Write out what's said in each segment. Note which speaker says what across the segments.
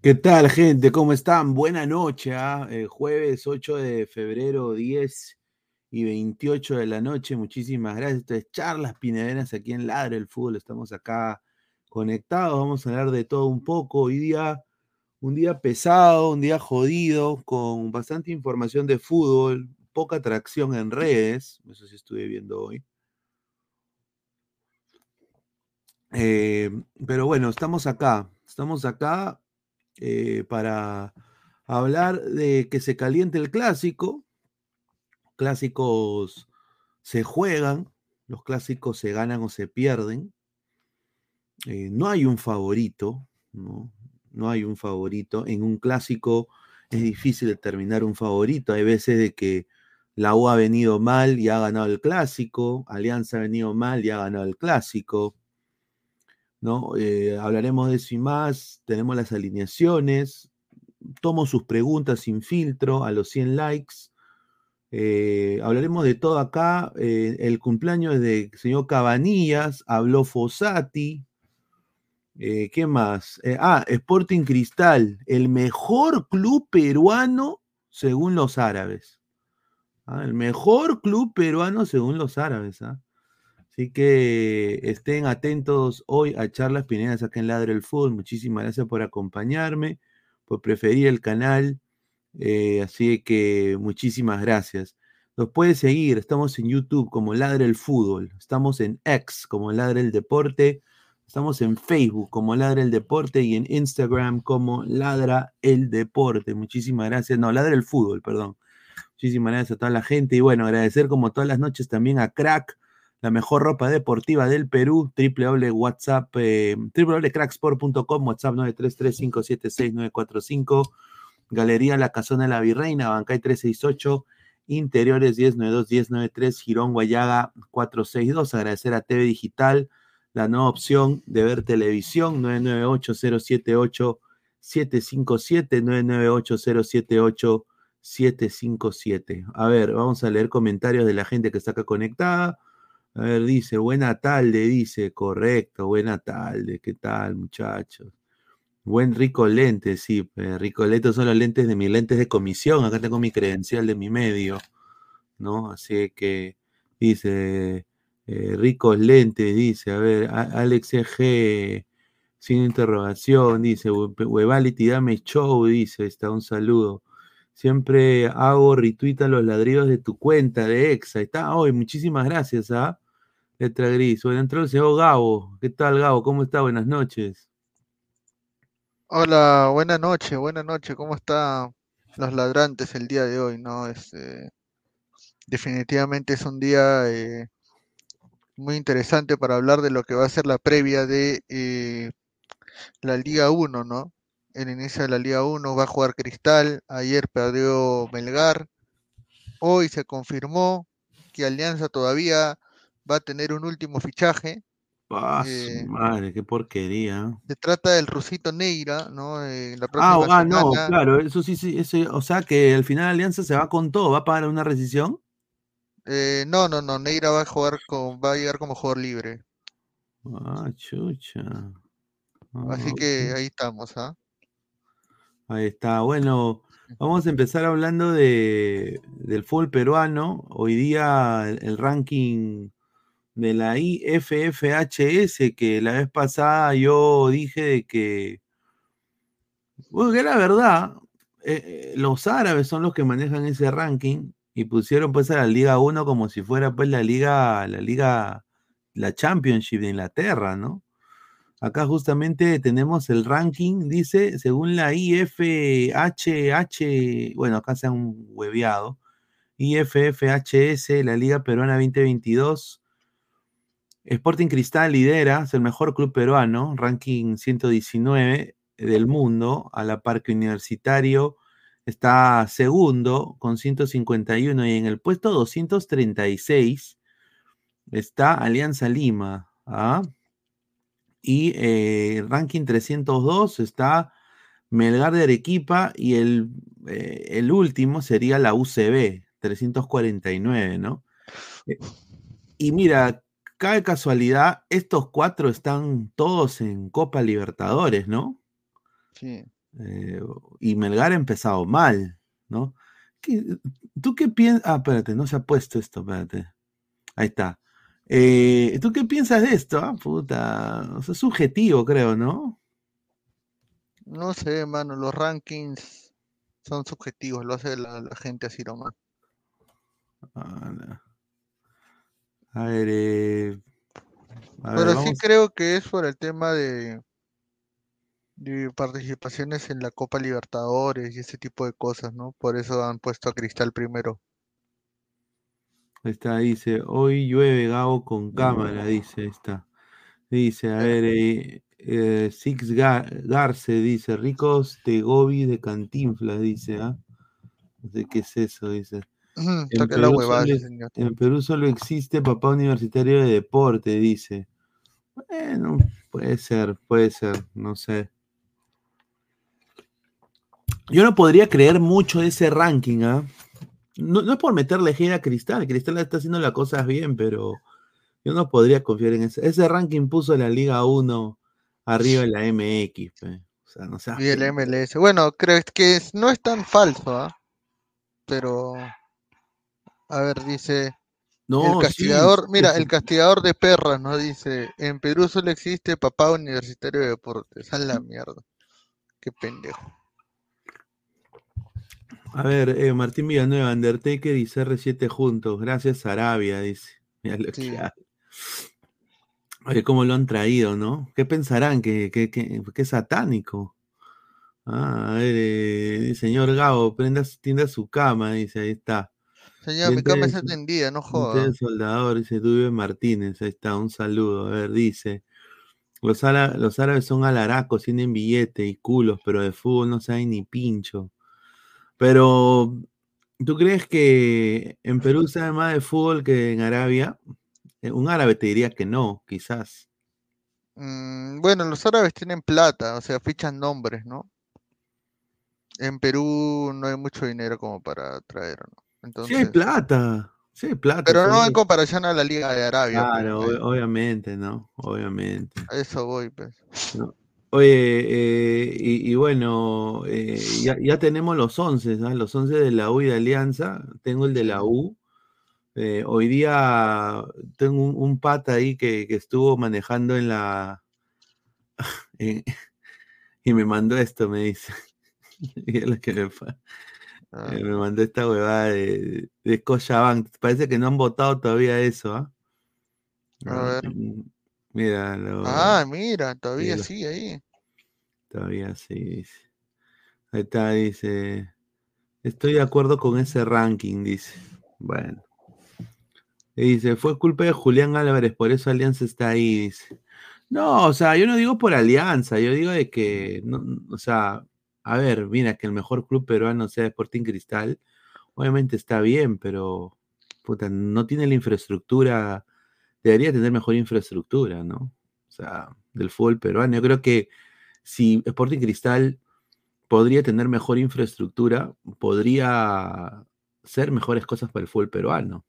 Speaker 1: ¿Qué tal, gente? ¿Cómo están? Buena noche, ¿ah? Jueves 8 de febrero, 10:28 de la noche. Muchísimas gracias. Esto es Charlas Pinederas aquí en Ladre el Fútbol. Estamos acá conectados. Vamos a hablar de todo un poco. Hoy día, un día pesado, un día jodido, con bastante información de fútbol, poca atracción en redes. Eso sí estuve viendo hoy. Eh, pero bueno, estamos acá para hablar de que se caliente el clásico. Clásicos se juegan, los clásicos se ganan o se pierden. No hay un favorito, ¿no? No hay un favorito. En un clásico es difícil determinar un favorito. Hay veces de que la U ha venido mal y ha ganado el clásico, Alianza ha venido mal y ha ganado el clásico, ¿no? Hablaremos de eso y más. Tenemos las alineaciones. Tomo sus preguntas sin filtro a los 100 likes. Hablaremos de todo acá. El cumpleaños del señor Cabanillas, habló Fossati. ¿Qué más? Sporting Cristal, el mejor club peruano según los árabes. El mejor club peruano según los árabes. Así que estén atentos hoy a Charlas Pinedas acá en Ladre el Fútbol. Muchísimas gracias por acompañarme, por preferir el canal. Así que muchísimas gracias. Nos puede seguir, estamos en YouTube como Ladre el Fútbol, estamos en X como Ladre el Deporte, estamos en Facebook como Ladre el Deporte y en Instagram como Ladra el Deporte. Muchísimas gracias, no, Ladre el Fútbol, perdón. Muchísimas gracias a toda la gente y bueno, agradecer como todas las noches también a Crack, la mejor ropa deportiva del Perú, www.cracksport.com, WhatsApp 933576945. Galería La Casona de la Virreina, Bancay 368, Interiores 1092-1093, Girón Guayaga 462. Agradecer a TV Digital, la nueva opción de ver televisión, 998-078-757, 998-078-757. A ver, vamos a leer comentarios de la gente que está acá conectada. A ver, dice, buena tarde, dice, correcto, buena tarde, ¿qué tal, muchachos? Buen rico lente, sí, rico lente son los lentes de mis lentes de comisión. Acá tengo mi credencial de mi medio, ¿no? Así que dice, ricos lentes, dice, a ver, Alex EG, sin interrogación, dice, Huevality, dame show, dice, está un saludo. Siempre hago retweet a los ladridos de tu cuenta de Exa. Está hoy, muchísimas gracias, ¿ah? Letra gris. Bueno, entró el señor Gabo. ¿Qué tal, Gabo? ¿Cómo está? Buenas noches.
Speaker 2: Hola, buena noche, ¿cómo están los ladrantes el día de hoy? ¿No? Definitivamente es un día muy interesante para hablar de lo que va a ser la previa de la Liga Uno, ¿no? El inicio de la Liga Uno va a jugar Cristal, ayer perdió Melgar, hoy se confirmó que Alianza todavía va a tener un último fichaje.
Speaker 1: Su
Speaker 2: eh,
Speaker 1: madre, qué porquería.
Speaker 2: Se trata del Rusito Neira, ¿no? La próxima
Speaker 1: No,
Speaker 2: semana.
Speaker 1: claro, eso sí, sí, eso, o sea que al final Alianza se va con todo, va a pagar una rescisión.
Speaker 2: No, no, no, Neira va a llegar como jugador libre.
Speaker 1: Chucha.
Speaker 2: Así que
Speaker 1: Ok.
Speaker 2: ahí estamos, ¿ah?
Speaker 1: Ahí está. Bueno, vamos a empezar hablando del fútbol peruano. Hoy día el ranking de la IFFHS, que la vez pasada yo dije de que, bueno, que era verdad, los árabes son los que manejan ese ranking y pusieron pues a la Liga uno como si fuera pues la Championship de Inglaterra, ¿no? Acá justamente tenemos el ranking, dice, según la IFHH, bueno, acá se han hueveado, IFFHS, la Liga Peruana 2022. Sporting Cristal lidera, es el mejor club peruano, ranking 119 del mundo, a la par que Universitario está segundo con 151 y en el puesto 236 está Alianza Lima, ¿ah? Y ranking 302 está Melgar de Arequipa y el último sería la UCB, 349, ¿no? Eh, Y mira, cae casualidad, estos cuatro están todos en Copa Libertadores, ¿no?
Speaker 2: Sí.
Speaker 1: Y Melgar ha empezado mal, ¿no? ¿Tú qué piensas? Ah, espérate, no se ha puesto esto, espérate. Ahí está. ¿Tú qué piensas de esto? Ah, puta. O sea, es subjetivo, creo, ¿no?
Speaker 2: No sé, mano, los rankings son subjetivos, lo hace la gente así nomás.
Speaker 1: Ah, no. A ver,
Speaker 2: Pero sí
Speaker 1: vamos.
Speaker 2: creo que es por el tema de participaciones en la Copa Libertadores y ese tipo de cosas, ¿no? Por eso han puesto a Cristal primero.
Speaker 1: Ahí está, dice, hoy llueve Gabo con cámara, dice, ahí está. Dice, a ver, Six Garce dice, ricos Tegobi de Cantinflas, dice, ¿ah? No sé qué es eso, dice. En
Speaker 2: Toque la
Speaker 1: Perú
Speaker 2: huevada
Speaker 1: solo,
Speaker 2: ese señor.
Speaker 1: en Perú solo existe papá universitario de deporte, dice. Bueno, puede ser, no sé. Yo no podría creer mucho de ese ranking, ¿ah? No, no es por meterle hate a Cristal, Cristal está haciendo las cosas bien, pero yo no podría confiar en ese. Ese ranking puso la Liga 1 arriba de la MX, pe. O sea, no seas
Speaker 2: Y el
Speaker 1: pendejo.
Speaker 2: MLS. Bueno, creo que no es tan falso, ¿ah? Pero, a ver, dice el
Speaker 1: No, sí,
Speaker 2: castigador,
Speaker 1: sí,
Speaker 2: mira, el castigador de perras, ¿no? Dice, en Perú solo existe papá universitario de deportes. A la mierda. Qué pendejo.
Speaker 1: a ver, Martín Villanueva, Undertaker y CR7 juntos. Gracias, Arabia, dice. Mira lo que
Speaker 2: Sí.
Speaker 1: hace. Oye, cómo lo han traído, ¿no? ¿Qué pensarán? Que es satánico. Ah, a ver, señor Gabo, tienda su cama, dice, ahí está.
Speaker 2: Señor, mi
Speaker 1: Diente
Speaker 2: cama
Speaker 1: de,
Speaker 2: está tendida, no
Speaker 1: diente de
Speaker 2: joda.
Speaker 1: soldador, dice Dube Martínez, ahí está, un saludo. A ver, dice, los árabes son alaracos, tienen billete y culos, pero de fútbol no saben ni pincho. Pero, ¿tú crees que en Perú sabe más de fútbol que en Arabia? Un árabe te diría que no, quizás.
Speaker 2: Bueno, los árabes tienen plata, o sea, fichan nombres, ¿no? En Perú no hay mucho dinero como para traer, ¿no? Entonces,
Speaker 1: Sí hay plata,
Speaker 2: pero no en
Speaker 1: seguro.
Speaker 2: comparación a la Liga de Arabia, pues,
Speaker 1: Claro,
Speaker 2: ¿no?
Speaker 1: obviamente, ¿no? Obviamente.
Speaker 2: A eso voy, pues.
Speaker 1: ¿No? Oye, y bueno, ya tenemos los 11, ¿sabes? Los 11 de la U y de Alianza. Tengo el de
Speaker 2: Sí.
Speaker 1: la U. Hoy día tengo un pata ahí que estuvo manejando en- y me mandó esto, me dice. Y es lo que
Speaker 2: Ah,
Speaker 1: me mandó esta huevada de Scotiabank. Parece que no han votado todavía eso, ¿ah?
Speaker 2: a
Speaker 1: Ah,
Speaker 2: ver.
Speaker 1: mira,
Speaker 2: Ah, mira,
Speaker 1: sí,
Speaker 2: todavía sí ahí.
Speaker 1: todavía sí, dice. Ahí está, dice. Estoy de acuerdo con ese ranking, dice. Bueno. Y dice, fue culpa de Julián Álvarez, por eso Alianza está ahí, dice. No, o sea, yo no digo por Alianza, yo digo de que, no, o sea, a ver, mira, que el mejor club peruano sea Sporting Cristal, obviamente está bien, pero puta, no tiene la infraestructura, debería tener mejor infraestructura, ¿no? O sea, del fútbol peruano. Yo creo que si Sporting Cristal podría tener mejor infraestructura, podría hacer mejores cosas para el fútbol peruano.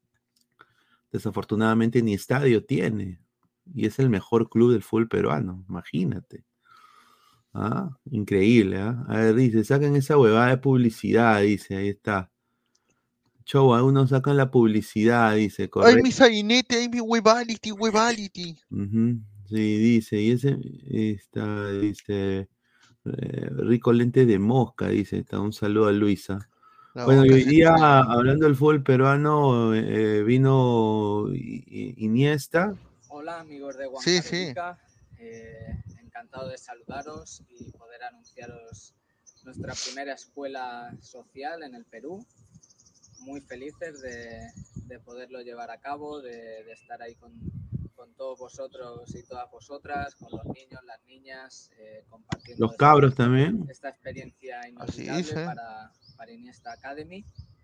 Speaker 1: Desafortunadamente ni estadio tiene. Y es el mejor club del fútbol peruano, imagínate. ¿Ah? Increíble, ¿ah? A ver, dice, sacan esa huevada de publicidad, dice, ahí está. Show, a uno sacan la publicidad, dice,
Speaker 2: ¡Ay, mi
Speaker 1: correcto.
Speaker 2: sainete! ¡Ay, mi huevality, huevality!
Speaker 1: Ujú, sí, dice, y ese está, dice, rico lente de mosca, dice, está, un saludo a Luisa.
Speaker 2: La
Speaker 1: Bueno, y
Speaker 2: boca
Speaker 1: hoy
Speaker 2: se
Speaker 1: día,
Speaker 2: extraña.
Speaker 1: hablando del fútbol peruano, vino Iniesta.
Speaker 3: Hola amigos de
Speaker 2: Sí, sí.
Speaker 3: Huancavelica, encantado de saludaros y poder anunciaros nuestra primera escuela social en el Perú. Muy felices de poderlo llevar a cabo, de estar ahí con todos vosotros y todas vosotras, con los niños, las niñas, compartiendo
Speaker 1: Los cabros
Speaker 3: esta,
Speaker 1: también.
Speaker 3: esta experiencia
Speaker 2: Así
Speaker 3: inolvidable
Speaker 2: dice.
Speaker 3: para Iniesta Academy.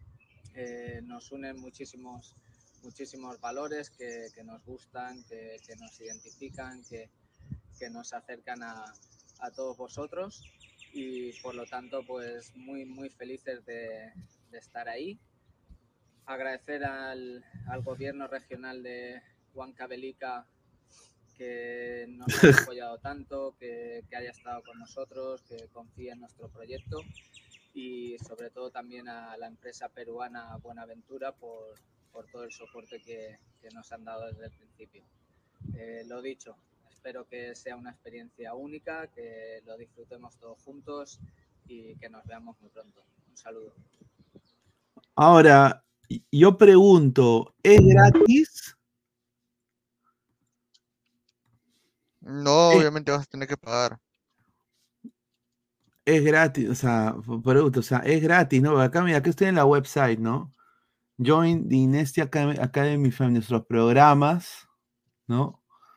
Speaker 3: Nos unen muchísimos valores que nos gustan, que nos identifican, que nos acercan a todos vosotros y por lo tanto pues muy felices de estar ahí. Agradecer al gobierno regional de Huancavelica que nos haya apoyado tanto, que haya estado con nosotros, que confíe en nuestro proyecto y sobre todo también a la empresa peruana Buenaventura por todo el soporte que nos han dado desde el principio. Lo dicho, espero que sea una experiencia única, que lo disfrutemos todos juntos y que nos veamos muy pronto. Un saludo.
Speaker 1: Ahora, yo pregunto, ¿es gratis?
Speaker 2: No, obviamente vas a tener que pagar.
Speaker 1: Es gratis, o sea, pregunto, o sea, es gratis, ¿no? Acá, mira, aquí estoy en la website, ¿no? Join the Inesti Academy Family, nuestros programas, ¿no?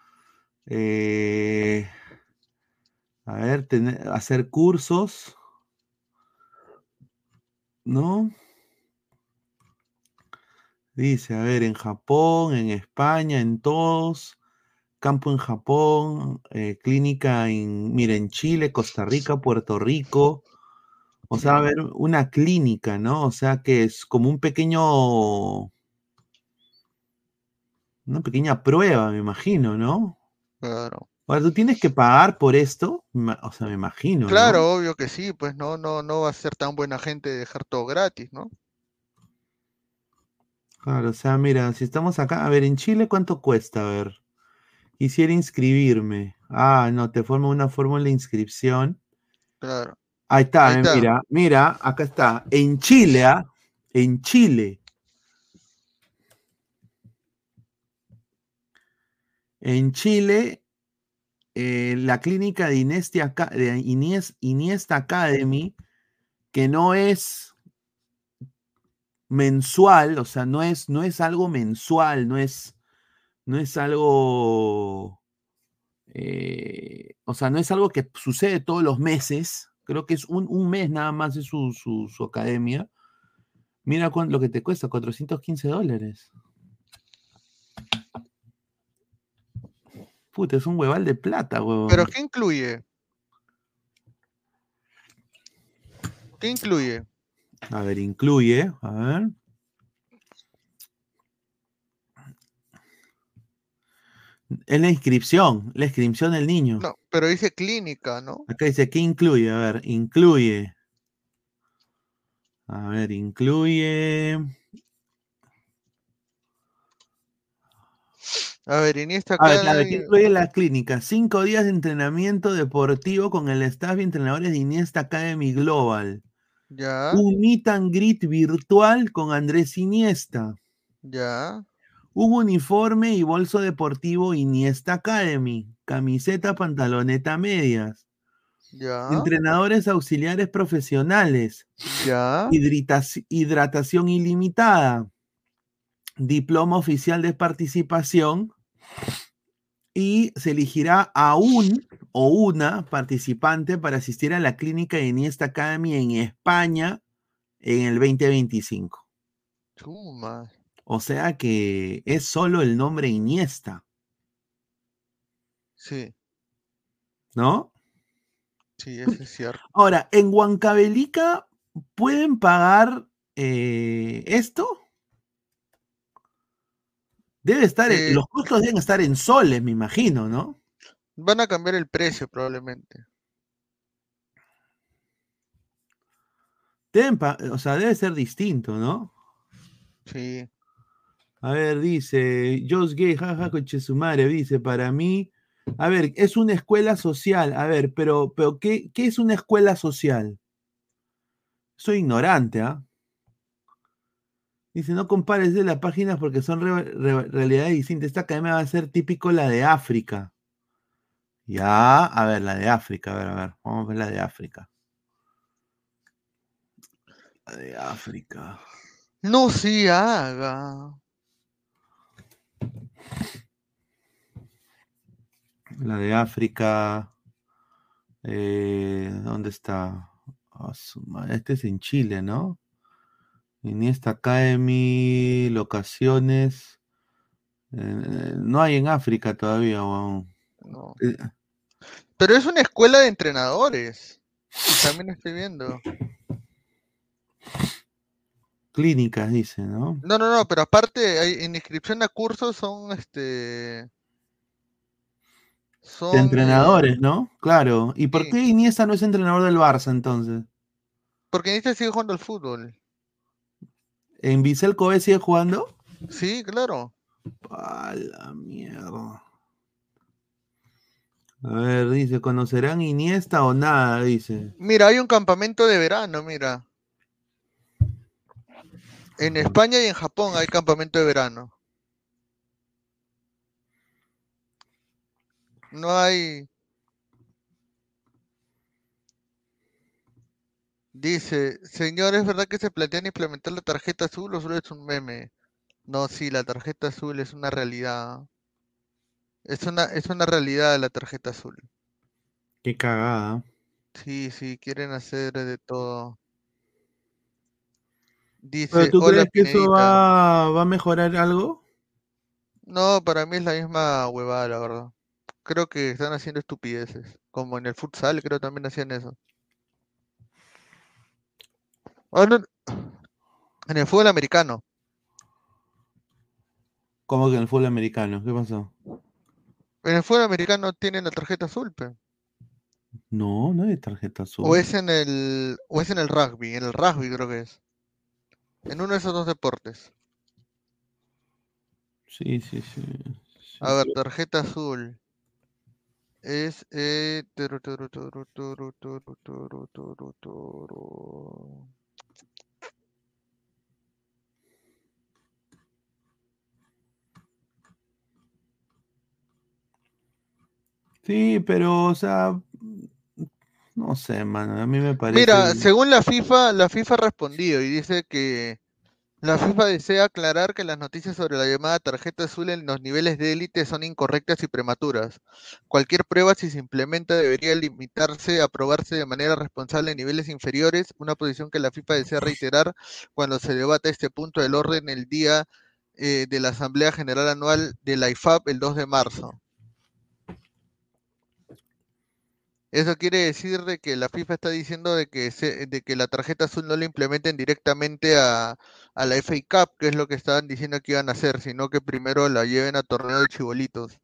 Speaker 1: A ver, hacer cursos, ¿no? Dice, a ver, en Japón, en España, en todos, campo en Japón, clínica mira, en Chile, Costa Rica, Puerto Rico. O sea, va a haber una clínica, ¿no? O sea, que es como una pequeña prueba, me imagino, ¿no?
Speaker 2: Claro.
Speaker 1: Ahora, ¿tú tienes que pagar por esto? O sea, me imagino, ¿no?
Speaker 2: Claro, obvio que sí, pues no va a ser tan buena gente dejar todo gratis, ¿no?
Speaker 1: Claro, o sea, mira, si estamos acá, a ver, en Chile, ¿cuánto cuesta? A ver, quisiera inscribirme. Ah, no, te forma una fórmula de inscripción.
Speaker 2: Claro.
Speaker 1: Ahí
Speaker 2: Ahí
Speaker 1: está,
Speaker 2: está.
Speaker 1: mira, acá está. En Chile, ¿ah? En Chile. En Chile, la clínica de Iniesta Academy, que no es mensual, o sea, no es algo mensual, no es algo, o sea, no es algo que sucede todos los meses, creo que es un mes nada más de su academia. Mira lo que te cuesta, $415. Puta, es un hueval de plata,
Speaker 2: Pero
Speaker 1: huevón.
Speaker 2: ¿qué incluye? ¿Qué incluye?
Speaker 1: A ver, incluye, a ver. Es la inscripción del niño.
Speaker 2: No, pero dice clínica, ¿no?
Speaker 1: Acá dice, ¿qué incluye? A ver, incluye. A ver, incluye.
Speaker 2: A ver, Iniesta
Speaker 1: A ver, ¿qué
Speaker 2: Academy,
Speaker 1: incluye la clínica? 5 días de entrenamiento deportivo con el staff y entrenadores de Iniesta Academy Global.
Speaker 2: ya,
Speaker 1: Un meet and greet virtual con Andrés Iniesta.
Speaker 2: ya,
Speaker 1: Un uniforme y bolso deportivo Iniesta Academy. Camiseta, pantaloneta, medias.
Speaker 2: ya,
Speaker 1: Entrenadores auxiliares profesionales.
Speaker 2: ya,
Speaker 1: Hidratación ilimitada. Diploma oficial de participación. Y se elegirá a un o una participante para asistir a la clínica de Iniesta Academy en España en el 2025.
Speaker 2: chuma.
Speaker 1: O sea que es solo el nombre Iniesta,
Speaker 2: Sí,
Speaker 1: ¿no?
Speaker 2: sí, eso es cierto.
Speaker 1: Ahora, en Huancavelica, ¿pueden pagar esto? Debe estar,
Speaker 2: Eh,
Speaker 1: los costos deben estar en soles, me imagino, ¿no?
Speaker 2: Van a cambiar el precio probablemente.
Speaker 1: O sea, debe ser distinto, ¿no?
Speaker 2: Sí.
Speaker 1: A ver, dice, Josh Gay, jaja, coche su madre, dice, para mí, a ver, es una escuela social, a ver, pero ¿qué es una escuela social? Soy ignorante, ¿ah? Dice, no compares de las páginas porque son realidades distintas. Esta academia va a ser típico la de África. Ya, a ver, la de África, a ver, vamos a ver la de África. La de África.
Speaker 2: No se haga.
Speaker 1: La de África. ¿Dónde está? Este es en Chile, ¿no? Iniesta Academy, locaciones. No hay en África todavía, weón.
Speaker 2: No.
Speaker 1: Eh,
Speaker 2: Pero es una escuela de entrenadores. También estoy viendo.
Speaker 1: Clínicas, dice, ¿no?
Speaker 2: No, pero aparte, en inscripción a cursos son
Speaker 1: De
Speaker 2: Son,
Speaker 1: entrenadores, ¿no? Claro. ¿Y por
Speaker 2: sí,
Speaker 1: qué Iniesta no es entrenador del Barça entonces?
Speaker 2: porque Iniesta sigue jugando al fútbol.
Speaker 1: ¿En Vissel Kobe sigue jugando?
Speaker 2: Sí, claro.
Speaker 1: A la mierda. A ver, dice, ¿conocerán Iniesta o nada? Dice.
Speaker 2: Mira, hay un campamento de verano, mira. En España y en Japón hay campamento de verano. No hay. Dice, señor, ¿es verdad que se plantean implementar la tarjeta azul o solo es un meme? No, sí, la tarjeta azul es una realidad. Es una realidad la tarjeta azul.
Speaker 1: Qué cagada.
Speaker 2: Sí, sí, quieren hacer de todo.
Speaker 1: ¿Pero
Speaker 2: Dice,
Speaker 1: tú
Speaker 2: hola
Speaker 1: crees que eso
Speaker 2: Pinedita.
Speaker 1: va a mejorar algo?
Speaker 2: No, para mí es la misma huevada, la verdad. Creo que están haciendo estupideces. Como en el futsal, creo también hacían eso. Ah, no, en el fútbol americano.
Speaker 1: ¿Cómo que en el fútbol americano? ¿Qué pasó?
Speaker 2: En el fútbol americano tienen la tarjeta azul, pe.
Speaker 1: No, no hay tarjeta
Speaker 2: O
Speaker 1: azul.
Speaker 2: es en el rugby. En el rugby creo que es. En uno de esos dos deportes.
Speaker 1: Sí, sí, sí.
Speaker 2: A ver,
Speaker 1: Sí.
Speaker 2: tarjeta azul. Es turu.
Speaker 1: Sí, pero, o sea, no sé, mano, a mí me parece.
Speaker 2: Mira, según la FIFA ha respondido y dice que la FIFA desea aclarar que las noticias sobre la llamada tarjeta azul en los niveles de élite son incorrectas y prematuras. Cualquier prueba, si se implementa, debería limitarse a probarse de manera responsable en niveles inferiores, una posición que la FIFA desea reiterar cuando se debata este punto del orden el día de la Asamblea General Anual de la IFAB el 2 de marzo. Eso quiere decir de que la FIFA está diciendo de que la tarjeta azul no la implementen directamente a la FA Cup, que es lo que estaban diciendo que iban a hacer, sino que primero la lleven a torneo de chibolitos.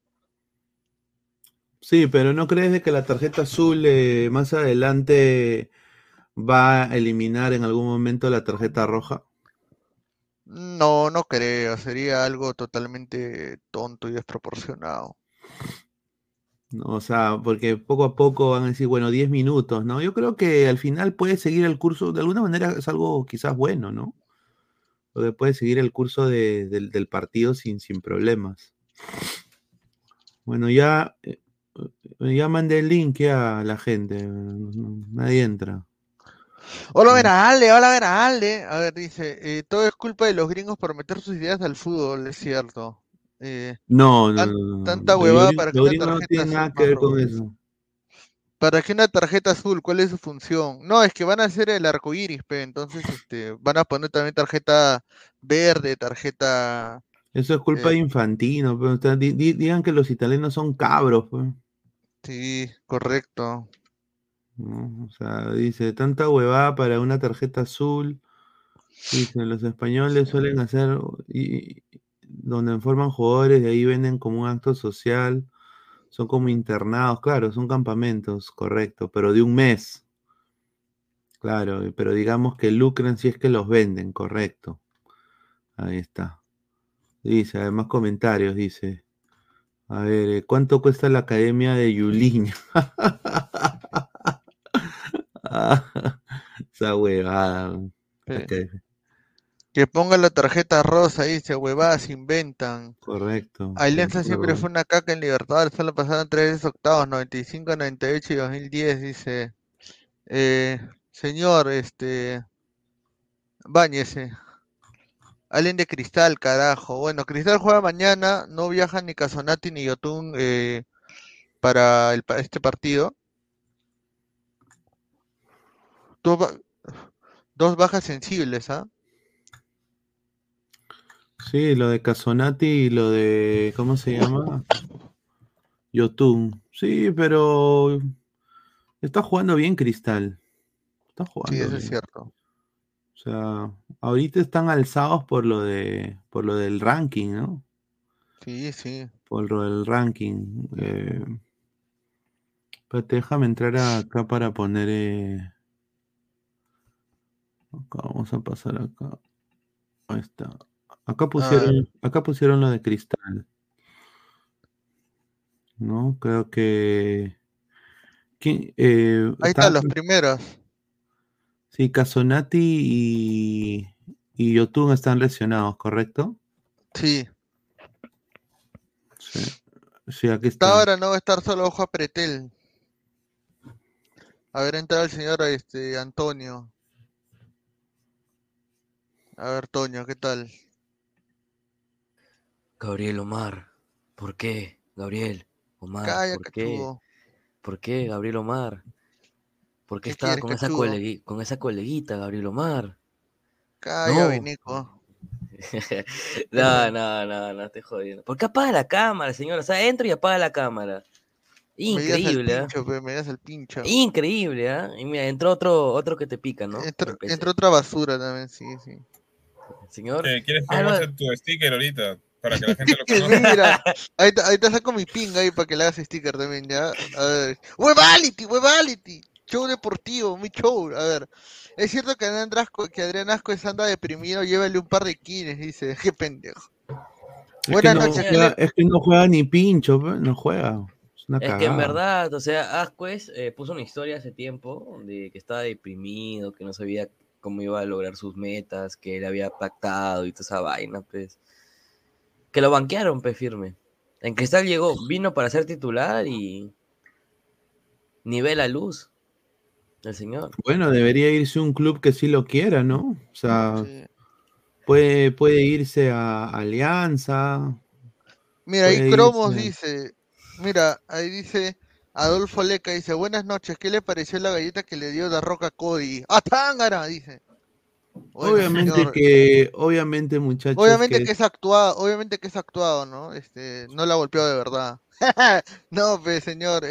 Speaker 1: Sí, pero ¿no crees de que la tarjeta azul más adelante va a eliminar en algún momento la tarjeta roja?
Speaker 2: No, no creo, sería algo totalmente tonto y desproporcionado.
Speaker 1: ¿No? O sea, porque poco a poco van a decir, bueno, 10 minutos, ¿no? Yo creo que al final puede seguir el curso, de alguna manera es algo quizás bueno, ¿no? Porque puede seguir el curso del partido sin problemas. Bueno, ya mandé el link ya a la gente, nadie entra.
Speaker 2: Hola Veralde, hola Veralde. A ver, dice, todo es culpa de los gringos por meter sus ideas al fútbol, es cierto. Eh,
Speaker 1: No, no,
Speaker 2: tan-
Speaker 1: no, no, no.
Speaker 2: tanta huevada para que
Speaker 1: Los
Speaker 2: una
Speaker 1: gringos no
Speaker 2: tarjeta
Speaker 1: tienen
Speaker 2: azul,
Speaker 1: nada que ver
Speaker 2: Marro.
Speaker 1: con eso.
Speaker 2: ¿Para qué una tarjeta azul? ¿Cuál es su función? No, es que van a hacer el arco iris, pe, entonces van a poner también tarjeta verde, tarjeta.
Speaker 1: Eso es culpa
Speaker 2: eh,
Speaker 1: de Infantino, pero digan que los italianos son cabros, pues,
Speaker 2: sí, correcto.
Speaker 1: ¿no? O sea, dice, tanta huevada para una tarjeta azul. Dice, los españoles
Speaker 2: Sí.
Speaker 1: suelen hacer, donde forman jugadores, de ahí venden como un acto social, son como internados, claro, son campamentos, correcto, pero de un mes, claro, pero digamos que lucran si es que los venden, correcto. Ahí está. Dice, además comentarios, dice. A ver, ¿cuánto cuesta la academia de Yulín? Esa huevada.
Speaker 2: Sí.
Speaker 1: Ok,
Speaker 2: Que ponga la tarjeta rosa, dice, huevadas inventan.
Speaker 1: correcto, de
Speaker 2: Alianza siempre
Speaker 1: acuerdo.
Speaker 2: fue una caca en Libertadores, solo pasaron 3 octavos, 95, 98 y 2010, dice. Señor, báñese. Alien de Cristal, carajo. Bueno, Cristal juega mañana, no viajan ni Casonati ni Yotun para este partido. Dos, ba- dos bajas sensibles, ¿ah?
Speaker 1: Sí, lo de Casonati y lo de, ¿cómo se llama? Yotun. Sí, pero está jugando bien Cristal. Está
Speaker 2: Sí,
Speaker 1: jugando
Speaker 2: eso es
Speaker 1: bien.
Speaker 2: cierto.
Speaker 1: O sea, ahorita están alzados por lo del ranking, ¿no?
Speaker 2: Sí, sí.
Speaker 1: Por lo del ranking. Espérate, déjame entrar acá para poner. Acá, vamos a pasar acá. Ahí está. Acá
Speaker 2: A ver,
Speaker 1: pusieron lo de Cristal, ¿no? Creo que.
Speaker 2: ahí
Speaker 1: Está.
Speaker 2: están los primeros.
Speaker 1: Sí, Casonati y Yotun están lesionados, ¿correcto?
Speaker 2: Sí.
Speaker 1: Sí. Sí, aquí
Speaker 2: Hasta
Speaker 1: están.
Speaker 2: ahora no va a estar solo Ojo a Pretel. A ver, entra el señor Antonio. A ver, Toño, ¿qué tal?
Speaker 4: Gabriel Omar, ¿por qué? Gabriel Omar,
Speaker 2: Calla,
Speaker 4: ¿por qué?
Speaker 2: cachudo.
Speaker 4: ¿Por qué, Gabriel Omar? ¿Por qué
Speaker 2: ¿Qué
Speaker 4: estaba
Speaker 2: quieres, cachudo?
Speaker 4: con esa coleguita, Gabriel Omar?
Speaker 2: Calla,
Speaker 4: No.
Speaker 2: Vinico.
Speaker 4: No, estoy jodiendo. ¿Por qué apaga la cámara, señor? O sea, entra y apaga la cámara.
Speaker 2: Me digas el
Speaker 4: Increíble, ¿ah?
Speaker 2: pincho, pe, me digas el pincho.
Speaker 4: Increíble, ¿ah? Y mira, entró otro que te pica, ¿no?
Speaker 2: Entró otra basura también, sí, sí.
Speaker 4: Señor.
Speaker 5: ¿Quieres que
Speaker 4: Álvaro.
Speaker 5: muestre tu sticker ahorita? Para que la gente lo conozca.
Speaker 2: Mira, ahí te saco mi pinga ahí para que le hagas sticker también, ¿ya? A ver. ¡Huevality! Show deportivo, mi show. A ver. Es cierto que Adrián Asco anda deprimido, llévale un par de kines, dice. Qué pendejo. Buenas noches, ¿qué le...
Speaker 1: Es que no juega ni pincho, pe, no juega. Es una
Speaker 4: Es que en
Speaker 1: cagada.
Speaker 4: verdad, o sea, Asquez puso una historia hace tiempo de que estaba deprimido, que no sabía cómo iba a lograr sus metas, que él había pactado y toda esa vaina, pues. Que lo banquearon, pues, firme. En Cristal vino para ser titular y ni ve la luz el señor.
Speaker 1: Bueno, debería irse a un club que sí lo quiera, ¿no? O sea,
Speaker 2: Sí.
Speaker 1: puede irse a Alianza,
Speaker 2: Mira, ahí
Speaker 1: puede irse.
Speaker 2: Cromos dice, mira, ahí dice Adolfo Leca, dice, buenas noches, ¿qué le pareció la galleta que le dio Da Roca a Cody? ¡Ah, tángara! Dice. Bueno, señor,
Speaker 1: Obviamente, muchachos,
Speaker 2: obviamente
Speaker 1: que
Speaker 2: que es actuado, ¿no? No la golpeó de verdad. No, pues, señor,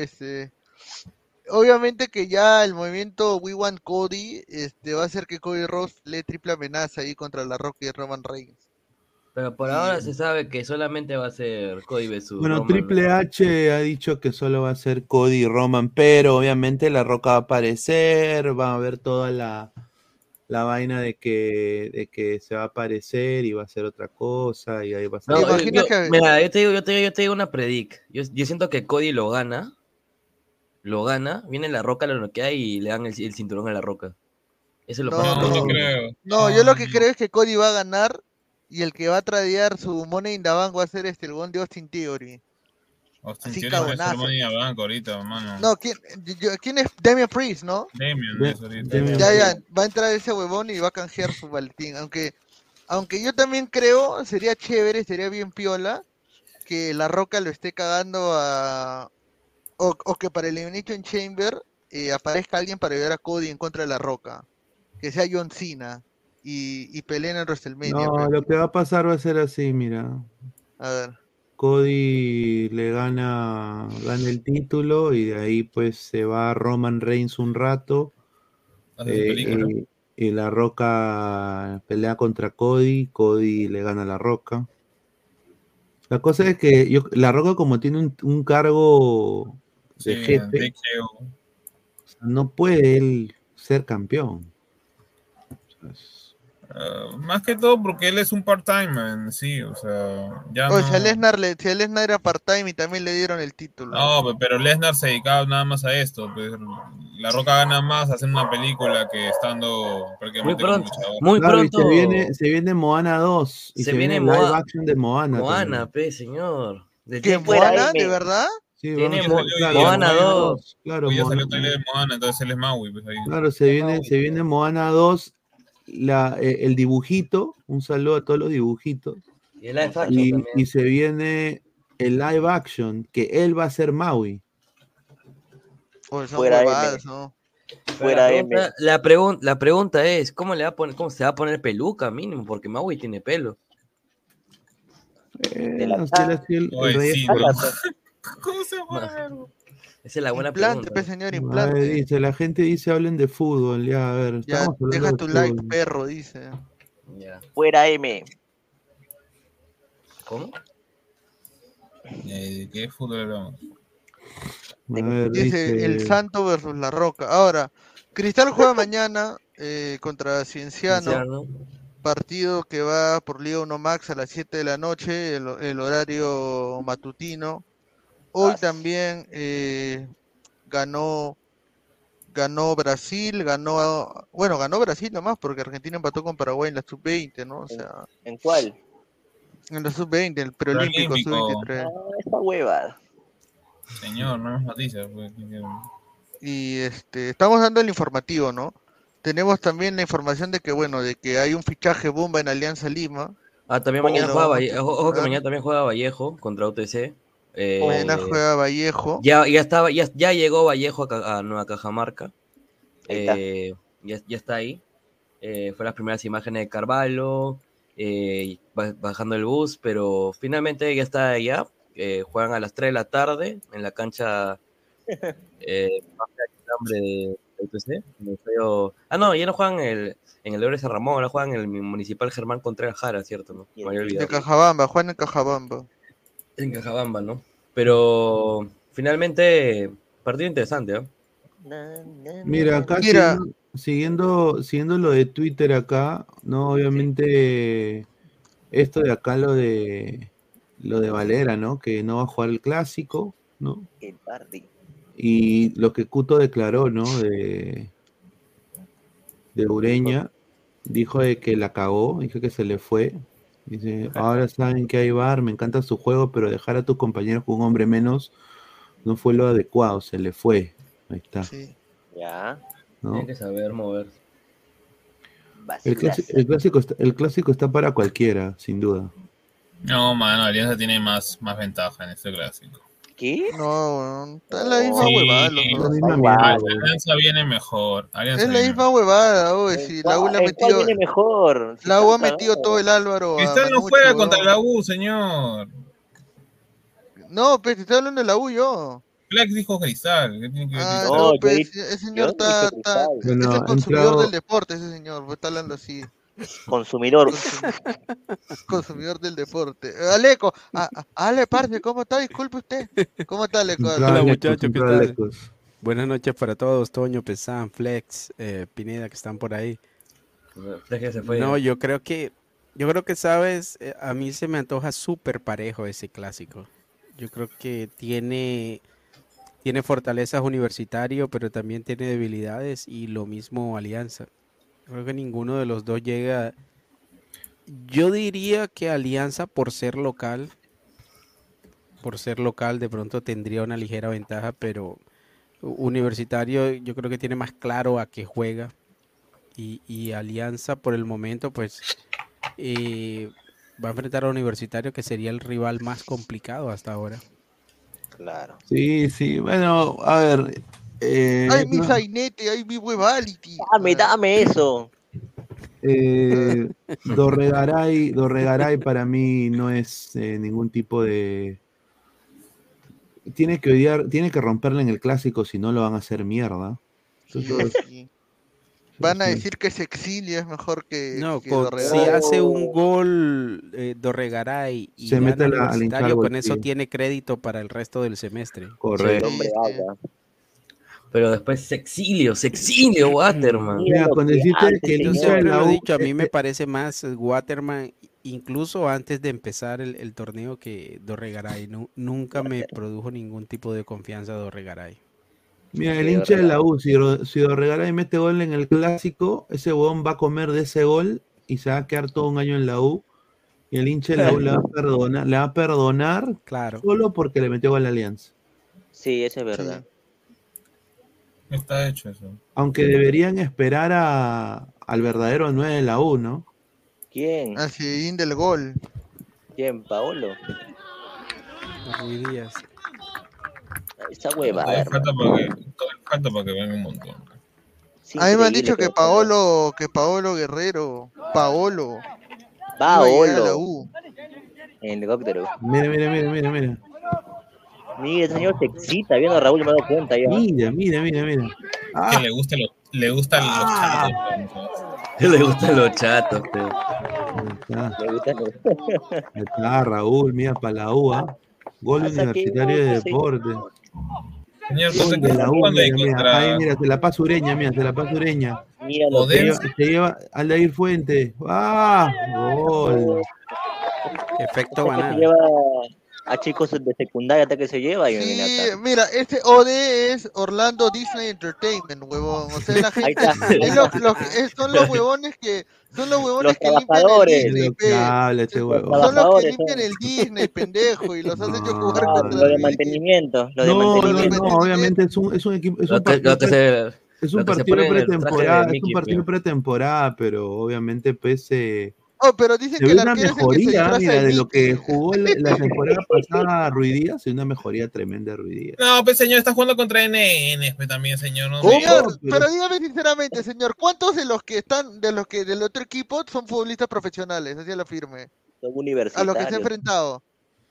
Speaker 2: obviamente que ya el movimiento We Want Cody, va a hacer que Cody Rhodes le triple amenaza ahí contra La Roca y Roman Reigns.
Speaker 4: Pero por
Speaker 2: Y
Speaker 4: ahora se sabe que solamente va a ser Cody vs
Speaker 1: bueno,
Speaker 4: Roman, ¿no?
Speaker 1: Triple H ha dicho que solo va a ser Cody y Roman, pero obviamente La Roca va a aparecer, va a haber toda la vaina de que se va a aparecer y va a hacer otra cosa y ahí va a
Speaker 2: ¿te
Speaker 4: No,
Speaker 1: salir.
Speaker 2: imaginas que
Speaker 4: mira, yo te digo una predict. Yo siento que Cody lo gana, viene La Roca, lo noquea y le dan el cinturón a La Roca. Eso lo pasa
Speaker 2: no,
Speaker 5: No, no
Speaker 4: fácil.
Speaker 5: creo.
Speaker 2: no, yo lo que creo es que Cody va a ganar y el que va a tradear su Money in the Bank va a ser el buen de Austin Theory.
Speaker 5: Austin
Speaker 2: Así
Speaker 5: Theory no es el
Speaker 2: cagonazo.
Speaker 5: money a banco ahorita, hermano.
Speaker 2: No, ¿quién es Damian Priest, no?
Speaker 5: Damien es ahorita.
Speaker 2: Ya, va a entrar ese huevón y va a canjear su maletín. Aunque yo también creo, sería chévere, sería bien piola que La Roca lo esté cagando o que para el Elimination Chamber aparezca alguien para ayudar a Cody en contra de La Roca. Que sea John Cena y peleen en WrestleMania,
Speaker 1: No,
Speaker 2: pe.
Speaker 1: lo que va a pasar va a ser así, mira.
Speaker 2: A ver.
Speaker 1: Cody le gana el título y de ahí pues se va Roman Reigns un rato
Speaker 5: Hace su película.
Speaker 1: y La Roca pelea contra Cody, Cody le gana a La Roca. La cosa es que La Roca como tiene un cargo de
Speaker 5: Sí,
Speaker 1: jefe,
Speaker 5: DKO.
Speaker 1: no puede él ser campeón. O sea,
Speaker 5: Más que todo porque él es un part-time en sí, o sea, ya
Speaker 2: Oye, si a
Speaker 5: no.
Speaker 2: Lesnar era part-time y también le dieron el título.
Speaker 5: No, pero Lesnar se dedicaba nada más a esto. Pues, La Roca gana más haciendo una película que estando prácticamente como luchador.
Speaker 4: Muy
Speaker 1: claro, y
Speaker 4: pronto
Speaker 1: se viene Moana 2 y
Speaker 4: se
Speaker 1: se viene
Speaker 4: viene
Speaker 1: el live action de Moana
Speaker 4: Moana,
Speaker 1: también.
Speaker 4: señor. De
Speaker 2: ¿Qué,
Speaker 4: James
Speaker 6: Fuera
Speaker 2: Moana?
Speaker 4: Cameron.
Speaker 2: ¿De
Speaker 6: M.
Speaker 2: verdad?
Speaker 1: Sí,
Speaker 4: Tiene
Speaker 5: Hoy ya salió hoy
Speaker 1: claro,
Speaker 5: día,
Speaker 4: Moana
Speaker 1: Moana
Speaker 4: 2.
Speaker 1: 2, claro,
Speaker 5: hoy ya salió el trailer de Moana, entonces él es Maui, pues ahí.
Speaker 1: claro, se viene Moana 2, el dibujito, un saludo a todos los dibujitos,
Speaker 4: Y el live action
Speaker 1: y
Speaker 4: también.
Speaker 1: se viene el live action, que él va a ser Maui.
Speaker 2: Pues son
Speaker 6: Fuera
Speaker 2: huevadas,
Speaker 6: M.
Speaker 2: ¿no?
Speaker 4: Pero
Speaker 6: Fuera M.
Speaker 4: la pregunta es, ¿cómo se va a poner peluca mínimo? Porque Maui tiene pelo.
Speaker 6: De la
Speaker 1: Si él hacía el
Speaker 5: Oye,
Speaker 1: rey
Speaker 5: sí, ¿no?
Speaker 6: Cállate.
Speaker 5: ¿Cómo se pone
Speaker 4: Ma-
Speaker 5: verbo?
Speaker 4: Esa es la buena
Speaker 2: Implante,
Speaker 4: pregunta.
Speaker 2: pe señor,
Speaker 1: A ver,
Speaker 2: implante.
Speaker 1: dice, la gente dice hablen de fútbol, ya, a ver,
Speaker 2: Ya,
Speaker 1: estamos hablando
Speaker 2: deja
Speaker 1: de
Speaker 2: tu like,
Speaker 1: fútbol.
Speaker 2: perro, dice.
Speaker 4: Ya.
Speaker 6: Fuera M.
Speaker 4: ¿Cómo?
Speaker 5: ¿De qué fútbol hablamos?
Speaker 1: A ver,
Speaker 2: Dice el Santo versus La Roca. Ahora, Cristal juega mañana contra Cienciano.
Speaker 4: Cienciano.
Speaker 2: Partido que va por Liga 1 Max a las 7 de la noche, el horario matutino. Hoy también ganó Brasil, ganó Brasil nomás, porque Argentina empató con Paraguay en la sub-20, ¿no? O sea,
Speaker 6: ¿En cuál?
Speaker 2: en la sub-20, el preolímpico, sub-23.
Speaker 6: Esa hueva.
Speaker 5: Señor, no es noticias. Pues.
Speaker 2: Y estamos dando el informativo, ¿no? Tenemos también la información de que hay un fichaje bomba en Alianza Lima.
Speaker 4: También mañana juega Vallejo. Ojo que mañana también juega Vallejo contra UTC.
Speaker 2: Mañana juega Vallejo.
Speaker 4: Ya llegó Vallejo a Nueva Cajamarca. Ya está ahí. Fue las primeras imágenes de Carvalho. Bajando el bus, pero finalmente ya está allá. Juegan a las 3 de la tarde en la cancha de UTC. No, ya no juegan en el Ebre San Ramón, ahora juegan en el Municipal Germán Contreras Jara, ¿cierto? ¿No?
Speaker 2: De Cajabamba, juegan en Cajabamba.
Speaker 4: En Cajabamba, ¿no? Pero finalmente, partido interesante, ¿eh?
Speaker 1: Mira, acá siguiendo lo de Twitter acá, ¿no? Obviamente, esto de acá lo de Valera, ¿no? Que no va a jugar el clásico, ¿no? Y lo que Cuto declaró, ¿no? De Ureña, dijo de que la cagó, dijo que se le fue. Dice, ahora saben que hay VAR, me encanta su juego, pero dejar a tus compañeros con un hombre menos no fue lo adecuado, se le fue. Ahí está.
Speaker 6: Sí. Ya.
Speaker 4: ¿No? Tiene que saber moverse.
Speaker 1: El clásico está para cualquiera, sin duda.
Speaker 5: No, mano, Alianza tiene más ventaja en este clásico.
Speaker 6: ¿Qué?
Speaker 2: No, está la misma huevada.
Speaker 5: Alianza viene mejor.
Speaker 2: Es la misma huevada, si la U la metió.
Speaker 6: Viene mejor. Si
Speaker 2: la U ha metido todo el Álvaro.
Speaker 5: Cristal no juega contra la U, señor.
Speaker 2: No, pero te estoy hablando de la U yo.
Speaker 5: Flex dijo Cristal. ¿Qué tiene que ver Cristal?
Speaker 2: No, ese señor es el consumidor del deporte, ese señor, está hablando así.
Speaker 6: Consumidor.
Speaker 2: Consumidor del deporte. Aleco, Ale, parce, ¿cómo está? Disculpe usted. ¿Cómo está, Aleco?
Speaker 7: Hola, muchachos, ¿qué tal? Buenas noches para todos, Toño, Pesán, Flex, Pineda, que están por ahí.
Speaker 4: Flex se fue.
Speaker 7: No, yo creo que, sabes, a mí se me antoja súper parejo ese clásico. Yo creo que tiene fortalezas Universitario, pero también tiene debilidades, y lo mismo Alianza. Creo que ninguno de los dos llega. Yo diría que Alianza, por ser local, de pronto tendría una ligera ventaja, pero Universitario yo creo que tiene más claro a qué juega, y Alianza por el momento pues va a enfrentar a Universitario, que sería el rival más complicado hasta ahora.
Speaker 6: Claro.
Speaker 1: Sí, bueno, a ver.
Speaker 2: Ay, mi sainete, ay, mi huevality.
Speaker 6: Dame eso.
Speaker 1: Dorregaray para mí no es ningún tipo de. Tiene que romperle en el clásico, si no lo van a hacer mierda. Entonces,
Speaker 2: van a decir que Sexilia es mejor que.
Speaker 7: No,
Speaker 2: que
Speaker 7: si hace un gol Dorregaray y
Speaker 1: se mete al
Speaker 7: Universitario, con eso tiene crédito para el resto del semestre.
Speaker 1: Correcto.
Speaker 6: Sí,
Speaker 4: pero después Sexilio, Waterman.
Speaker 1: Mira, cuando dijiste que el hincha de la U,
Speaker 7: a mí me parece más Waterman, incluso antes de empezar el torneo, que Dorregaray. Nunca me produjo ningún tipo de confianza Dorregaray.
Speaker 1: Mira, el hincha de la U, si Dorregaray mete gol en el clásico, ese huevón va a comer de ese gol y se va a quedar todo un año en la U. Y el hincha de la U le va a perdonar,
Speaker 7: claro,
Speaker 1: solo porque le metió gol a la Alianza.
Speaker 6: Sí, eso es verdad.
Speaker 2: Sí.
Speaker 5: Está hecho eso.
Speaker 1: Aunque deberían esperar al verdadero 9 de la U, ¿no?
Speaker 6: ¿Quién?
Speaker 2: Al Cidín del gol.
Speaker 6: ¿Quién? ¿Paolo?
Speaker 7: Rui Díaz.
Speaker 6: Esa hueva.
Speaker 5: Falta para que venga un montón.
Speaker 2: A mí me han dicho que Paolo Guerrero. Paolo.
Speaker 6: La U. En el helicóptero.
Speaker 1: Mira.
Speaker 6: Mira, el señor se excita viendo a Raúl, me he dado cuenta ya.
Speaker 1: Mira.
Speaker 5: Que le gustan los chatos.
Speaker 4: Le gustan los chatos, pero.
Speaker 1: Ahí está Raúl, mira, para la U, Gol Universitario de Deportes.
Speaker 5: Señor,
Speaker 1: Gol
Speaker 5: ¿qué
Speaker 1: de
Speaker 5: está
Speaker 1: la U,
Speaker 5: jugando ahí
Speaker 1: mira, mira, ahí
Speaker 5: contra
Speaker 1: mira, se la pasa Ureña, mira, se la pasa Ureña.
Speaker 6: Míralo,
Speaker 5: Odense?
Speaker 1: Se lleva Aldair Fuente. ¡Ah! Gol.
Speaker 7: Efecto
Speaker 6: hasta que se
Speaker 7: banana.
Speaker 6: lleva a chicos de secundaria hasta que se lleva y me viene
Speaker 2: Sí,
Speaker 6: acá.
Speaker 2: mira, este OD es Orlando Disney Entertainment, huevón. O sea, la
Speaker 6: Ahí
Speaker 2: gente,
Speaker 6: está.
Speaker 2: son los huevones
Speaker 6: Los
Speaker 2: que limpian el
Speaker 6: trabajadores.
Speaker 1: Es
Speaker 2: Disney,
Speaker 1: lo que
Speaker 2: pe.
Speaker 1: habla este
Speaker 6: Los
Speaker 1: huevón.
Speaker 2: Son los que
Speaker 6: trabajadores
Speaker 2: limpian
Speaker 6: son.
Speaker 2: el Disney, pendejo, y los has hecho
Speaker 1: No,
Speaker 2: jugar
Speaker 6: Lo
Speaker 2: contra
Speaker 6: de
Speaker 2: Ridículo.
Speaker 6: mantenimiento. Lo de
Speaker 1: no, no,
Speaker 6: mantenimiento.
Speaker 1: no, obviamente es un equipo, es
Speaker 4: Lo
Speaker 1: un
Speaker 4: que,
Speaker 1: partido,
Speaker 4: lo que se,
Speaker 1: es
Speaker 4: lo
Speaker 1: un
Speaker 4: que se
Speaker 1: partido
Speaker 4: pone en el traje de
Speaker 1: pretemporada, es un
Speaker 4: Mickey,
Speaker 1: partido
Speaker 4: pe.
Speaker 1: pretemporada, pero obviamente pues se
Speaker 2: Oh, pero dicen que
Speaker 1: ve
Speaker 2: el
Speaker 1: una
Speaker 2: arquero es el que se
Speaker 1: mejoría,
Speaker 2: disfraza
Speaker 1: mira,
Speaker 2: de
Speaker 1: de lo que
Speaker 2: Mickey.
Speaker 1: jugó la temporada pasada Ruiz Díaz, es una mejoría tremenda de Ruiz Díaz.
Speaker 5: No, pues señor, está jugando contra NN, pues también, señor. No
Speaker 1: ¿Cómo?
Speaker 5: sé.
Speaker 2: Señor,
Speaker 1: Pero-
Speaker 2: pero dígame sinceramente, señor, ¿cuántos de los que están, de los que del otro equipo son futbolistas profesionales? Así lo firme.
Speaker 6: Son
Speaker 2: A los que se ha
Speaker 6: universitarios.
Speaker 2: enfrentado.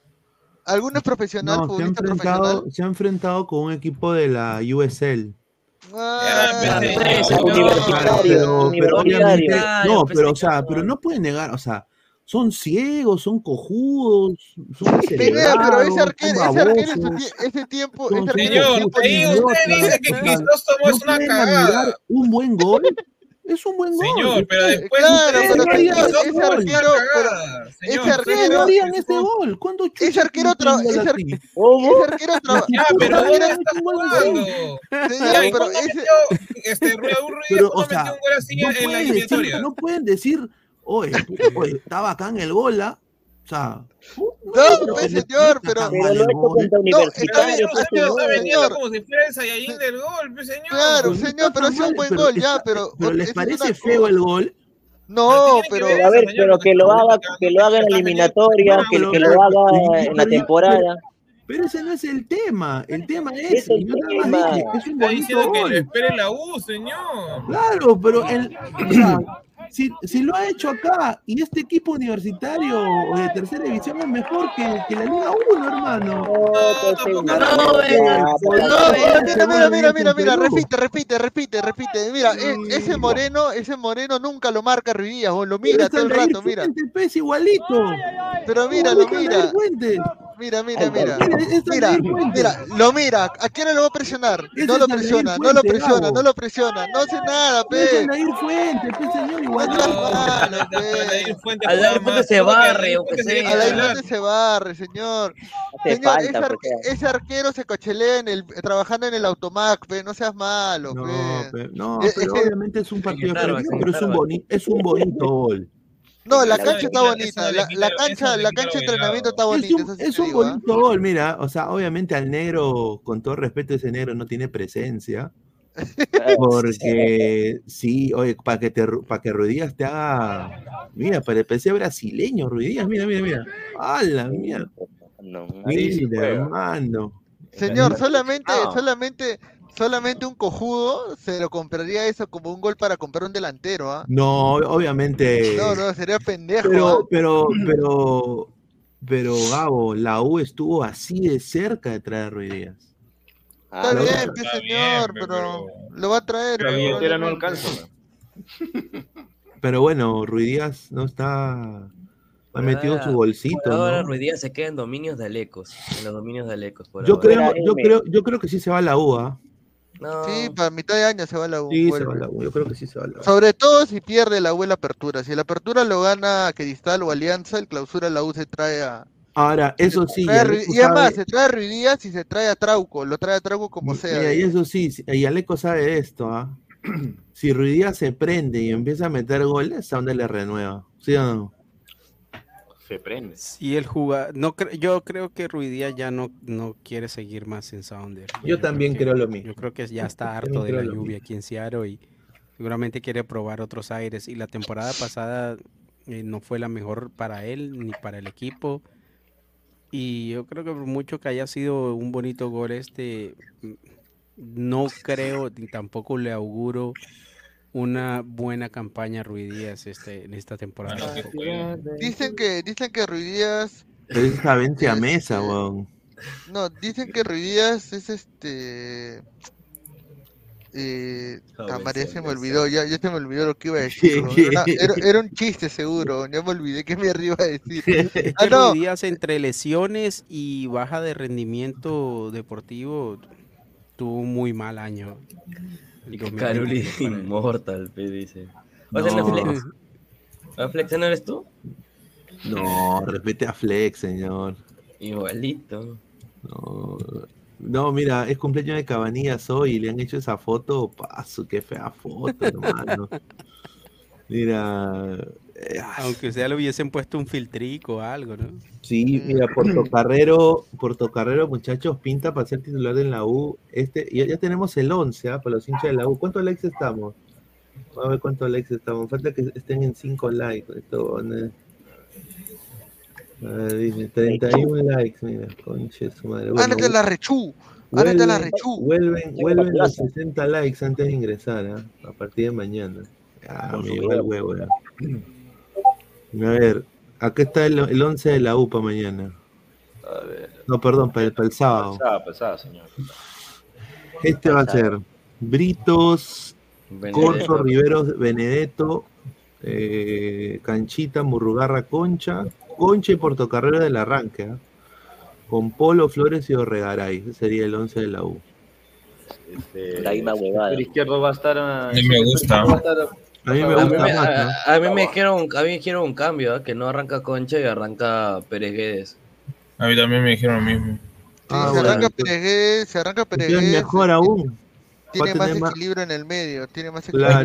Speaker 2: ¿Alguno es profesional,
Speaker 1: No,
Speaker 2: futbolista profesional?
Speaker 1: se ha enfrentado con un equipo de la USL.
Speaker 5: Ya, pues,
Speaker 2: Ah,
Speaker 4: pues,
Speaker 5: señor.
Speaker 6: Universitario,
Speaker 1: Pero obviamente,
Speaker 6: universitario.
Speaker 1: no,
Speaker 4: pues,
Speaker 1: pero o
Speaker 4: señor.
Speaker 1: sea, pero no pueden negar, o sea, son ciegos, son cojudos, son
Speaker 2: Pineda, pero
Speaker 1: descerebrados,
Speaker 2: ese
Speaker 1: son
Speaker 2: arquero en
Speaker 1: babosos,
Speaker 2: ese tiempo,
Speaker 1: son
Speaker 2: ese arquero en
Speaker 5: Señor,
Speaker 2: ese tiempo
Speaker 5: ahí
Speaker 2: ni-
Speaker 5: usted dice
Speaker 1: idiotas,
Speaker 5: que
Speaker 1: o sea,
Speaker 5: Crisóstomo
Speaker 1: no
Speaker 5: es una
Speaker 1: pueden admirar
Speaker 5: cagada.
Speaker 1: un buen gol, es un buen gol.
Speaker 5: Señor, pero después
Speaker 2: Claro,
Speaker 5: usted
Speaker 2: pero
Speaker 5: dice que
Speaker 1: señor,
Speaker 2: ese
Speaker 5: Crisóstomo es una
Speaker 2: arquero, pero
Speaker 5: cagada.
Speaker 2: ese
Speaker 5: Señor,
Speaker 1: ¿Ustedes no
Speaker 2: arquero,
Speaker 1: harían ese gol? ¿Cuándo
Speaker 2: ese
Speaker 1: chucha
Speaker 2: arquero,
Speaker 1: meten un gol
Speaker 2: ese
Speaker 1: así?
Speaker 6: ¿Cómo?
Speaker 2: arquero,
Speaker 5: ya,
Speaker 1: Puta,
Speaker 5: pero
Speaker 1: nadie
Speaker 5: ¿dónde
Speaker 1: mete
Speaker 5: está
Speaker 1: un gol así.
Speaker 5: jugando?
Speaker 2: señor,
Speaker 5: Ya, ¿y
Speaker 2: pero
Speaker 5: cuándo
Speaker 2: ese,
Speaker 5: metió Raúl Ruiz,
Speaker 1: Pero, o
Speaker 5: cuándo metió
Speaker 1: sea,
Speaker 5: un gol así
Speaker 1: no
Speaker 5: en la
Speaker 1: puedes decir,
Speaker 5: eliminatoria?
Speaker 1: no pueden decir, oye, está bacán el gol, ¿ah? O sea,
Speaker 2: no, pues, señor, pero
Speaker 6: Pero
Speaker 1: mal
Speaker 6: lo
Speaker 1: el
Speaker 6: ha hecho
Speaker 1: gol.
Speaker 6: contra
Speaker 2: no,
Speaker 5: Pero
Speaker 6: universitario,
Speaker 5: señor,
Speaker 6: pues,
Speaker 5: usted me está
Speaker 6: señor.
Speaker 5: vendiendo
Speaker 2: señor,
Speaker 5: como si fuera el Saiyajin del gol, pues, señor.
Speaker 2: claro,
Speaker 1: Pero no
Speaker 2: señor,
Speaker 1: está
Speaker 2: pero ha
Speaker 1: tan
Speaker 2: sido un
Speaker 1: mal,
Speaker 2: buen
Speaker 1: pero
Speaker 2: gol, ya, pero
Speaker 1: les
Speaker 2: esa es
Speaker 1: parece
Speaker 2: una
Speaker 1: feo el
Speaker 2: cosa.
Speaker 1: gol.
Speaker 2: No,
Speaker 5: Pero tiene que
Speaker 2: pero
Speaker 5: ver
Speaker 6: Pero a
Speaker 5: eso,
Speaker 6: ver,
Speaker 5: señor,
Speaker 6: pero
Speaker 5: lo que
Speaker 6: que lo
Speaker 5: está
Speaker 6: haga,
Speaker 5: criticando,
Speaker 6: que lo haga en la
Speaker 5: está vendiendo.
Speaker 6: eliminatoria,
Speaker 1: No,
Speaker 6: que
Speaker 1: pero
Speaker 6: lo haga en la temporada.
Speaker 1: Pero ese no es el tema. El tema
Speaker 6: ¿Qué
Speaker 1: es,
Speaker 6: es el
Speaker 1: yo nada más
Speaker 6: tema?
Speaker 1: dije, es un
Speaker 5: Está
Speaker 1: bonito
Speaker 5: diciendo que lo
Speaker 1: gol.
Speaker 5: espere la U, señor.
Speaker 1: Claro, pero o sea, si lo ha hecho acá y este equipo universitario o de tercera división es mejor que la Liga 1, hermano.
Speaker 6: No, pues,
Speaker 5: tampoco.
Speaker 6: señor,
Speaker 4: No,
Speaker 6: ya,
Speaker 1: Por
Speaker 2: no,
Speaker 1: eso
Speaker 2: mira,
Speaker 1: ese gol lo hizo en
Speaker 2: mira,
Speaker 1: Perú.
Speaker 2: repite. Mira, ese Moreno nunca lo marca Ruiz Díaz, o lo
Speaker 1: Pero
Speaker 2: mira
Speaker 1: es
Speaker 2: todo el
Speaker 1: Aldair
Speaker 2: rato, mira.
Speaker 1: Fuentes, pues, igualito.
Speaker 2: Pero
Speaker 1: Igualito Aldair Fuentes.
Speaker 2: Mira.
Speaker 1: Es Aldair Fuentes.
Speaker 2: Mira, lo mira. ¿A quién le va a presionar?
Speaker 1: Ese
Speaker 2: No
Speaker 1: es
Speaker 2: lo
Speaker 1: Aldair
Speaker 2: presiona,
Speaker 1: Fuentes, Gabo.
Speaker 2: no hace nada,
Speaker 1: Es
Speaker 2: pe.
Speaker 1: Aldair Fuentes, pues, señor,
Speaker 2: No
Speaker 1: igualito.
Speaker 2: seas malo,
Speaker 5: Aldair
Speaker 2: pe.
Speaker 5: Fuentes
Speaker 4: Aldair
Speaker 5: juega
Speaker 4: Fuentes
Speaker 5: más.
Speaker 4: se
Speaker 5: Creo que
Speaker 4: barre,
Speaker 5: Aldair
Speaker 4: aunque
Speaker 5: Fuentes sería
Speaker 4: sea.
Speaker 2: Aldair
Speaker 5: titular.
Speaker 2: Fuentes se barre, señor.
Speaker 6: hace
Speaker 2: Señor,
Speaker 6: falta, pues, ya.
Speaker 2: ese arquero se cochelea trabajando en el automac, pe. No seas malo, pe.
Speaker 1: No, pero obviamente es un partido
Speaker 4: Starbucks,
Speaker 1: diferente,
Speaker 4: en
Speaker 1: pero
Speaker 4: Starbucks.
Speaker 1: es un bonito gol.
Speaker 2: No, la
Speaker 6: La
Speaker 2: cancha está
Speaker 6: verdad,
Speaker 2: bonita. La cancha de entrenamiento está bonita, eso sí
Speaker 1: Es
Speaker 2: te
Speaker 1: un
Speaker 2: digo, ¿ah?
Speaker 1: bonito gol, mira, o sea, obviamente al negro, con todo respeto, ese negro no tiene presencia, porque sí, oye, para que Ruiz Díaz te haga, mira, parecía brasileño Ruiz Díaz, mira, ¡hala, mira!
Speaker 6: No,
Speaker 1: Mira, hermano.
Speaker 2: Señor,
Speaker 1: No.
Speaker 2: solamente un cojudo se lo compraría eso como un gol para comprar un delantero, ¿ah?
Speaker 1: No, obviamente.
Speaker 2: No, sería pendejo, ¿ah?
Speaker 1: Pero, Gabo, la U estuvo así de cerca de traer a Ruiz Díaz.
Speaker 2: Está
Speaker 1: la
Speaker 2: bien,
Speaker 1: otra-
Speaker 2: pe,
Speaker 5: Está
Speaker 2: señor,
Speaker 5: bien,
Speaker 2: pero lo va a traer.
Speaker 8: La
Speaker 2: pe,
Speaker 8: billetera no
Speaker 2: probablemente.
Speaker 8: alcanza.
Speaker 1: Pero bueno, Ruiz Díaz no está. Ha metido su bolsito,
Speaker 4: Por ahora
Speaker 1: ¿no?
Speaker 4: Ruiz Díaz se queda en dominios de Alecos. En los dominios de Alecos. Por
Speaker 1: Yo
Speaker 4: ahora.
Speaker 1: yo creo que sí se va a la U, ¿ah?
Speaker 4: No.
Speaker 2: Sí, para mitad de año se va la U.
Speaker 1: Sí, se
Speaker 2: vuelve.
Speaker 1: va a la U. Yo creo que sí se va a la U.
Speaker 2: Sobre todo si pierde la U en la apertura. Si la apertura lo gana Cristal o Alianza, el clausura la U se trae a.
Speaker 1: Ahora, eso sí,
Speaker 2: trae a
Speaker 1: Aleco
Speaker 2: y además,
Speaker 1: sabe,
Speaker 2: se trae a Ruiz Díaz y se trae a Trauco. Lo trae a Trauco como sea.
Speaker 1: mira, y eso sí, y Aleco sabe esto, ¿ah? Si Ruiz Díaz se prende y empieza a meter goles, ¿a dónde le renueva? ¿Sí o no?
Speaker 8: Se prende.
Speaker 7: Si él yo creo que Ruiz Díaz ya no quiere seguir más en Sounder.
Speaker 1: Yo también creo lo mismo.
Speaker 7: Yo creo que ya está
Speaker 1: Yo
Speaker 7: harto
Speaker 1: también
Speaker 7: de la
Speaker 1: creo lo
Speaker 7: lluvia
Speaker 1: mismo.
Speaker 7: aquí en Seattle y seguramente quiere probar otros aires. Y la temporada pasada no fue la mejor para él ni para el equipo. Y yo creo que por mucho que haya sido un bonito gol no creo ni tampoco le auguro una buena campaña a Ruiz Díaz en esta temporada. tampoco.
Speaker 2: Dicen que Ruiz Díaz.
Speaker 1: Pero esa vence a
Speaker 2: Este-
Speaker 1: mesa, weón.
Speaker 2: No, dicen que Ruiz Díaz es María, se me olvidó, ya se me olvidó lo que iba a decir. Era un chiste seguro, ya me olvidé qué mierda iba a decir.
Speaker 7: Es que Luis Díaz, entre lesiones y baja de rendimiento deportivo, tuvo un muy mal año.
Speaker 4: Y que Caruli Immortal, dice.
Speaker 1: No.
Speaker 4: ¿Vas a Flex? ¿A Flex no eres tú?
Speaker 1: No, respete a Flex, señor.
Speaker 4: Igualito.
Speaker 1: No, mira, es cumpleaños de Cabanillas hoy y le han hecho esa foto. Paso, qué fea foto, hermano. Mira.
Speaker 7: Aunque sea le hubiesen puesto un filtrico o algo, ¿no?
Speaker 1: Sí, mira, Portocarrero, muchachos, pinta para ser titular en la U. Ya tenemos el 11, para los hinchas de la U. ¿Cuántos likes estamos? Vamos a ver cuántos likes estamos. Falta que estén en 5 likes. Esto, dice 31 likes, mira, conche su madre. Bueno,
Speaker 2: ¡Ándate la rechú! ¡Ándate la rechú!
Speaker 1: Vuelven los 60 likes antes de ingresar, a partir de mañana. Me llegó el huevo, ya. A ver, acá está el 11 de la UPA mañana.
Speaker 8: A ver.
Speaker 1: No, perdón, para el sábado.
Speaker 8: Para el sábado, señor.
Speaker 1: Este va a ser Britos, Corso, Riveros, Benedetto, Canchita, Murrugarra, Concha y Portocarrero del arranque, con Polo, Flores y Orregaray. Ese sería el 11 de la U.
Speaker 6: La misma huevada.
Speaker 8: El izquierdo va a estar.
Speaker 5: A mí me gusta.
Speaker 1: A mí me gusta más.
Speaker 4: A mí me dijeron un cambio, que no arranca Concha y arranca Pérez Guedes.
Speaker 5: A mí también me dijeron lo mismo.
Speaker 2: Se arranca Pérez Guedes.
Speaker 1: Mejor aún.
Speaker 2: Tiene más equilibrio en el medio.
Speaker 1: Claro.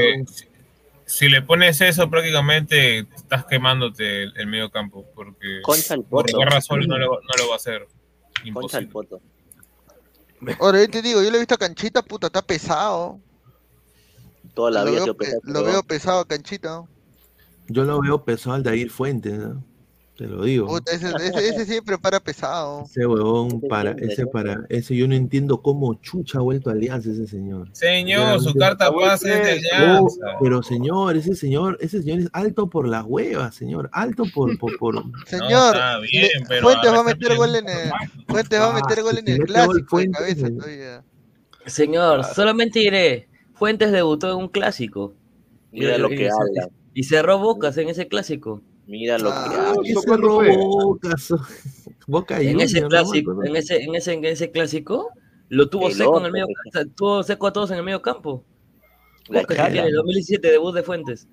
Speaker 5: Si le pones eso, prácticamente estás quemándote el medio campo. Porque
Speaker 6: Concha el poto.
Speaker 5: Borra solo no lo va a hacer. Imposible.
Speaker 6: Concha el poto.
Speaker 2: Ahora yo te digo, yo le he visto a Canchita, puta, está pesado.
Speaker 6: Toda la vida
Speaker 2: lo veo pesado a Canchita.
Speaker 1: Yo lo veo pesado al Dair Fuentes, ¿no? Te lo digo.
Speaker 2: Puta, ese siempre para pesado.
Speaker 1: Ese huevón ese yo no entiendo cómo chucha ha vuelto a Alianza ese señor.
Speaker 5: Señor, su carta pase es de Alianza.
Speaker 1: Pero señor, ese señor es alto por las huevas, señor, alto por...
Speaker 2: Señor,
Speaker 5: no, bien, pero
Speaker 2: Fuentes va a meter gol en el clásico de cabeza todavía.
Speaker 4: Señor, solamente diré, Fuentes debutó en un clásico.
Speaker 6: Mira lo que habla.
Speaker 4: Y cerró Bocas en ese clásico.
Speaker 6: Mira lo que habla.
Speaker 1: cerró Bocas. Boca
Speaker 4: en ese clásico, en ese clásico, lo tuvo seco en el medio, tuvo seco a todos en el medio campo. Bocas que tiene el 2017 debut de Fuentes.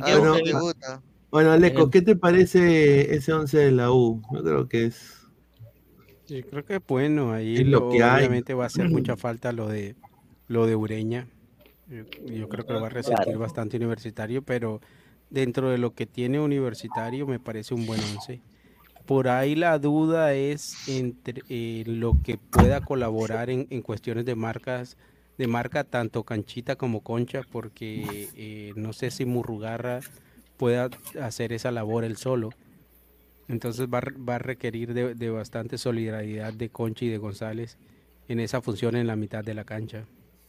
Speaker 1: Bueno, Aleco, ¿qué te parece ese 11 de la U? Yo creo que es...
Speaker 7: Yo creo que bueno, ahí
Speaker 1: es lo que
Speaker 7: obviamente va a hacer mucha falta lo de Ureña. Yo creo que lo va a resentir bastante Universitario, pero dentro de lo que tiene Universitario me parece un buen 11. Por ahí la duda es entre lo que pueda colaborar en cuestiones de marca tanto Canchita como Concha, porque no sé si Murrugarra pueda hacer esa labor él solo. Entonces va a requerir de bastante solidaridad de Concha y de González en esa función en la mitad de la cancha.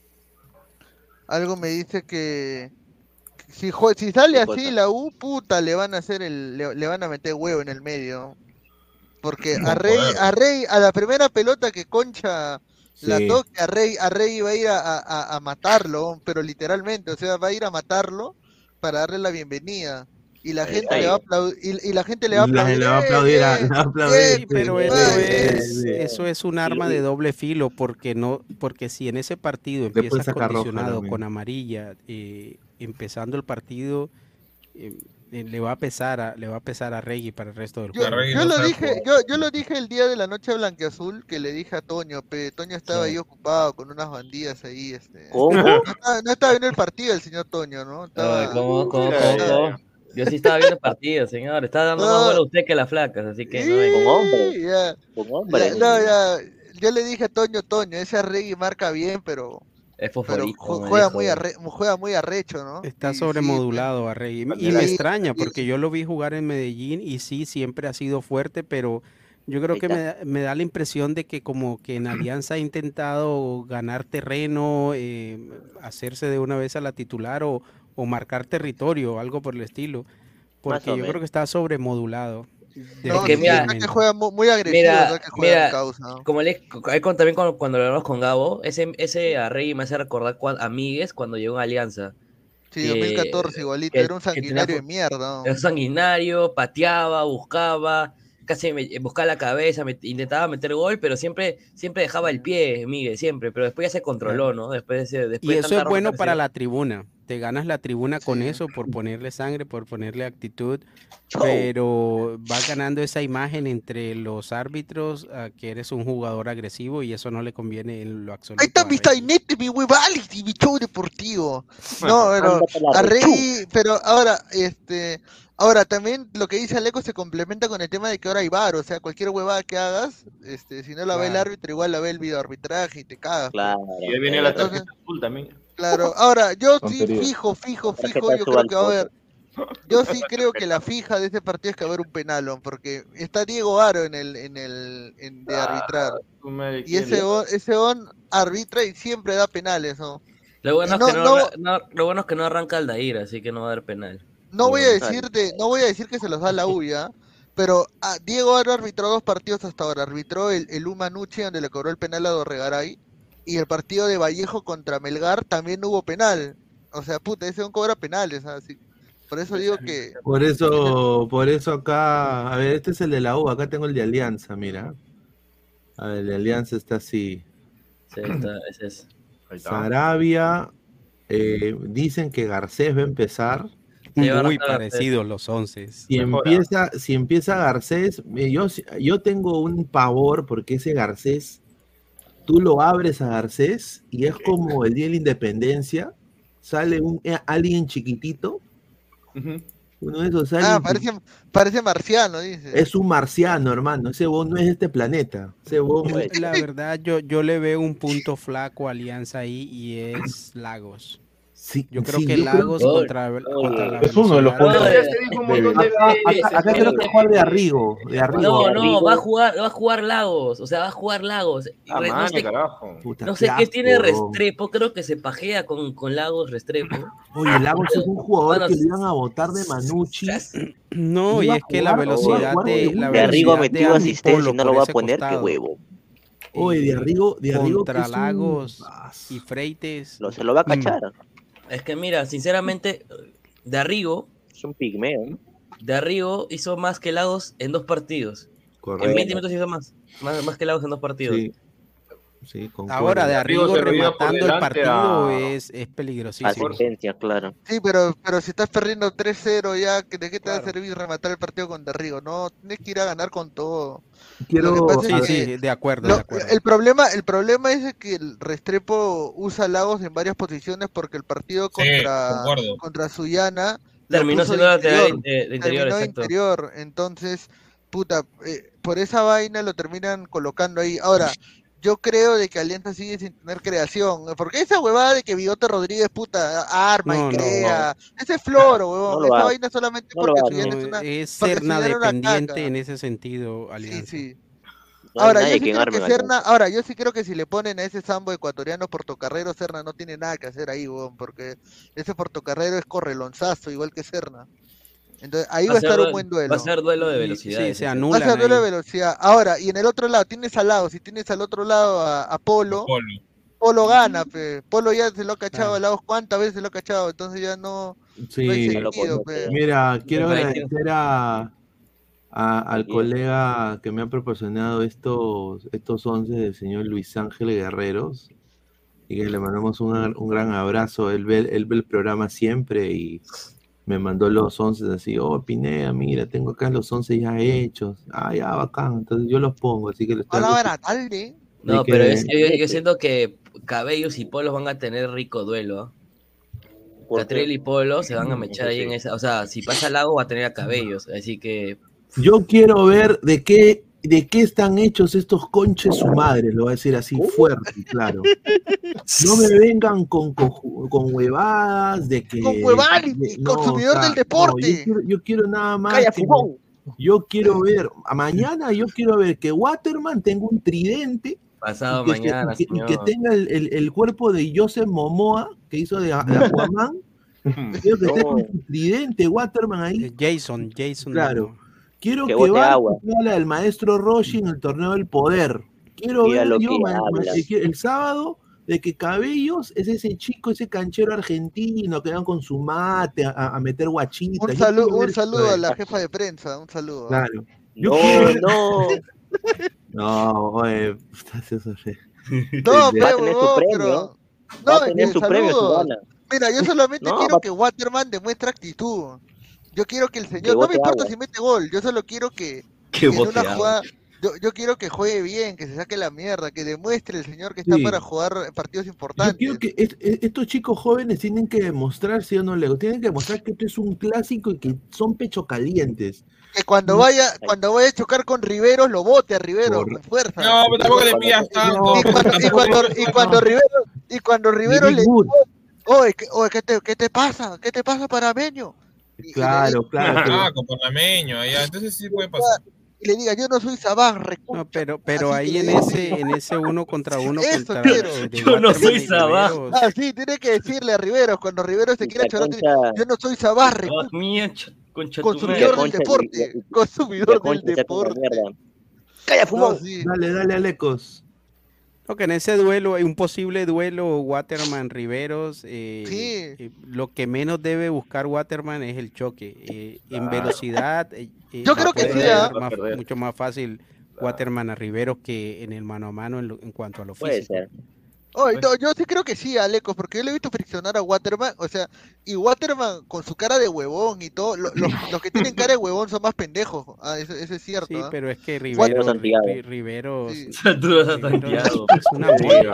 Speaker 2: Algo me dice que si sale así la U, puta, le van a meter huevo en el medio. Porque a Rey, a la primera pelota que Concha la toque, a Rey va a ir a matarlo, pero literalmente, o sea, va a ir a matarlo para darle la bienvenida. Y la gente le va a aplaudir. Y la gente le va a aplaudir.
Speaker 7: Pero eso es un arma de doble filo, porque si en ese partido empiezas condicionado con amarilla, empezando el partido, le va a pesar a Reggie para el resto del juego.
Speaker 2: Yo lo dije el día de la noche blanqueazul, que le dije a Toño, Toño estaba ahí ocupado con unas bandidas ahí.
Speaker 6: ¿Cómo?
Speaker 2: No estaba viendo el partido el señor Toño, ¿no?
Speaker 4: ¿Cómo? Yo sí estaba viendo el partido, señor. Estaba dando más bola a usted que a las flacas, así que
Speaker 6: Con hombre.
Speaker 2: Yo le dije a Toño, ese Reggie marca bien, pero
Speaker 4: es fosforito,
Speaker 2: juega muy arrecho, ¿no?
Speaker 7: Está sobremodulado a Reggie. Y me extraña, porque yo lo vi jugar en Medellín y sí, siempre ha sido fuerte, pero yo creo que me da la impresión de que como que en Alianza ha intentado ganar terreno, hacerse de una vez a la titular o marcar territorio, algo por el estilo, porque yo creo que está sobremodulado.
Speaker 2: No,
Speaker 4: que
Speaker 2: sí,
Speaker 4: mira,
Speaker 2: es que juega muy agresivo,
Speaker 4: mira,
Speaker 2: es que juega
Speaker 4: mira,
Speaker 2: en causa, ¿no?
Speaker 4: como también cuando lo hablamos con Gabo, ese Arregui me hace recordar a Míguez cuando llegó a Alianza.
Speaker 2: Sí,
Speaker 4: Que,
Speaker 2: 2014 igualito,
Speaker 4: que,
Speaker 2: era un sanguinario de mierda. ¿no?
Speaker 4: Era sanguinario, pateaba, buscaba, casi buscaba la cabeza, intentaba meter gol, pero siempre dejaba el pie, Miguel, siempre, pero después ya se controló, ¿no? Después
Speaker 7: Y
Speaker 4: de
Speaker 7: eso
Speaker 4: tanta
Speaker 7: es bueno para
Speaker 4: rotación.
Speaker 7: la tribuna. Te ganas la tribuna con
Speaker 2: Sí.
Speaker 7: eso, por ponerle sangre, por ponerle actitud, pero vas ganando esa imagen entre los árbitros que eres un jugador agresivo y eso no le conviene en lo absoluto.
Speaker 2: Ahí está
Speaker 7: a
Speaker 2: mi
Speaker 7: Rey.
Speaker 2: sainete, mi huevales y mi show deportivo. No, pero
Speaker 6: Ándate la
Speaker 2: a
Speaker 6: rechu.
Speaker 2: Rey, pero ahora también lo que dice Aleco se complementa con el tema de que ahora hay VAR, o sea, cualquier huevada que hagas, si no la ve el
Speaker 7: Claro.
Speaker 2: árbitro, igual la ve el videoarbitraje y te cagas. pues.
Speaker 6: Claro.
Speaker 8: Y ahí viene la
Speaker 2: Entonces,
Speaker 8: tarjeta azul también.
Speaker 2: claro, ahora yo sí
Speaker 9: Tontería.
Speaker 2: fijo,
Speaker 6: Tarjeta
Speaker 2: yo
Speaker 6: azul
Speaker 2: creo
Speaker 6: al
Speaker 2: que va a haber,
Speaker 6: poto.
Speaker 2: yo sí creo que la fija de ese partido es que va a haber un penalón, porque está Diego Aro de arbitrar. Y ese on arbitra y siempre da penales, ¿no?
Speaker 4: Lo bueno,
Speaker 2: Y
Speaker 4: lo bueno es que no arranca Aldair, así que no va a haber penal.
Speaker 2: no voy a decir que se los da la U, ¿ya? Pero Diego Aro arbitró 2 partidos hasta ahora. Arbitró el Umanucci, donde le cobró el penal a Dorregaray. Y el partido de Vallejo contra Melgar también hubo penal. O sea, puta, ese cobra penales. Así. Por eso digo que.
Speaker 1: Por eso acá, a ver, este es el de la U, acá tengo el de Alianza, mira. A ver, el de Alianza está así.
Speaker 4: Sí, ese es.
Speaker 8: Ahí está.
Speaker 1: Sarabia, dicen que Garcés va a empezar.
Speaker 4: Sí, va a
Speaker 7: Muy
Speaker 4: arrancar Garcés.
Speaker 7: parecidos los 11.
Speaker 1: Si empieza Garcés, yo tengo un pavor porque ese Garcés, tú lo abres a Garcés y es como el día de la independencia, sale alguien chiquitito, uno de esos aliens,
Speaker 2: parece marciano, dice.
Speaker 1: es un marciano, hermano, ese huevón no es de este planeta, ese huevón
Speaker 7: La verdad, yo le veo un punto flaco a Alianza ahí y es Lagos.
Speaker 1: Sí,
Speaker 7: Yo creo
Speaker 1: sí,
Speaker 7: que
Speaker 1: yo
Speaker 7: Lagos
Speaker 1: creo-
Speaker 7: contra la
Speaker 9: Es uno de los
Speaker 7: velocidad-
Speaker 9: puntos.
Speaker 8: Ya se dijo un montón de veces.
Speaker 1: acá creo que jugar de Arrigo,
Speaker 4: No, va a jugar Lagos, o sea, va a jugar Lagos.
Speaker 8: Ah,
Speaker 4: No
Speaker 8: man,
Speaker 4: sé,
Speaker 8: carajo.
Speaker 1: Puta,
Speaker 4: no sé qué
Speaker 1: asco,
Speaker 4: tiene
Speaker 1: huevón.
Speaker 4: Restrepo, creo que se pajea con Lagos Restrepo.
Speaker 1: Oye, Lagos es un jugador
Speaker 4: Bueno,
Speaker 1: que le iban a votar de Manucci.
Speaker 7: No, y
Speaker 1: Iba a
Speaker 7: es que la
Speaker 1: jugar,
Speaker 7: velocidad
Speaker 1: jugar
Speaker 7: de
Speaker 1: de
Speaker 7: la
Speaker 6: De Arrigo ha
Speaker 7: velocidad de
Speaker 6: metido
Speaker 7: Andy
Speaker 6: asistencia y
Speaker 7: Polo
Speaker 6: no lo
Speaker 7: por
Speaker 6: va a
Speaker 7: ese
Speaker 6: poner, qué
Speaker 7: costado.
Speaker 6: huevo.
Speaker 1: Oye, de Arrigo que
Speaker 7: Contra
Speaker 1: es un-
Speaker 7: Lagos y Freites.
Speaker 6: Se lo va a cachar.
Speaker 4: Es que mira, sinceramente, de Arrigo
Speaker 6: Es un pigmeo, ¿no?
Speaker 4: hizo más que Lagos en 2 partidos.
Speaker 1: Correcto.
Speaker 4: En 20 minutos hizo más que Lagos en 2 partidos.
Speaker 1: Sí, sí, concuerdo.
Speaker 7: Ahora de
Speaker 8: Arrigo
Speaker 7: Arrigo
Speaker 8: se lo lleva por
Speaker 7: rematando el
Speaker 8: delante
Speaker 7: partido
Speaker 8: a-
Speaker 7: es peligrosísimo.
Speaker 6: Asistencia, claro.
Speaker 2: Sí, pero si estás perdiendo 3-0 ya, ¿de qué te va a
Speaker 7: Claro.
Speaker 2: servir rematar el partido con Derrigo? No, tienes que ir a ganar con todo.
Speaker 1: Quiero,
Speaker 2: Lo que pasa es
Speaker 7: Sí,
Speaker 2: que
Speaker 7: sí, de acuerdo,
Speaker 2: Lo-
Speaker 7: de acuerdo.
Speaker 2: el problema es de que el Restrepo usa Lagos en varias posiciones porque el partido
Speaker 5: concuerdo.
Speaker 2: contra Suyana lo
Speaker 4: Terminó
Speaker 2: puso
Speaker 4: siendo
Speaker 2: de
Speaker 4: lateral
Speaker 2: interior,
Speaker 4: de interior,
Speaker 2: terminó de
Speaker 4: exacto.
Speaker 2: interior, entonces, puta, por esa vaina lo terminan colocando ahí. Ahora, yo creo de que Alianza sigue sin tener creación, porque esa huevada de que Bigote Rodríguez, puta, arma
Speaker 7: No,
Speaker 2: y
Speaker 7: no,
Speaker 2: crea, ese es floro, huevón,
Speaker 6: No lo
Speaker 2: esa
Speaker 6: hace.
Speaker 2: vaina solamente
Speaker 6: No lo
Speaker 2: porque
Speaker 6: hace.
Speaker 2: Suyana
Speaker 7: No,
Speaker 2: es una...
Speaker 7: es
Speaker 2: porque
Speaker 7: Serna
Speaker 2: Suyana era una
Speaker 7: dependiente
Speaker 2: caca.
Speaker 7: en ese sentido,
Speaker 2: Sí,
Speaker 7: Alianza.
Speaker 2: sí.
Speaker 6: No hay
Speaker 2: Ahora, yo
Speaker 6: nadie
Speaker 2: sí
Speaker 6: quien
Speaker 2: creo
Speaker 6: arme
Speaker 2: que
Speaker 6: la
Speaker 2: Serna,
Speaker 6: Alianza.
Speaker 2: ahora, yo sí creo que si le ponen a ese Sambo ecuatoriano Portocarrero, Serna no tiene nada que hacer ahí, weón, porque ese Portocarrero es correlonzazo, igual que Serna. Entonces, ahí va a estar un buen duelo.
Speaker 4: Va a ser duelo de
Speaker 7: Y-
Speaker 4: velocidad.
Speaker 7: sí,
Speaker 4: ese.
Speaker 7: se
Speaker 2: Va a
Speaker 7: anulan
Speaker 2: ser duelo de
Speaker 7: ahí.
Speaker 2: velocidad. Ahora, y en el otro lado, tienes al lado, si tienes al otro lado a Polo,
Speaker 5: Polo.
Speaker 2: Polo gana, pe. Polo ya se lo ha cachado
Speaker 7: Claro.
Speaker 2: a Lagos, ¿cuántas veces se lo ha cachado? Entonces ya no hay
Speaker 1: sí,
Speaker 2: sentido, pe.
Speaker 1: mira, quiero
Speaker 4: Ahí
Speaker 1: agradecer al
Speaker 6: Aquí.
Speaker 1: colega que me ha proporcionado estos 11 del señor Luis Ángel Guerreros y que le mandamos un gran abrazo. Él ve el programa siempre y me mandó los 11 así, oh Pineda, mira, tengo acá los 11 ya hechos. Ah, ya, bacán, entonces yo los pongo, así que lo estoy
Speaker 2: Ahora era tarde.
Speaker 4: No,
Speaker 1: que-
Speaker 4: pero yo siento que Cabellos y Polos van a tener rico duelo. ¿Ah?
Speaker 6: Porque
Speaker 4: Catriel y Polo se van a mechar ahí
Speaker 8: sí.
Speaker 4: en esa. O sea, si pasa Lago va a tener a Cabellos. Así que.
Speaker 1: Yo quiero ver de qué están hechos estos conches su madre, lo voy a decir así fuerte, claro. No me vengan con huevadas de que...
Speaker 2: Con huevality, consumidor del deporte.
Speaker 1: Yo quiero nada más...
Speaker 6: ¡Calla,
Speaker 1: que-
Speaker 6: fumón!
Speaker 1: yo quiero ver, mañana yo quiero ver que Waterman tenga un tridente
Speaker 4: Pasado
Speaker 1: y que,
Speaker 4: mañana,
Speaker 1: y que
Speaker 4: señor.
Speaker 1: tenga el cuerpo de Joseph Momoa, que hizo de Aquaman. Quiero que tenga un tridente Waterman ahí.
Speaker 7: Jason.
Speaker 1: Claro.
Speaker 7: no.
Speaker 1: Quiero
Speaker 6: Que
Speaker 1: que
Speaker 6: bote
Speaker 1: Barco
Speaker 6: agua.
Speaker 1: sea la del maestro Roshi en el torneo del poder. Quiero
Speaker 6: Mira
Speaker 1: ver
Speaker 6: lo
Speaker 1: yo
Speaker 6: que habla.
Speaker 1: el sábado de que Cabellos es ese chico, ese canchero argentino que van con su mate a meter guachitas. Yo quiero ver
Speaker 2: Un
Speaker 1: eso
Speaker 2: saludo
Speaker 1: de
Speaker 2: a
Speaker 1: él.
Speaker 2: la jefa de prensa, un saludo.
Speaker 1: Claro.
Speaker 6: No.
Speaker 1: No, oye, eso sí.
Speaker 2: No,
Speaker 6: Va a tener su
Speaker 2: huevón,
Speaker 6: premio.
Speaker 2: pero.
Speaker 6: Va
Speaker 2: No,
Speaker 6: a tener su premio, su
Speaker 2: saludos.
Speaker 6: gana.
Speaker 2: Mira, yo solamente
Speaker 6: No,
Speaker 2: quiero que Waterman demuestre actitud. Yo quiero que el señor, no me
Speaker 6: bote
Speaker 2: importa
Speaker 6: agua.
Speaker 2: si mete gol, yo solo quiero que
Speaker 4: Que
Speaker 2: en
Speaker 4: bote
Speaker 2: una
Speaker 4: agua.
Speaker 2: jugada, yo quiero que juegue bien, que se saque la mierda, que demuestre el señor que está
Speaker 1: Sí.
Speaker 2: para jugar partidos
Speaker 1: Yo
Speaker 2: importantes.
Speaker 1: quiero que estos chicos jóvenes tienen que demostrar, ¿sí o no, Lego? Tienen que demostrar que esto es un clásico y que son pecho calientes.
Speaker 2: Que cuando vaya a chocar con Riveros, lo bote a Riveros con fuerza.
Speaker 5: No, pero tampoco le pillas tanto.
Speaker 2: Y cuando Riveros le dice, oye, ¿qué te pasa? ¿Qué te pasa, panameño?
Speaker 1: Claro, claro.
Speaker 5: Ah, con panameño, allá. Entonces sí puede pasar.
Speaker 2: Y le diga, yo no soy Sabán,
Speaker 7: No, pero ahí en ese uno contra uno
Speaker 2: Eso
Speaker 7: contra
Speaker 2: quiero.
Speaker 7: de
Speaker 4: Yo no
Speaker 7: Waterman
Speaker 4: soy
Speaker 7: y
Speaker 4: Sabá.
Speaker 7: Riveros.
Speaker 2: Ah, sí, tiene que decirle a Riveros, cuando Riveros se quiera chorar, yo no soy Sabán, consumidor del deporte. Consumidor del deporte.
Speaker 6: ¡Calla, fumón!
Speaker 1: Dale, Alecos.
Speaker 7: Porque en ese duelo, un posible duelo Waterman-Riveros, lo que menos debe buscar Waterman es el choque. En velocidad,
Speaker 2: Yo creo que
Speaker 7: puede
Speaker 2: sí,
Speaker 7: ganar mucho más fácil Waterman a Riveros que en el mano a mano en cuanto a lo
Speaker 6: Puede
Speaker 7: físico.
Speaker 6: ser.
Speaker 2: Yo sí creo que sí, Alecos, porque yo le he visto friccionar a Waterman, o sea, y Waterman con su cara de huevón y todo, los que tienen cara de huevón son más pendejos, eso es cierto.
Speaker 7: Sí, pero es que
Speaker 6: Riveros
Speaker 2: Santiago.
Speaker 7: es una mola.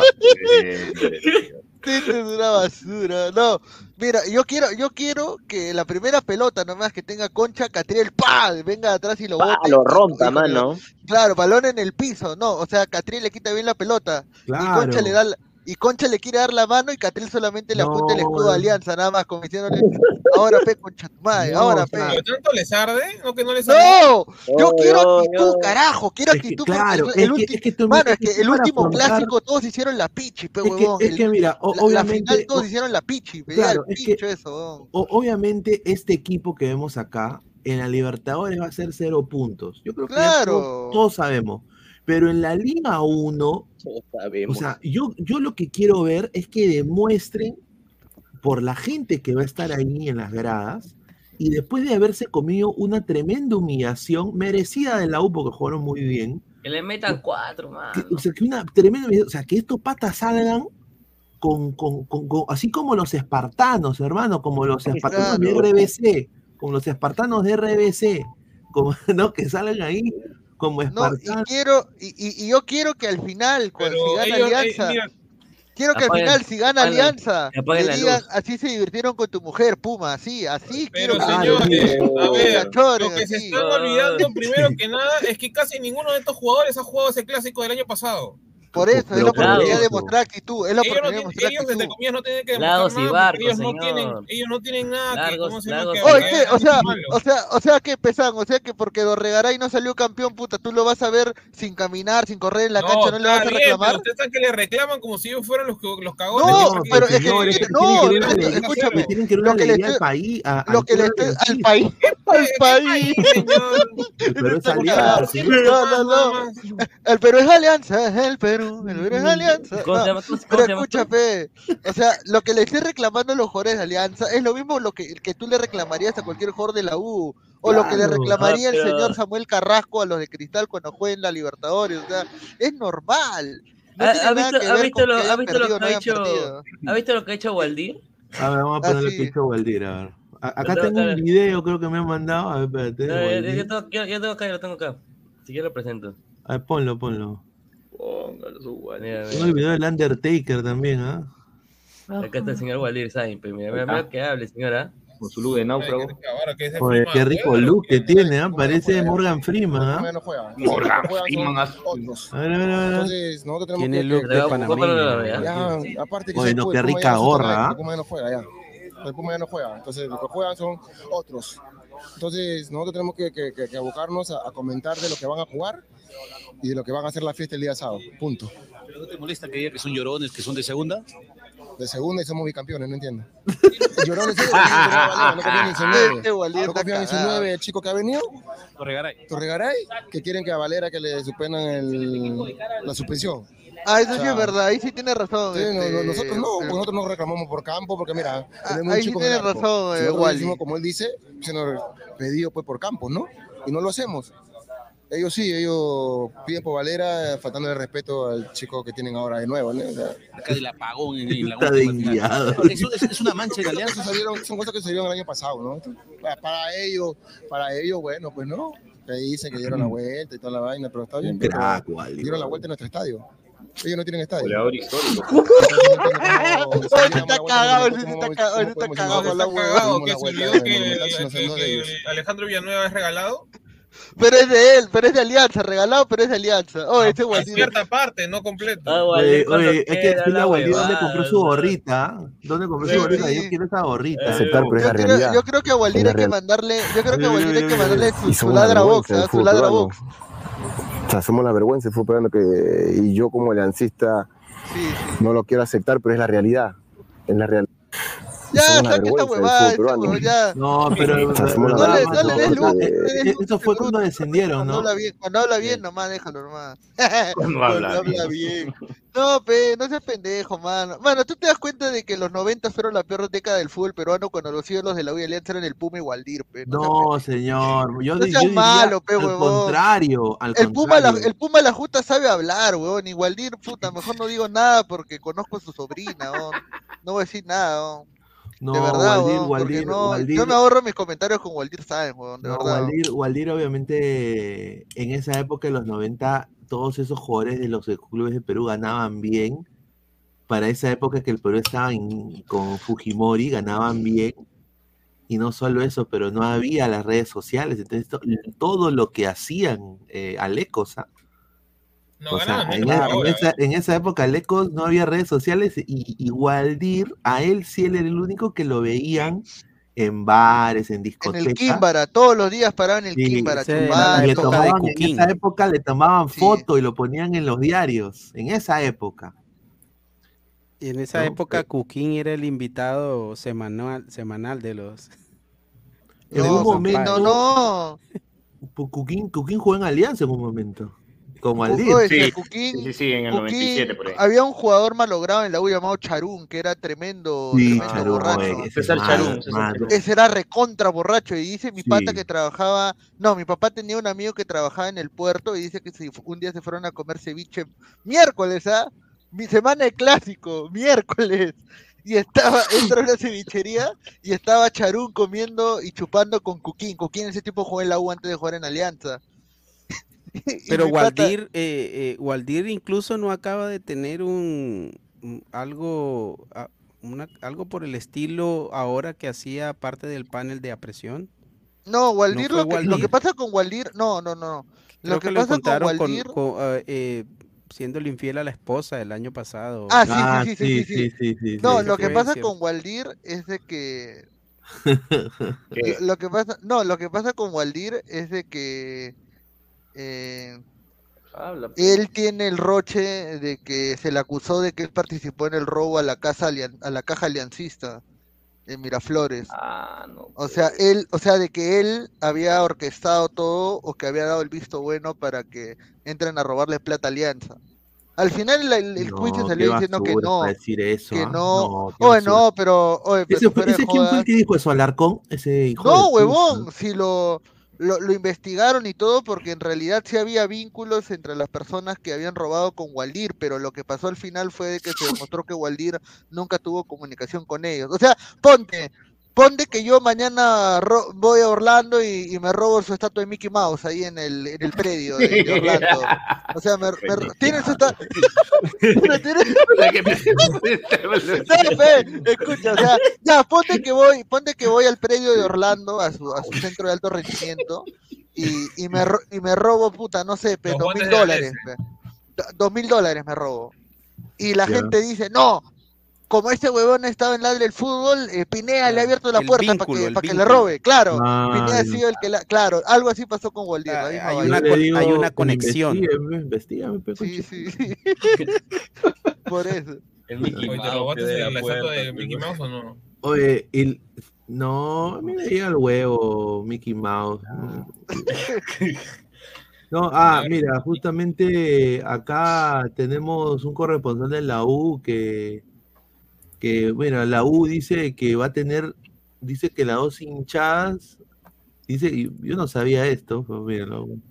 Speaker 2: Es una basura, no. Mira, yo quiero que la primera pelota nomás que tenga Concha, Catriel, ¡pah! Venga de atrás y lo bote.
Speaker 6: Lo rompa, mano.
Speaker 2: Claro, balón en el piso, no, o sea, Catriel le quita bien la pelota.
Speaker 1: Claro.
Speaker 2: Y Concha le quiere dar la mano y Catriel solamente le apunta el escudo de Alianza, nada más, como diciéndole, ahora pe, Concha tu madre, ahora pe.
Speaker 5: ¿Pero tanto les arde? ¿No que no les arde?
Speaker 2: ¡No! Yo quiero actitud, carajo, quiero actitud.
Speaker 1: Claro,
Speaker 2: el último clásico todos hicieron la pichi, pe, huevón.
Speaker 1: Es que mira, obviamente.
Speaker 2: La final todos hicieron la pichi, pe,
Speaker 1: Claro,
Speaker 2: el pincho eso.
Speaker 1: Obviamente este equipo que vemos acá, en la Libertadores va a ser 0 puntos. Yo creo que todos sabemos. Pero en la Liga 1, o sea, yo lo que quiero ver es que demuestren por la gente que va a estar ahí en las gradas y después de haberse comido una tremenda humillación merecida de la U porque jugaron muy bien.
Speaker 4: Que le metan 4, man.
Speaker 1: O sea, que una tremenda humillación, o sea, que estos patas salgan así como los espartanos, hermano, como los espartanos de RBC, como los espartanos de RBC, como, ¿no? Que salgan ahí como espartanos.
Speaker 2: Y yo quiero que al final, si gana Alianza, quiero que al final, si gana Alianza, le digan, así se divirtieron con tu mujer, Puma, así
Speaker 5: Pero
Speaker 2: quiero.
Speaker 5: señores, a ver,
Speaker 2: Cachores,
Speaker 5: lo que se
Speaker 2: así.
Speaker 5: están olvidando primero que nada es que casi ninguno de estos jugadores ha jugado ese clásico del año pasado.
Speaker 2: Por eso, es la oportunidad de mostrar actitud, es la oportunidad de mostrar
Speaker 5: ellos,
Speaker 2: actitud.
Speaker 5: entre comillas, no tienen que demostrar nada, porque ellos no tienen nada que, ¿cómo se llama?
Speaker 2: Oye, o sea que pesan, o sea que porque Dorregaray no salió campeón, puta, tú lo vas a ver sin caminar, sin correr en la cancha, no le vas a reclamar.
Speaker 5: Pero ustedes están que le reclaman como si ellos fueran los cagones.
Speaker 2: No, pero es que escúchame,
Speaker 1: tienen que ir una alegría al país,
Speaker 2: al país.
Speaker 1: Pero es alianza.
Speaker 2: No. El Perú es alianza, es el Perú es alianza. Pero escúchame, o sea, lo que le estoy reclamando a los jugadores de Alianza es lo mismo que tú le reclamarías a cualquier jugador de la U, o lo que le reclamaría el señor Samuel Carrasco a los de Cristal cuando jueguen la Libertadores, o sea, es normal.
Speaker 4: ¿Ha visto lo que ha hecho Waldir?
Speaker 1: A ver, vamos a poner lo que ha hecho Waldir, a ver. Acá tengo un video, creo que me han mandado. A ver, espérate.
Speaker 4: Yo tengo acá. Si quiero lo presento.
Speaker 1: A ver, ponlo.
Speaker 4: Póngalo su guanera.
Speaker 1: Tengo el video del Undertaker también, ¿ah?
Speaker 4: Acá está el señor Waldir Sainz, mira que hable, señora.
Speaker 9: Con su look de náufrago.
Speaker 1: Oye, qué rico look que tiene, ¿ah? Parece Morgan Freeman, ¿ah?
Speaker 9: Morgan Freeman.
Speaker 10: Entonces, nosotros tenemos
Speaker 7: tiene look de panameño.
Speaker 10: Aparte que
Speaker 1: bueno, qué rica gorra.
Speaker 10: El Puma ya no juega, ya. El Puma ya no juega. Entonces, los que juegan son otros. Entonces, nosotros tenemos que abocarnos a comentar de lo que van a jugar y de lo que van a hacer la fiesta el día sábado. Punto.
Speaker 11: ¿Pero no te molesta que diga que son llorones, que son de segunda?
Speaker 10: de segunda y somos bicampeones, no entiendo. Llorón en serio, no confían en su 9. No confían en su 9, el chico que ha venido. Torregaray, que quieren que a Valera que le suspendan la suspensión.
Speaker 2: Eso sí es verdad, ahí sí tiene razón.
Speaker 10: Sí, nosotros no, porque nosotros no reclamamos por campo, porque mira, tenemos
Speaker 2: ahí
Speaker 10: un chico
Speaker 2: sí tiene razón,
Speaker 10: si
Speaker 2: Wally.
Speaker 10: decimos, como él dice, se nos pedido pues por campo, ¿no? Y no lo hacemos. Ellos sí, ellos piden por Valera, faltando el respeto al chico que tienen ahora de nuevo, ¿no? O sea,
Speaker 11: acá del apagón en la
Speaker 1: Está
Speaker 11: última
Speaker 1: desviado.
Speaker 11: final. Es una mancha de alianza.
Speaker 10: son cosas que se dieron el año pasado, ¿no? Para ellos, bueno, pues no. Te dicen que dieron la vuelta y toda la vaina, pero está bien.
Speaker 1: Crack, Wally.
Speaker 10: Dieron la vuelta en nuestro estadio. Ellos no tienen estadio.
Speaker 9: Goleador histórico.
Speaker 2: Está cagado, está cagado la hueva.
Speaker 5: Que se olvidó que Alejandro Villanueva es regalado.
Speaker 2: Pero es de él, pero es de Alianza, regalado, pero es de Alianza. Ese
Speaker 5: A
Speaker 2: Waldir.
Speaker 5: cierta parte, no completo.
Speaker 1: Oye, es que decirle a Waldir dónde compró su gorrita. ¿Dónde compró su gorrita? Yo quiero esa gorrita.
Speaker 12: Aceptar, pero es la realidad.
Speaker 2: Yo creo que a Waldir hay que mandarle,
Speaker 12: Y
Speaker 2: su
Speaker 12: somos la
Speaker 2: ladra box,
Speaker 12: vergüenza del
Speaker 2: su
Speaker 12: fútbol
Speaker 2: ladra
Speaker 12: peruano.
Speaker 2: box.
Speaker 12: O sea, somos la vergüenza del fútbol peruano y yo como aliancista no lo quiero aceptar, pero es la realidad. Es la realidad.
Speaker 2: Ya, saca esa huevada, ya.
Speaker 1: No, pero eso fue cuando descendieron, ¿no?
Speaker 2: Cuando habla bien, nomás déjalo nomás.
Speaker 9: Cuando habla
Speaker 2: bien. No, no seas pendejo, mano. Mano, ¿tú te das cuenta de que los 90 fueron la peor década del fútbol peruano cuando los ídolos de la U y Alianza eran el Puma y Waldir, pe?
Speaker 1: No, señor. Yo
Speaker 2: seas malo, pe,
Speaker 1: al
Speaker 2: huevón.
Speaker 1: contrario.
Speaker 2: El Puma la Justa sabe hablar, huevón. Y Waldir, puta, mejor no digo nada porque conozco a su sobrina, huevón. No voy a decir nada, huevón.
Speaker 1: No,
Speaker 2: de verdad,
Speaker 1: Waldir,
Speaker 2: yo me ahorro mis comentarios con Waldir Sáenz, de verdad.
Speaker 1: Waldir, obviamente, en esa época, en los 90, todos esos jugadores de los clubes de Perú ganaban bien. Para esa época que el Perú estaba con Fujimori, ganaban bien. Y no solo eso, pero no había las redes sociales. Entonces, todo lo que hacían Alecos,
Speaker 5: No,
Speaker 1: o sea, en esa época, Lecos no había redes sociales y Waldir, a él sí él era el único que lo veían en bares, en discotecas.
Speaker 2: En el Químbara, todos los días paraban en el Químbara.
Speaker 1: En esa época le tomaban foto y lo ponían en los diarios, en esa época.
Speaker 7: Y en esa época Cuquín era el invitado semanal de los...
Speaker 1: En un momento... Cuquín jugó en Alianza en un momento. Como al día.
Speaker 9: Sí, en el 97 por ahí.
Speaker 2: Había un jugador malogrado en la U llamado Charún, que era tremendo borracho.
Speaker 9: César Charún.
Speaker 2: Ese era recontra borracho. Y dice mi pata que trabajaba. No, mi papá tenía un amigo que trabajaba en el puerto y dice que un día se fueron a comer ceviche miércoles, Mi semana de clásico, miércoles. Y entró en la cevichería y estaba Charún comiendo y chupando con Cuquín. Cuquín, ese tipo jugó en la U antes de jugar en Alianza.
Speaker 7: Pero Waldir incluso no acaba de tener algo por el estilo ahora que hacía parte del panel de apresión.
Speaker 2: No, Waldir, lo que pasa con Waldir, no. Lo que pasa con Waldir,
Speaker 7: siéndole infiel a la esposa el año pasado.
Speaker 2: Sí. No, lo que pasa con Waldir es de que lo que pasa con Waldir es de que él tiene el roche de que se le acusó de que él participó en el robo a la caja aliancista en Miraflores. O sea, de que él había orquestado todo o que había dado el visto bueno para que entren a robarle plata a Alianza. Al final el juicio salió diciendo que no.
Speaker 1: Decir eso,
Speaker 2: que
Speaker 1: no.
Speaker 2: Pero
Speaker 1: ¿Ese quién fue el que dijo eso? ¿Alarcón? Ese hijo
Speaker 2: no, huevón, si lo investigaron y todo porque en realidad sí había vínculos entre las personas que habían robado con Waldir, pero lo que pasó al final fue de que se demostró que Waldir nunca tuvo comunicación con ellos. O sea, ponte que yo mañana voy a Orlando y me robo su estatua de Mickey Mouse ahí en el predio de Orlando. O sea, tiene su estatua. Escucha, o sea, ya, ponte que voy al predio de Orlando, a su centro de alto rendimiento, y me robo, puta, no sé, $2,000. $2,000 me robo. Y la gente dice, no, como este huevón estaba en la del fútbol, Pineda le ha abierto la puerta para que le robe. Claro, Pineda ha sido el que claro, algo así pasó con Waldir.
Speaker 7: Hay una conexión.
Speaker 1: Investígame,
Speaker 2: sí. Por eso.
Speaker 4: El Mickey
Speaker 5: Oye, ¿te
Speaker 4: Mouse
Speaker 5: robaste
Speaker 4: de la
Speaker 5: la estatua
Speaker 4: puerta,
Speaker 5: de Mickey Mouse o no?
Speaker 1: Oye, no, me llega el huevo, Mickey Mouse. No, mira, justamente acá tenemos un corresponsal de la U bueno, la U dice que va a tener, dice que las dos hinchadas, dice, yo no sabía esto, pero mira, la U.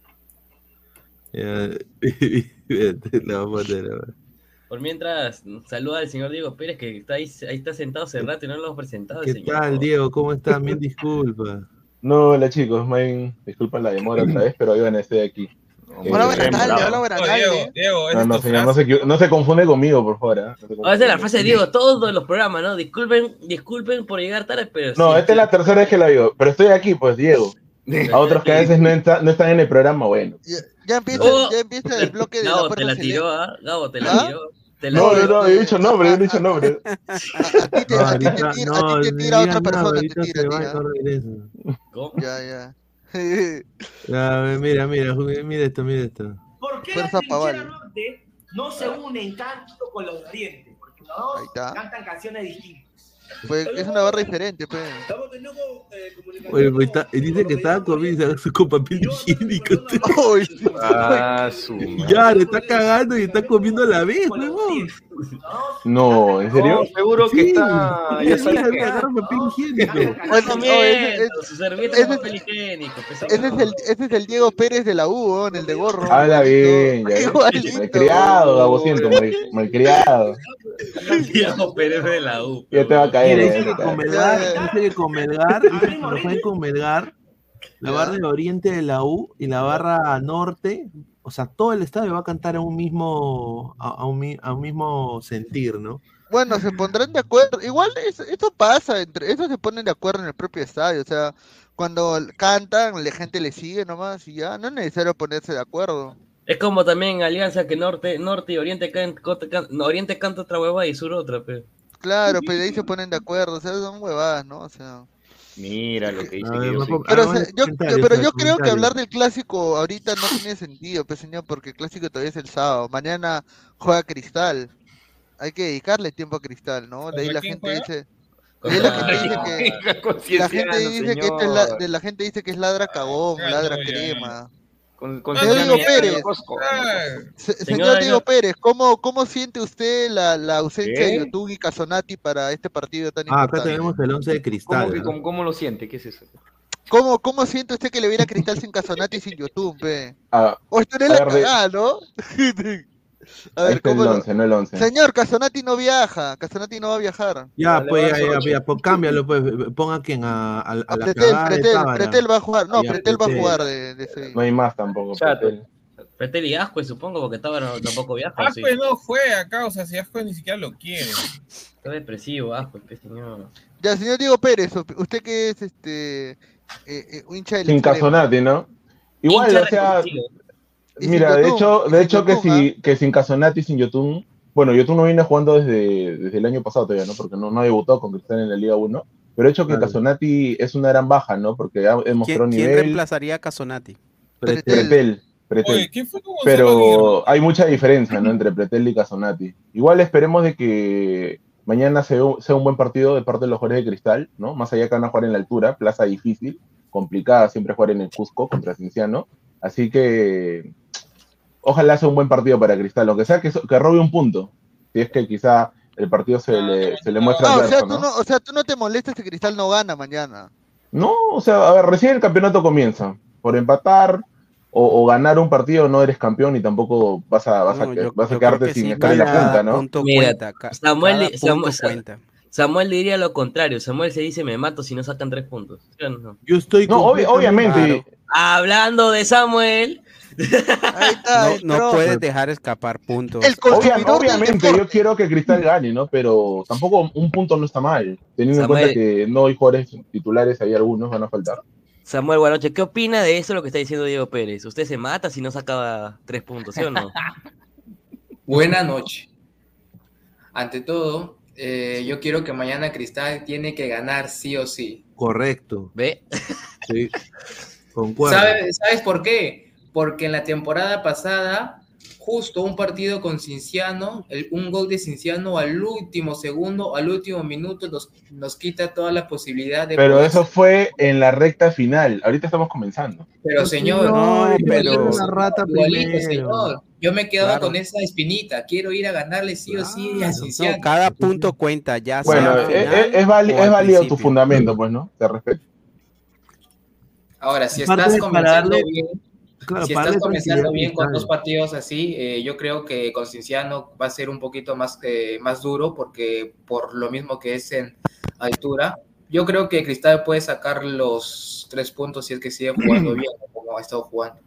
Speaker 1: La vamos a poner ahora.
Speaker 4: Por mientras, saluda al señor Diego Pérez, que está ahí está sentado hace rato y no lo hemos presentado.
Speaker 1: ¿Qué tal, Diego? ¿Cómo estás? Mil disculpas.
Speaker 13: No, hola chicos, disculpen la demora otra vez, pero Iván, estoy aquí.
Speaker 2: Hola, buenas tardes.
Speaker 5: Diego,
Speaker 13: no, señor, no se confunde conmigo, por favor. ¿eh?
Speaker 4: Esa es la frase de Diego, todos los programas, ¿no? Disculpen por llegar tarde, pero
Speaker 13: no,
Speaker 4: sí,
Speaker 13: esta es la tercera vez que la digo, pero estoy aquí, pues, Diego. A otros que a veces no están en el programa, bueno.
Speaker 2: Ya empieza el bloque de
Speaker 4: Gabo,
Speaker 2: la puerta
Speaker 4: te la tiró, Gabo, te la tiró.
Speaker 13: No, he dicho nombre,
Speaker 2: A ti te tira otra persona, te tira.
Speaker 4: ¿Cómo?
Speaker 2: Ya.
Speaker 1: Mira esto.
Speaker 14: ¿Por qué la trinchera norte no se une en canto con los de Oriente? Porque los dos cantan canciones distintas.
Speaker 2: Pues es una barra diferente, pues.
Speaker 1: Oye, pues dice que estaba comiendo con papel higiénico. Ya, le está cagando y está comiendo a la vez, huevón.
Speaker 13: No, ¿en serio?
Speaker 9: Seguro que está. Ya sabes que
Speaker 1: agarra papel higiénico.
Speaker 4: Su servilleta de papel higiénico.
Speaker 2: Ese es el Diego Pérez de la U, el de gorro.
Speaker 13: Habla bien, ya. Malcriado, Gabo, siento, malcriado.
Speaker 4: Diego Pérez de la U.
Speaker 13: Ya te va a caer.
Speaker 1: Dice que con Melgar, la barra de Oriente de la U y la barra Norte, o sea, todo el estadio va a cantar a un mismo sentir, ¿no?
Speaker 2: Bueno, se pondrán de acuerdo. Igual esto pasa, eso se ponen de acuerdo en el propio estadio, o sea, cuando cantan, la gente le sigue nomás y ya, no es necesario ponerse de acuerdo.
Speaker 4: Es como también Alianza que Norte y Oriente Oriente canta otra huevada y Sur otra, pero.
Speaker 2: Claro, pero ahí se ponen de acuerdo, o sea, son huevadas, ¿no? O sea.
Speaker 9: Mira lo que dice
Speaker 2: Pero yo creo que hablar del clásico ahorita no tiene sentido, pues señor, porque el clásico todavía es el sábado. Mañana juega Cristal. Hay que dedicarle tiempo a Cristal, ¿no? De ahí la gente dice. La gente dice que es ladra cagón, ladra crema. Señor Diego Pérez, señor Diego Pérez, ¿cómo siente usted la ausencia de Yotun y Casonati para este partido tan importante?
Speaker 1: Acá tenemos el 11 de Cristal.
Speaker 9: ¿Cómo lo siente? ¿Qué es eso?
Speaker 2: ¿Cómo siente usted que le viera Cristal sin Casonati y sin Yotun, pe? O esto no es la cagada, ¿no? A ver,
Speaker 13: ¿cómo no el 11?
Speaker 2: Señor, Casonati no viaja, Casonati no va a viajar.
Speaker 1: Ya, pues, pues cámbialo, pues, ponga quien a
Speaker 2: Pretel va a jugar, no, Pretel va a jugar de ese.
Speaker 13: No hay más tampoco,
Speaker 4: Pretel y Ascue, supongo, porque Tábara tampoco viaja.
Speaker 5: Ascue no fue acá, o sea, si Ascue ni siquiera lo quiere.
Speaker 4: Está depresivo, Ascue, señor.
Speaker 2: Ya, señor Diego Pérez, usted que es hincha del
Speaker 13: sin Casonati, ¿no? Igual, o sea, mira, de hecho que sin Casonati y sin Yotun, bueno, Yotun no viene jugando desde el año pasado todavía, ¿no? Porque no debutó con Cristal en la Liga 1, pero de hecho que Casonati es una gran baja, ¿no? Porque ha demostrado nivel.
Speaker 7: ¿Quién reemplazaría a Casonati?
Speaker 13: Pretel.
Speaker 5: Oye, ¿quién fue
Speaker 13: pero hay mucha diferencia, ¿no? Entre Pretel y Casonati. Igual esperemos de que mañana sea un buen partido de parte de los jugadores de Cristal, ¿no? Más allá que van a jugar en la altura, plaza difícil, complicada siempre jugar en el Cusco contra Cienciano. Así que ojalá sea un buen partido para Cristal, aunque sea que robe un punto. Si es que quizá el partido se le muestra adverso, ¿no?
Speaker 2: O sea, tú no te molestas si Cristal no gana mañana.
Speaker 13: No, o sea, a ver, recién el campeonato comienza. Por empatar o ganar un partido no eres campeón y tampoco vas a quedarte sin estar en la punta, ¿no?
Speaker 4: Mira, Samuel diría lo contrario. Samuel se dice, me mato si no sacan 3 puntos. ¿Sí o no?
Speaker 1: Yo estoy
Speaker 13: obviamente.
Speaker 4: Claro. Hablando de Samuel.
Speaker 2: Ahí está,
Speaker 7: no puedes dejar escapar puntos.
Speaker 13: Obviamente yo quiero que Cristal gane, ¿no? Pero tampoco un punto no está mal, teniendo en cuenta que no hay jugadores titulares, hay algunos van a faltar.
Speaker 4: Samuel Guaroche, ¿qué opina de eso lo que está diciendo Diego Pérez? ¿Usted se mata si no saca 3 puntos, sí o no?
Speaker 15: Buenas noches. Ante todo, yo quiero que mañana Cristal tiene que ganar sí o sí.
Speaker 1: Correcto.
Speaker 4: ¿Ve?
Speaker 1: Sí, concuerdo.
Speaker 15: ¿Sabes por qué? Porque en la temporada pasada justo un partido con Cienciano, un gol de Cienciano al último segundo, al último minuto, nos quita toda la posibilidad de
Speaker 13: Pero
Speaker 15: poder...
Speaker 13: eso fue en la recta final. Ahorita estamos comenzando.
Speaker 15: Pero señor,
Speaker 1: pero una rata
Speaker 15: igualito,
Speaker 1: primero.
Speaker 15: señor. Yo me he quedado
Speaker 7: Claro.
Speaker 15: con esa espinita. Quiero ir a ganarle sí o sí a Cienciano.
Speaker 7: No, cada punto cuenta, ya
Speaker 13: Bueno,
Speaker 7: sea al final
Speaker 13: es
Speaker 7: o al
Speaker 13: válido tu
Speaker 7: principio.
Speaker 13: fundamento, pues, ¿no? Te respeto.
Speaker 15: Ahora, si
Speaker 1: Aparte,
Speaker 15: estás
Speaker 1: para
Speaker 15: comenzando
Speaker 1: darle-
Speaker 15: bien,
Speaker 1: Claro,
Speaker 15: si
Speaker 1: para
Speaker 15: estás
Speaker 1: darle
Speaker 15: comenzando
Speaker 1: tranquilidad
Speaker 15: bien
Speaker 1: a
Speaker 15: con
Speaker 1: Cristal.
Speaker 15: dos partidos así, yo creo que con Cienciano va a ser un poquito más duro porque por lo mismo que es en altura. Yo creo que Cristal puede sacar los 3 puntos si es que sigue jugando bien, como ha estado jugando.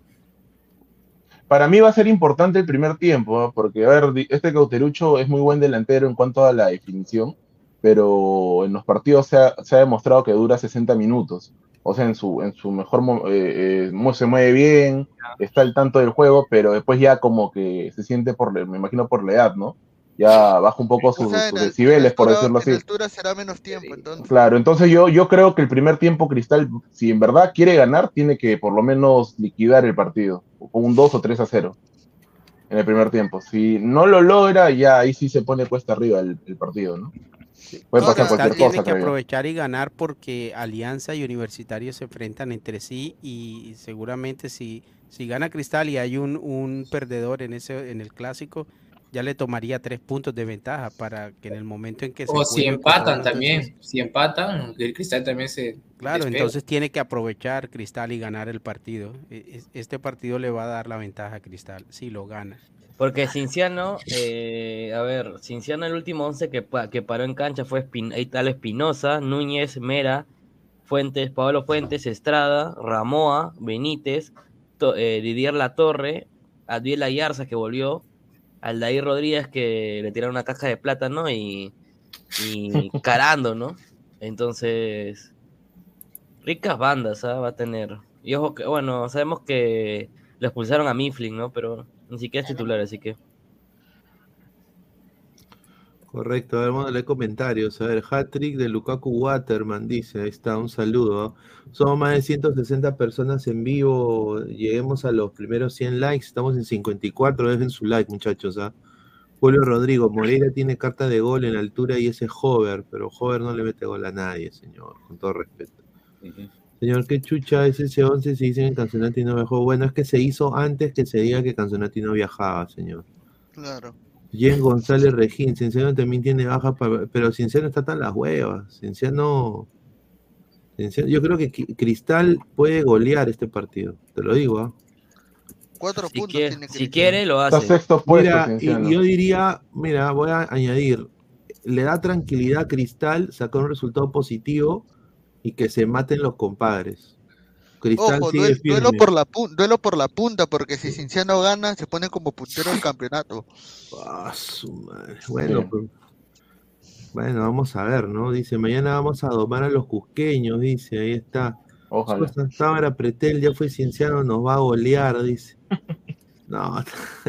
Speaker 13: Para mí va a ser importante el primer tiempo, ¿no? Porque, a ver, este Cauterucho es muy buen delantero en cuanto a la definición, pero en los partidos se ha demostrado que dura 60 minutos. O sea, en su mejor se mueve bien, está al tanto del juego, pero después ya como que se siente me imagino por la edad, ¿no? Ya baja un poco sus decibeles, por decirlo así.
Speaker 2: En altura será menos tiempo, entonces.
Speaker 13: Claro, entonces yo creo que el primer tiempo Cristal, si en verdad quiere ganar, tiene que por lo menos liquidar el partido, con un 2 o 3-0 en el primer tiempo. Si no lo logra, ya ahí sí se pone cuesta arriba el partido, ¿no? Puede pasar cualquier cosa,
Speaker 7: Tiene que
Speaker 13: creo yo.
Speaker 7: aprovechar y ganar porque Alianza y Universitario se enfrentan entre sí y seguramente si gana Cristal y hay un perdedor en el clásico, ya le tomaría 3 puntos de ventaja para que en el momento en que se
Speaker 15: O si
Speaker 7: juegue contra
Speaker 15: empatan
Speaker 7: uno,
Speaker 15: también,
Speaker 7: entonces,
Speaker 15: si empatan, el Cristal también se
Speaker 7: claro,
Speaker 15: despega.
Speaker 7: entonces tiene que aprovechar Cristal y ganar el partido. Este partido le va a dar la ventaja a Cristal si lo gana.
Speaker 4: Porque Cienciano, Cienciano el último 11 que paró en cancha fue Espinosa, Núñez, Mera, Pablo Fuentes, Estrada, Ramoa, Benítez, Didier Latorre, Adiel Ayarza que volvió, Aldair Rodríguez que le tiraron una caja de plátano y Carando, ¿no? Entonces, ricas bandas va a tener. Y ojo que, bueno, sabemos que le expulsaron a Mifflin, ¿no? Pero ni siquiera es titular, así que.
Speaker 1: Correcto, a ver, vamos a leer comentarios. A ver, hat-trick de Lukaku Waterman dice, ahí está, un saludo. Somos más de 160 personas en vivo, lleguemos a los primeros 100 likes, estamos en 54, dejen su like, muchachos. Julio Rodrigo, Moreira tiene carta de gol en altura y ese Hover, pero Hover no le mete gol a nadie, señor, con todo respeto. Señor, ¿qué chucha es ese 11 si dicen que Canzonati no viajó? Bueno, es que se hizo antes que se diga que Canzonati no viajaba, señor.
Speaker 2: Claro.
Speaker 1: Jen González Regín, Cienciano también tiene baja, pero Cienciano está tan las huevas. Cienciano, yo creo que Cristal puede golear este partido, te lo digo.
Speaker 2: 4 puntos tiene
Speaker 4: si quiere, lo hace.
Speaker 13: Está sexto puesto,
Speaker 1: Mira,
Speaker 13: Cienciano.
Speaker 1: y yo diría, mira, voy a añadir, le da tranquilidad a Cristal sacar un resultado positivo y que se maten los compadres. Cristal
Speaker 2: Ojo,
Speaker 1: sigue firme.
Speaker 2: duelo por la punta, porque si Cienciano gana, se pone como puntero del campeonato.
Speaker 1: Su madre. Bueno, pues, bueno, vamos a ver, ¿no? Dice, mañana vamos a domar a los cusqueños, dice, ahí está.
Speaker 13: Ojalá.
Speaker 1: Tábara Pretel ya fue Cienciano, nos va a golear, dice. No.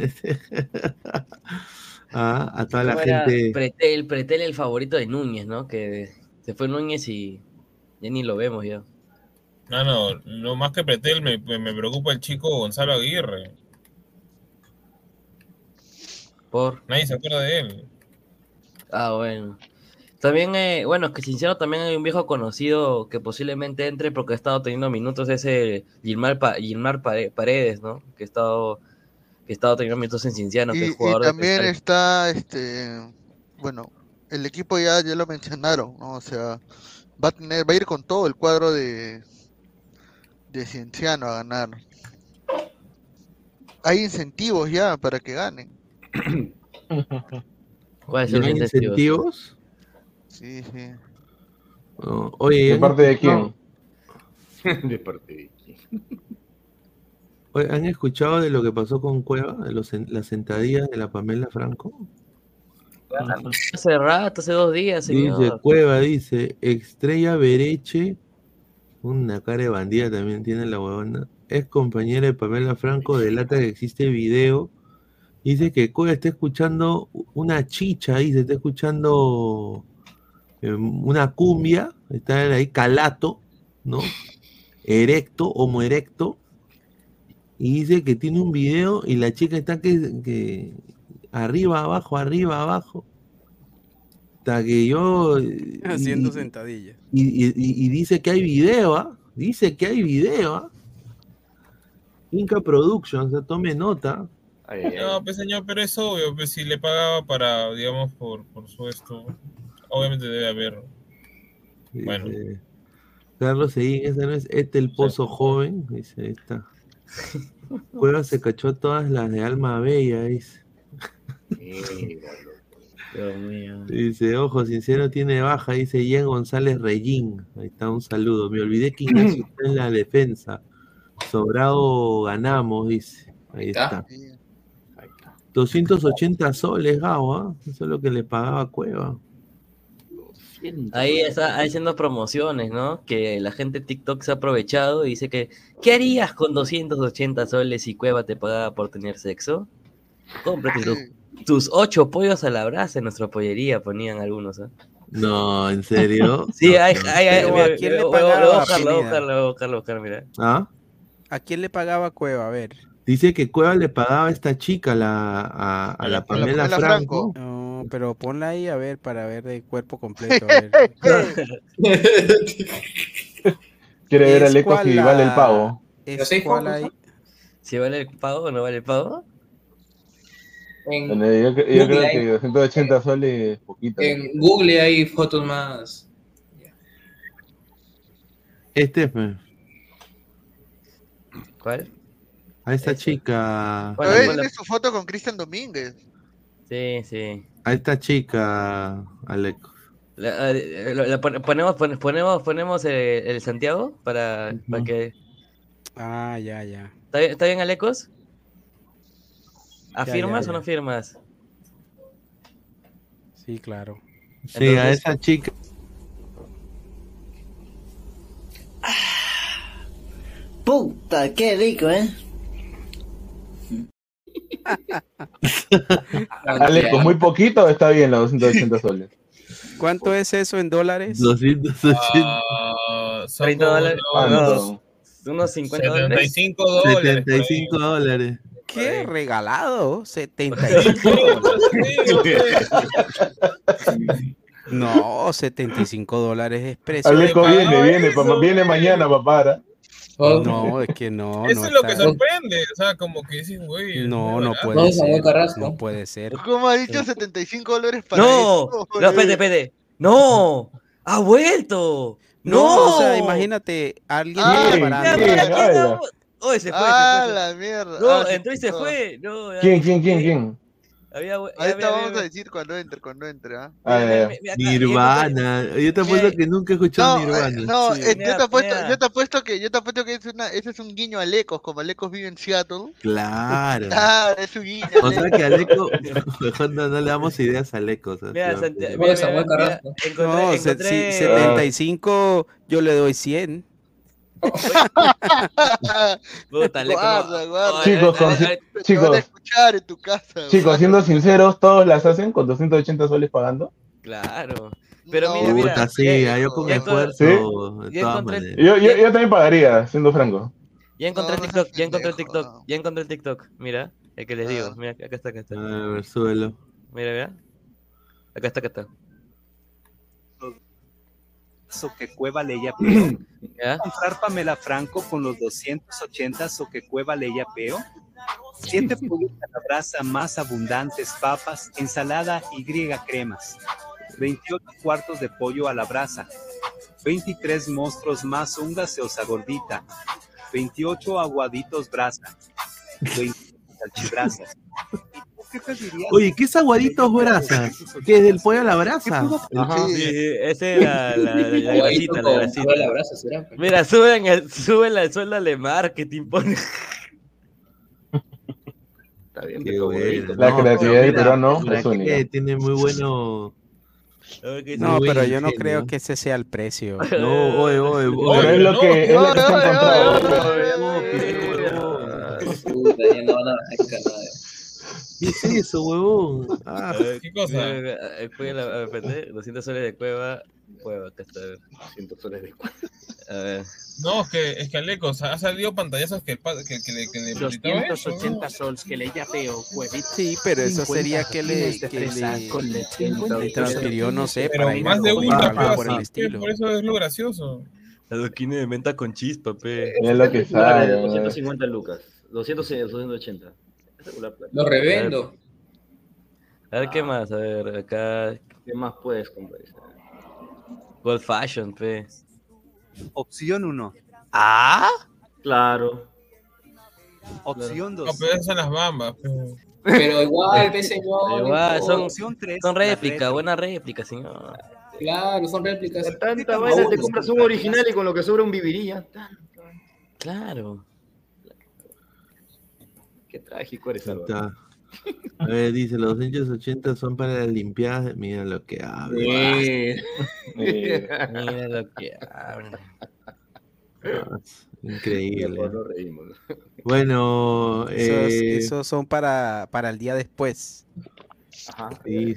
Speaker 1: A toda la gente.
Speaker 4: Pretel el favorito de Núñez, ¿no? Que se fue Núñez y ya ni lo vemos ya.
Speaker 5: No, lo más que Pretel me preocupa el chico Gonzalo Aguirre. Nadie se acuerda de él.
Speaker 4: Ah, bueno. También, bueno, es que Cienciano también hay un viejo conocido que posiblemente entre porque ha estado teniendo minutos, ese Gilmar Paredes, ¿no? Que ha estado teniendo minutos en Cienciano, que es jugador
Speaker 2: Y también
Speaker 4: de
Speaker 2: está, bueno, el equipo ya lo mencionaron, ¿no? O sea, va a ir con todo el cuadro de Cienciano a ganar. Hay incentivos ya para que ganen.
Speaker 4: ¿Cuáles son los
Speaker 1: incentivos?
Speaker 2: Sí.
Speaker 1: Oh, oye,
Speaker 13: ¿de parte de quién?
Speaker 9: ¿De parte de quién?
Speaker 1: Oye, ¿han escuchado de lo que pasó con Cueva? De las sentadillas de la Pamela Franco.
Speaker 4: Hace rato, hace 2 días, señor.
Speaker 1: Dice Cueva, dice, Estrella Bereche, una cara de bandida también tiene la huevona, es compañera de Pamela Franco, delata que existe video. Dice que Cueva está escuchando una chicha, dice, está escuchando una cumbia, está ahí calato, ¿no? Erecto, homo erecto, Y dice que tiene un video y la chica está que arriba, abajo, hasta que yo...
Speaker 7: Haciendo sentadillas.
Speaker 1: Y dice que hay video, ¿ah? Dice que hay video, ¿ah? Inca Productions, tome nota.
Speaker 5: No, pues señor, pero es obvio, pues si le pagaba para, digamos, por su esto, obviamente debe haber. Bueno.
Speaker 1: Carlos Seguín, ese no es el pozo joven, dice, ahí está. Cueva se cachó todas las de Alma Bella, dice.
Speaker 4: Dios mío.
Speaker 1: Dice, ojo, sincero tiene baja, dice Ian González Reyín. Ahí está, un saludo. Me olvidé que Ignacio está en la defensa. Sobrado ganamos, dice. Ahí está. 280 soles, Gabo, ¿ah? Eso es lo que le pagaba Cueva.
Speaker 4: Ahí está haciendo promociones, ¿no? Que la gente de TikTok se ha aprovechado y dice que ¿qué harías con 280 soles si Cueva te pagaba por tener sexo? Cómprate tus 8 pollos a la brasa en nuestra pollería, ponían algunos, ¿eh?
Speaker 1: No, ¿en serio?
Speaker 4: Sí,
Speaker 7: ¿A quién le pagaba?
Speaker 4: Buscar, mira.
Speaker 1: ¿Ah?
Speaker 7: ¿A quién le pagaba Cueva? A ver.
Speaker 1: Dice que Cueva le pagaba a esta chica, a la Pamela Franco.
Speaker 7: No, pero ponla ahí a ver, para ver de cuerpo completo. A ver.
Speaker 13: ¿Quiere ver a Lecos si vale el pago?
Speaker 4: ¿Si vale el pago o no vale el pago?
Speaker 13: Yo creo que 280 soles es poquito.
Speaker 15: En Google hay fotos más.
Speaker 4: ¿Cuál?
Speaker 1: A esta chica.
Speaker 2: ¿Tiene su foto con Cristian Domínguez?
Speaker 4: Sí.
Speaker 1: A esta chica, Aleco.
Speaker 4: Ponemos el Santiago para que.
Speaker 7: Ah, ya.
Speaker 4: ¿Está bien, Alecos? ¿Afirmas o no firmas?
Speaker 7: Sí, claro.
Speaker 1: Sí, entonces, a esa chica.
Speaker 16: Puta, qué rico, ¿eh?
Speaker 13: Aleco, ¿muy poquito o está bien los 280 soles?
Speaker 7: ¿Cuánto es eso en dólares?
Speaker 1: 280.
Speaker 4: $30. Unos 50 dólares.
Speaker 1: $75.
Speaker 7: ¿Qué? ¿Regalado? 75. No, $75 es precio.
Speaker 13: Aleco viene mañana, papá.
Speaker 7: No, es que no.
Speaker 5: Eso es lo que sorprende. O sea, como que dices, güey.
Speaker 7: No puede ser. No puede ser.
Speaker 2: ¿Cómo ha dicho $75 para
Speaker 4: eso? No, espérate. ¡No! ¡Ha vuelto!
Speaker 7: No, o sea, imagínate, alguien
Speaker 4: Oye, se fue.
Speaker 2: La mierda.
Speaker 4: No, entró y se fue. No,
Speaker 13: ¿Quién?
Speaker 2: Ahorita vamos a decir cuando entre, ¿ah?
Speaker 1: Nirvana. Yo te apuesto que nunca he escuchado Nirvana.
Speaker 2: No, yo te apuesto que ese es un guiño a Lecos, como Alecos vive en Seattle.
Speaker 1: Claro.
Speaker 2: Es un guiño.
Speaker 1: O sea que a Aleco, mejor no le damos ideas a Aleco.
Speaker 4: Mira,
Speaker 7: no, 75 yo le doy 100.
Speaker 2: Guarda.
Speaker 13: Chicos,
Speaker 2: van a escuchar en tu casa.
Speaker 13: Chicos, siendo sinceros, ¿todos las hacen con 280 soles pagando?
Speaker 4: Claro. Pero
Speaker 2: No,
Speaker 4: mira,
Speaker 1: yo con esfuerzo.
Speaker 13: ¿Sí? Yo también pagaría, siendo franco.
Speaker 4: Ya encontré el TikTok. Mira, el que les digo. Mira, acá está.
Speaker 1: A ver, súbelo.
Speaker 4: Mira. Acá está.
Speaker 17: Que Cueva leía peo. Comprar Pamela Franco con los 280 que Cueva leía peo. 7 pollos a la brasa más abundantes, papas, ensalada y cremas. 28 cuartos de pollo a la brasa. 23 monstruos más ungas de osa gordita. 28 aguaditos brasa. 20 salchibrazas. ¿Qué te dirías?
Speaker 1: Oye, ¿qué es aguaditos brasas? ¿Qué es del pollo a la brasa?
Speaker 4: Sí, esa era la grasita. Mira, sube el sueldo de marketing, pone.
Speaker 13: Está bien, la creatividad del peruano es única.
Speaker 1: Tiene muy bueno.
Speaker 7: No, pero yo no creo que ese sea el precio.
Speaker 1: No, oye.
Speaker 13: Pero es lo que se ha encontrado.
Speaker 1: ¿Qué es eso, huevón?
Speaker 5: ¿Qué cosa?
Speaker 4: Después 200 soles de Cueva, acá está.
Speaker 9: 200 soles de Cueva.
Speaker 4: A ver.
Speaker 5: No, es que Aleco, o sea, ha salido pantallazos que le
Speaker 11: 280 sols que le yapeo, huevito.
Speaker 7: Sí, pero eso sería que le transfirió, no sé,
Speaker 5: pero
Speaker 7: para ir
Speaker 5: más
Speaker 7: a
Speaker 5: de
Speaker 7: comer,
Speaker 5: una,
Speaker 7: algo por el estilo.
Speaker 5: por eso es lo gracioso.
Speaker 4: Adoquines de menta con chispa, pe.
Speaker 13: Es lo que sale.
Speaker 18: 250 lucas. 280.
Speaker 15: Lo revendo.
Speaker 4: A ver, ¿qué más? A ver, acá.
Speaker 18: ¿Qué más puedes comprar?
Speaker 4: Gold Fashion, pe.
Speaker 17: Opción 1.
Speaker 4: ¿Ah?
Speaker 18: Claro.
Speaker 17: Opción 2.
Speaker 5: No, pero esas son las bambas.
Speaker 15: Pero igual, pe, señor.
Speaker 4: Igual, son
Speaker 17: Opción 3.
Speaker 4: réplicas, buena réplica, señor.
Speaker 15: Claro, son réplicas.
Speaker 18: Por tanta vaina te compras un original y con lo que sobra un viviría.
Speaker 4: Claro.
Speaker 18: Qué trágico eres, Álvaro.
Speaker 1: A ver, dice, los 280 son para las limpiadas. Mira lo que habla.
Speaker 4: Mira lo que habla.
Speaker 1: Increíble.
Speaker 18: Nos reímos.
Speaker 1: Bueno,
Speaker 7: Esos son para el día después.
Speaker 18: Ajá.
Speaker 1: Sí.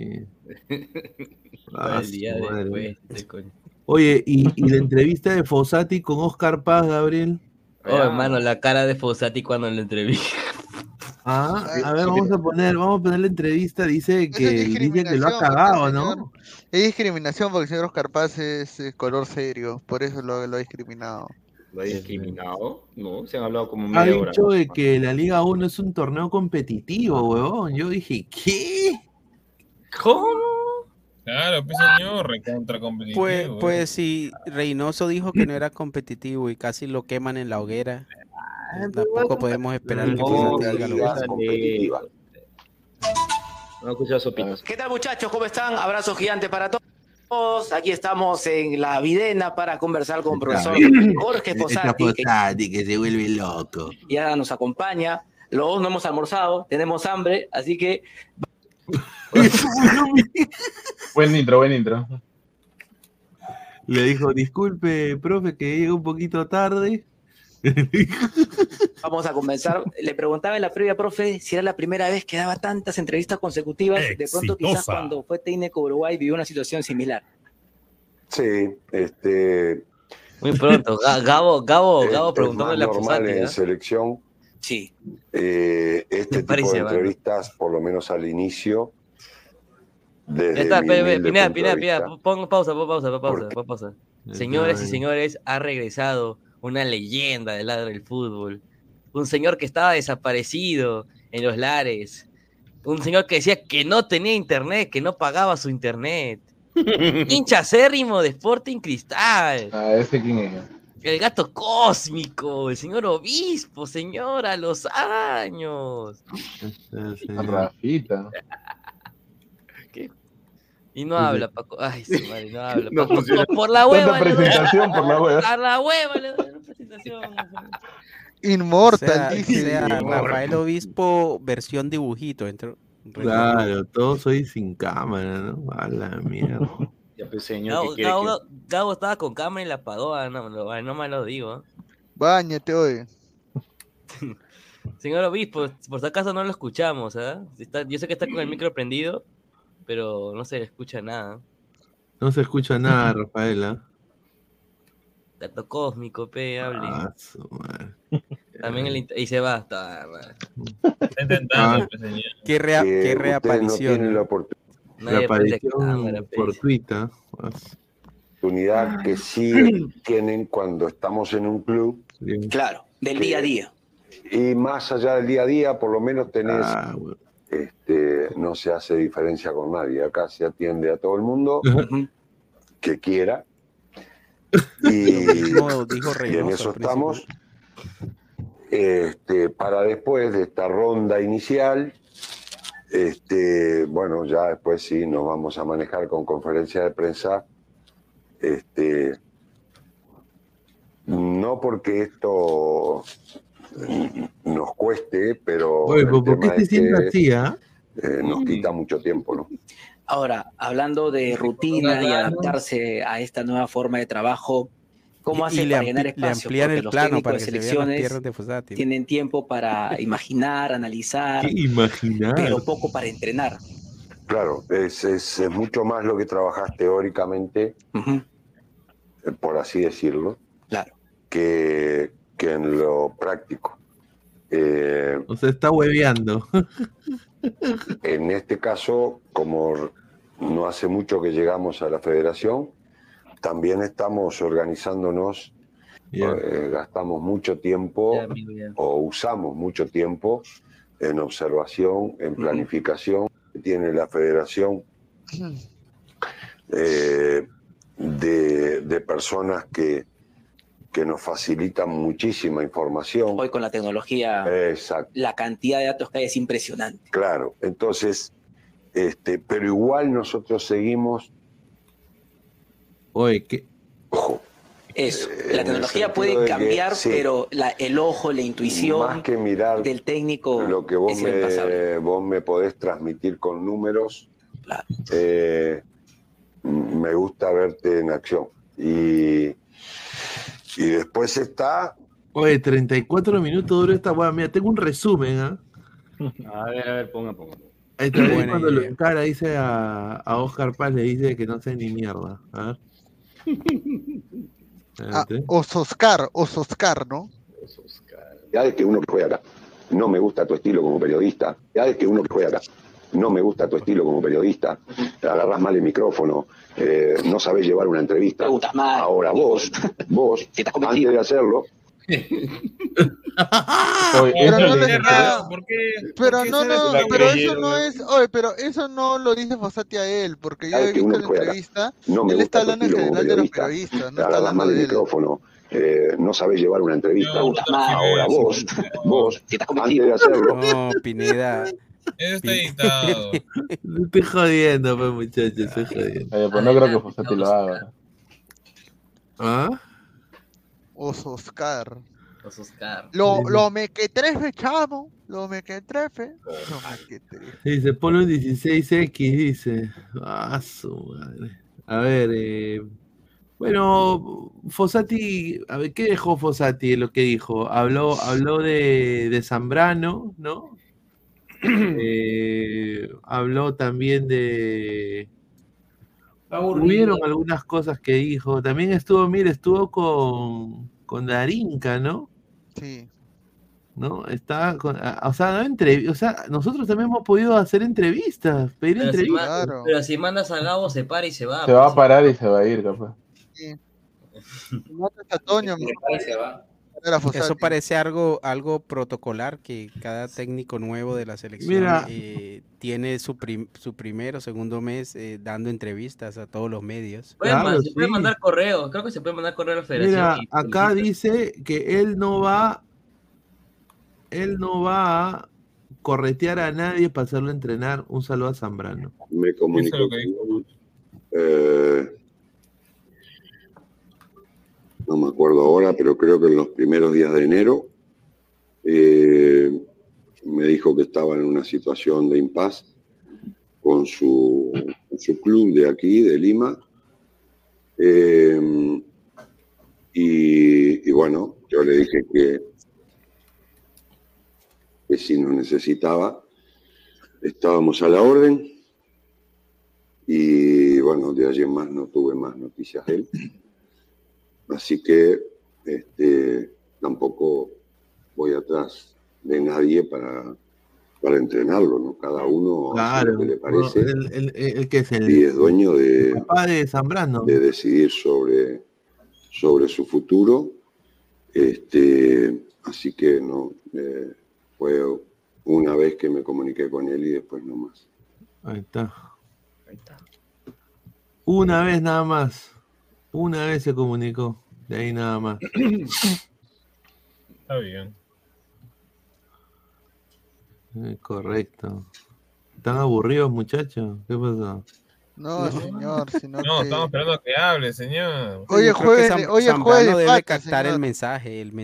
Speaker 4: El día después.
Speaker 1: Oye, ¿y la entrevista de Fossati con Oscar Paz, Gabriel?
Speaker 4: Oh, hermano, la cara de Fossati cuando lo entrevisté.
Speaker 1: A ver, vamos a poner la entrevista. Dice que lo ha cagado, ¿no?
Speaker 2: Es discriminación porque el señor Oscar Paz es color serio, por eso lo ha discriminado.
Speaker 18: ¿Lo ha discriminado? No, se han hablado como
Speaker 1: Ha
Speaker 18: media hora.
Speaker 1: dicho de que la Liga 1 es un torneo competitivo, huevón. Yo dije, ¿qué?
Speaker 4: ¿Cómo?
Speaker 5: Claro, pues señor, recontra competitivo.
Speaker 7: Pues sí, Reynoso dijo que no era competitivo y casi lo queman en la hoguera. Tampoco podemos esperar que Fossati diga lo mismo.
Speaker 18: No escuchas sopitas.
Speaker 14: ¿Qué tal, muchachos? ¿Cómo están? Abrazo gigante para todos. Aquí estamos en la Videna para conversar con el profesor Jorge Fossati,
Speaker 1: que se vuelve loco.
Speaker 14: Ya nos acompaña. Los dos no hemos almorzado, tenemos hambre, así que...
Speaker 13: Buen intro.
Speaker 1: Le dijo, disculpe, profe, que llegue un poquito tarde.
Speaker 14: Vamos a comenzar. Le preguntaba en la previa, profe, si era la primera vez que daba tantas entrevistas consecutivas. De pronto, quizás cuando fue técnico de Uruguay vivió una situación similar.
Speaker 19: Sí,
Speaker 4: muy pronto. Gabo preguntándole a Fossati.
Speaker 19: En selección.
Speaker 14: Sí.
Speaker 19: Tipo de entrevistas, por lo menos al inicio.
Speaker 4: Pineda, pon pausa. Señores y señores, ha regresado una leyenda del lado del fútbol. Un señor que estaba desaparecido en los lares. Un señor que decía que no tenía internet, que no pagaba su internet. Hincha acérrimo de Sporting Cristal.
Speaker 13: ¿Ese quién es?
Speaker 4: El gato cósmico, el señor obispo, señor, a los años.
Speaker 13: Rafita.
Speaker 4: ¿Qué? Y no habla, Paco. Ay, su madre, no habla. Paco, por la hueva.
Speaker 13: Presentación por la hueva.
Speaker 4: A la hueva le doy la presentación.
Speaker 2: Inmortal,
Speaker 7: dice. Rafael Obispo, versión dibujito.
Speaker 1: Claro, todo soy sin cámara, ¿no? A la mierda.
Speaker 18: Ya pues, señor,
Speaker 4: Gabo estaba con cámara y la apagó, no me lo digo.
Speaker 2: Báñate, oye.
Speaker 4: Señor Obispo, por si acaso no lo escuchamos, ¿eh? Yo sé que está con el micro prendido, pero no se le escucha nada.
Speaker 1: No se escucha nada, Rafaela.
Speaker 4: Gato cósmico, pe, hable. También y se va. Está
Speaker 5: intentando, señor.
Speaker 7: Qué reaparición.
Speaker 19: No
Speaker 1: reaparición fortuita.
Speaker 19: Oportunidad que sí tienen cuando estamos en un club.
Speaker 14: Claro, del día a día.
Speaker 19: Y más allá del día a día, por lo menos tenés, no se hace diferencia con nadie. Acá se atiende a todo el mundo que quiera. Y en eso estamos. Para después de esta ronda inicial, bueno, ya después sí nos vamos a manejar con conferencia de prensa. No porque esto nos cueste, pero
Speaker 1: oye, ¿por qué te sientes así,
Speaker 19: nos quita mucho tiempo, ¿no?
Speaker 14: Ahora, hablando de rutina y adaptarse a esta nueva forma de trabajo, ¿cómo hacen para llenar espacio?
Speaker 7: Le amplían el plano para
Speaker 14: que
Speaker 7: que se vean las piernas de Fossati.
Speaker 14: Tienen tiempo para imaginar, analizar, pero poco para entrenar.
Speaker 19: Claro, es mucho más lo que trabajas teóricamente por así decirlo,
Speaker 14: claro,
Speaker 19: que en lo práctico.
Speaker 1: O sea, está hueveando.
Speaker 19: En este caso, como no hace mucho que llegamos a la federación, también estamos organizándonos, gastamos mucho tiempo o usamos mucho tiempo en observación, en planificación que tiene la federación de personas que nos facilitan muchísima información.
Speaker 14: Hoy con la tecnología, la cantidad de datos que hay es impresionante.
Speaker 19: Claro, entonces, pero igual nosotros seguimos.
Speaker 1: Oye, ¿qué?
Speaker 19: Ojo.
Speaker 14: Eso, la tecnología puede cambiar, pero el ojo, la intuición
Speaker 19: más que mirar
Speaker 14: del técnico
Speaker 19: lo que vos
Speaker 14: es
Speaker 19: vos me podés transmitir con números,
Speaker 14: claro.
Speaker 19: Me gusta verte en acción. Y después está...
Speaker 1: Oye, 34 minutos duró esta hueá. Mira, tengo un resumen, ¿ah?
Speaker 18: A ver, ponga.
Speaker 1: Ahí está, cuando lo encara, dice a Oscar Paz, le dice que no sé ni mierda. A ver.
Speaker 2: Ososcar, ¿no?
Speaker 19: Ya es que uno que juega acá. No me gusta tu estilo como periodista. Ya es que uno que juega acá. No me gusta tu estilo como periodista. Agarrás mal el micrófono. No sabés llevar una entrevista. Ahora vos, antes de hacerlo...
Speaker 2: Pero eso no lo dice Fossati a él, porque yo he visto la entrevista, él está hablando en general de los periodistas, no está hablando de él.
Speaker 19: No sabés llevar una entrevista. Ahora vos, antes de hacerlo.
Speaker 7: No, Pineda.
Speaker 5: Eso está editado.
Speaker 1: Estoy jodiendo, pues, muchachos, estoy jodiendo.
Speaker 13: Pues no creo que Fossati lo haga.
Speaker 1: ¿Ah?
Speaker 2: Ososcar.
Speaker 4: Lo
Speaker 2: mequetrefe, chamo. Lo mequetrefe.
Speaker 1: Dice, pone un 16X, dice. Ah, su madre. A ver, bueno, Fossati, a ver, ¿qué dejó Fossati en lo que dijo? Habló de Zambrano, ¿no? Habló también de... Hubieron algunas cosas que dijo. También estuvo con Darinka, ¿no?
Speaker 2: Sí.
Speaker 1: ¿No? Está o sea, nosotros también hemos podido hacer entrevistas, pedir entrevistas.
Speaker 4: Pero si mandas a Gabo, se para y se va.
Speaker 13: Se va a parar y se va a ir, capaz.
Speaker 2: Sí.
Speaker 7: Eso parece algo protocolar, que cada técnico nuevo de la selección tiene su primer o segundo mes dando entrevistas a todos los medios.
Speaker 4: Se puede mandar correo, creo que se puede mandar correo a la federación.
Speaker 1: Mira, acá dice que él no va a corretear a nadie para hacerlo entrenar. Un saludo a Zambrano.
Speaker 19: Me comunico. No me acuerdo ahora, pero creo que en los primeros días de enero me dijo que estaba en una situación de impas con su club de aquí, de Lima. Y bueno, yo le dije que si nos necesitaba, estábamos a la orden. Y bueno, de allí en más no tuve más noticias de él. Así que tampoco voy atrás de nadie para entrenarlo, ¿no? Cada uno hace lo que le parece.
Speaker 1: El que es
Speaker 19: y es dueño de
Speaker 1: Zambrano,
Speaker 19: de decidir sobre su futuro. Así que no fue una vez que me comuniqué con él y después no más.
Speaker 1: Ahí está. Una vez nada más. Una vez se comunicó, de ahí nada más.
Speaker 5: Está bien.
Speaker 1: Correcto. ¿Están aburridos, muchachos? ¿Qué pasó?
Speaker 2: No, señor, sino
Speaker 5: no, estamos esperando a que hable, señor.
Speaker 2: Oye,
Speaker 7: Zambrano debe captar el mensaje. El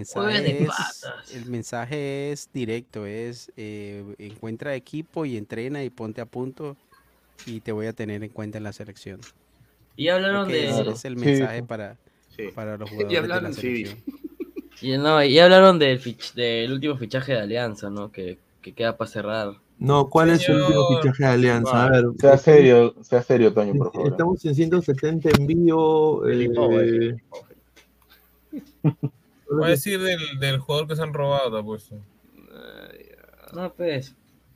Speaker 7: mensaje es directo, encuentra equipo y entrena y ponte a punto y te voy a tener en cuenta en la selección.
Speaker 4: Y hablaron
Speaker 7: es el mensaje para los jugadores.
Speaker 18: Y hablaron,
Speaker 7: de la selección.
Speaker 4: Y hablaron del último fichaje de Alianza, ¿no? Que queda para cerrar
Speaker 1: No, ¿cuál es el último fichaje de Alianza? A ver.
Speaker 13: Sea serio, Toño, por favor.
Speaker 1: Estamos en 170 en vivo.
Speaker 5: Voy a decir del jugador que se han robado, te apuesto.
Speaker 4: No, pues.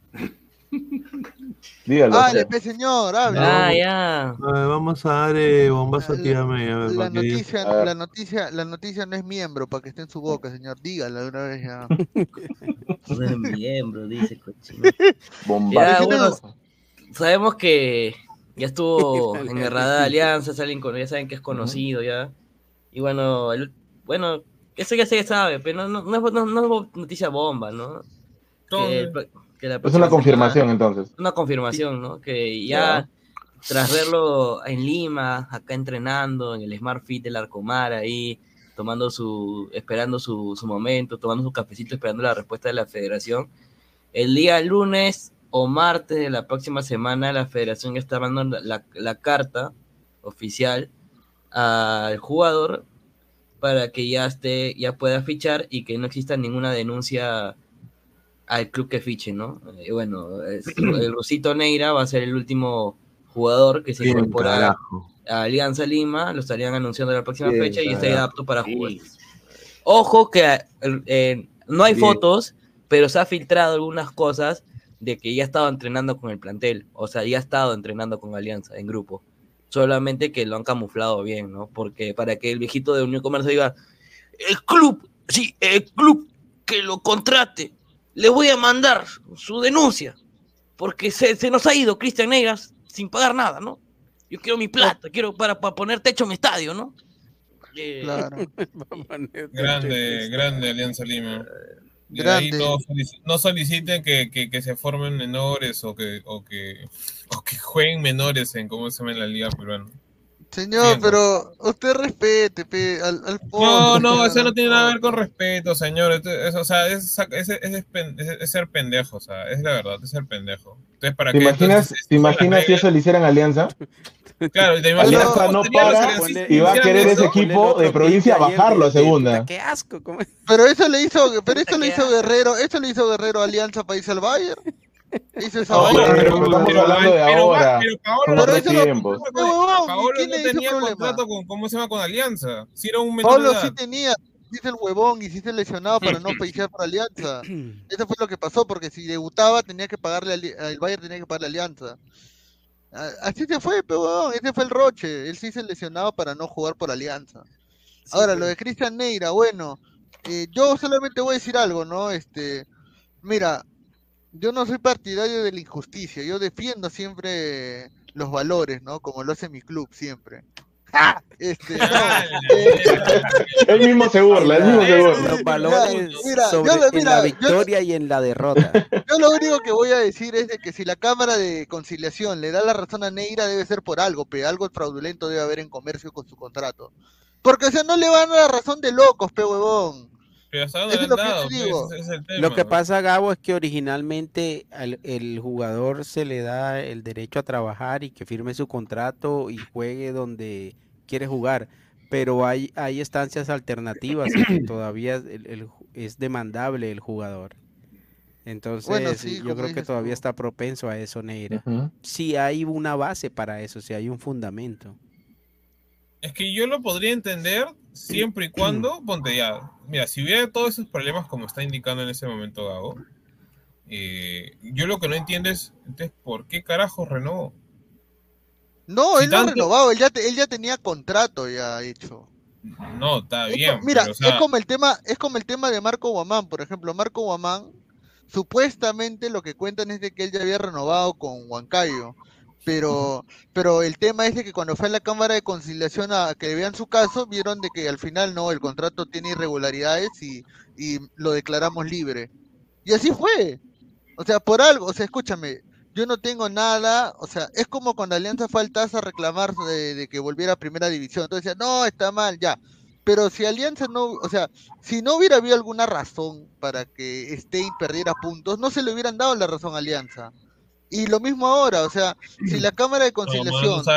Speaker 13: Dígalo.
Speaker 2: Hable, señor, hable.
Speaker 4: Ya.
Speaker 1: A ver, vamos a dar bombazo a Tía May. A ver,
Speaker 2: La noticia no es miembro, para que esté en su boca, señor. Dígala de una vez ya.
Speaker 4: No es miembro, dice cochino.
Speaker 13: Bombazo.
Speaker 4: Ya, bueno, sabemos que ya estuvo en el radar de Alianza, ya saben que es conocido ya. Y bueno, eso ya se sabe, pero no es noticia bomba, ¿no?
Speaker 13: Es una confirmación, entonces.
Speaker 4: Una confirmación, ¿no? Que ya tras verlo en Lima, acá entrenando en el Smart Fit del Arcomar, ahí esperando su momento, tomando su cafecito, esperando la respuesta de la federación. El día lunes o martes de la próxima semana, la federación ya está mandando la carta oficial al jugador para que ya pueda fichar y que no exista ninguna denuncia al club que fiche, ¿no? El Rusito Neira va a ser el último jugador que se incorpora a Alianza Lima, lo estarían anunciando la próxima fecha y estaría apto para jugar. Ojo que no hay fotos, pero se ha filtrado algunas cosas de que ya ha estado entrenando con el plantel, o sea, ya ha estado entrenando con Alianza en grupo, solamente que lo han camuflado bien, ¿no? Porque para que el viejito de Unión Comercio diga, el club que lo contrate, le voy a mandar su denuncia, porque se nos ha ido Cristian Negas sin pagar nada, ¿no? Yo quiero mi plata, quiero para poner techo en mi estadio, ¿no?
Speaker 2: Claro.
Speaker 5: Grande Alianza Lima. De
Speaker 2: Grande.
Speaker 5: ahí no soliciten que se formen menores o que jueguen menores en cómo se llama en la liga peruana.
Speaker 2: Señor, pero usted respete al fondo.
Speaker 5: No, eso no tiene nada que ver con respeto, señor. Es ser pendejo, o sea, es la verdad, es ser pendejo. Entonces, ¿para
Speaker 13: ¿Te imaginas si eso le hicieran a Alianza?
Speaker 5: Claro, y te imaginas
Speaker 13: Alianza no para y va a querer ese equipo de provincia bajarlo a segunda.
Speaker 7: Qué asco.
Speaker 2: Pero eso le hizo Guerrero, a Alianza para irse al Bayern. Hizo esa vaina.
Speaker 13: Pero estamos hablando de ahora.
Speaker 5: Pero
Speaker 13: otros tiempos.
Speaker 5: Paolo no tenía contrato con Alianza. Si era un menor
Speaker 2: Paolo
Speaker 5: de edad.
Speaker 2: sí tenía. Hiciste el huevón y hiciste lesionado para no fichar por Alianza. Eso fue lo que pasó, porque si debutaba tenía que pagarle al Bayern, tenía que pagarle a Alianza. Así se fue, pero ese fue el roche. Él sí se lesionaba para no jugar por Alianza. Ahora, lo de Cristian Neira, bueno, yo solamente voy a decir algo, ¿no? Mira, yo no soy partidario de la injusticia, yo defiendo siempre los valores, ¿no? Como lo hace mi club siempre.
Speaker 13: Él mismo se burla,
Speaker 7: Los valores en la victoria y en la derrota.
Speaker 2: Yo lo único que voy a decir es de que si la Cámara de Conciliación le da la razón a Neira, debe ser por algo, pero algo fraudulento debe haber en comercio con su contrato. Porque, o sea, no le van a dar la razón de locos, huevón.
Speaker 5: Pero hasta dónde le han dado, ese es el tema.
Speaker 7: Lo que pasa, Gabo, es que originalmente el jugador se le da el derecho a trabajar y que firme su contrato y juegue donde quiere jugar, pero hay estancias alternativas en que todavía es demandable el jugador. Entonces,
Speaker 2: bueno, sí,
Speaker 7: yo creo que todavía está propenso a eso, Neira. Si hay una base para eso, si hay un fundamento.
Speaker 5: Es que yo lo podría entender siempre y cuando, ponte ya, mira, si hubiera todos esos problemas como está indicando en ese momento Gabo, yo lo que no entiendo es, entonces, ¿por qué carajo renovó?
Speaker 2: No, él no ha renovado, él ya tenía contrato ya hecho.
Speaker 5: No, está bien.
Speaker 2: Mira,
Speaker 5: pero, o sea,
Speaker 2: es como el tema de Marco Guamán, por ejemplo. Marco Guamán, supuestamente lo que cuentan es de que él ya había renovado con Huancayo. Pero el tema es de que cuando fue a la Cámara de Conciliación a que vean su caso, vieron de que al final no, el contrato tiene irregularidades y lo declaramos libre. Y así fue. O sea, por algo, o sea, escúchame, yo no tengo nada, o sea, es como cuando Alianza fue al TAS a reclamar de que volviera a Primera División. Entonces decía, no, está mal, ya. Pero si Alianza no, o sea, si no hubiera habido alguna razón para que Stein perdiera puntos, no se le hubieran dado la razón a Alianza. Y lo mismo ahora, o sea, si la Cámara de Conciliación...
Speaker 5: Tú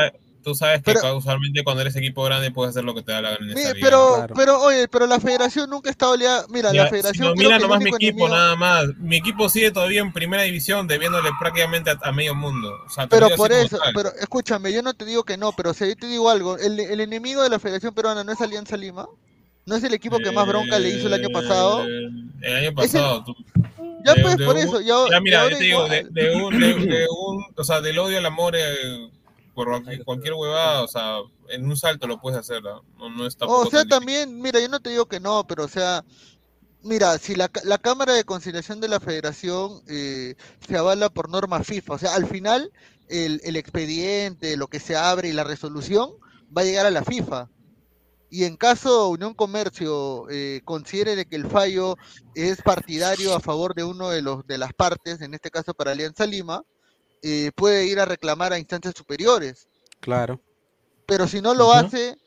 Speaker 5: tú sabes que usualmente cuando eres equipo grande puedes hacer lo que te da la gana en esta liga.
Speaker 2: Pero la federación nunca está oleada. Mira, la federación.
Speaker 5: Mira nomás mi equipo, nada más. Mi equipo sigue todavía en primera división, debiéndole prácticamente a medio mundo. O sea,
Speaker 2: pero por eso, pero escúchame, yo no te digo que no, pero si yo te digo algo, el enemigo de la Federación Peruana no es Alianza Lima, no es el equipo que más bronca le hizo el año pasado.
Speaker 5: El año pasado,
Speaker 2: ya pues, por eso.
Speaker 5: Ya mira, yo te digo, o sea, del odio al amor por cualquier huevada, o sea, en un salto lo puedes hacer, no está.
Speaker 2: O sea, también, mira, yo no te digo que no, pero o sea, mira, si la Cámara de Conciliación de la Federación se avala por norma FIFA, o sea, al final el expediente, lo que se abre y la resolución va a llegar a la FIFA. Y en caso Unión Comercio considere de que el fallo es partidario a favor de uno de las partes, en este caso para Alianza Lima, puede ir a reclamar a instancias superiores.
Speaker 7: Claro.
Speaker 2: Pero si no lo hace,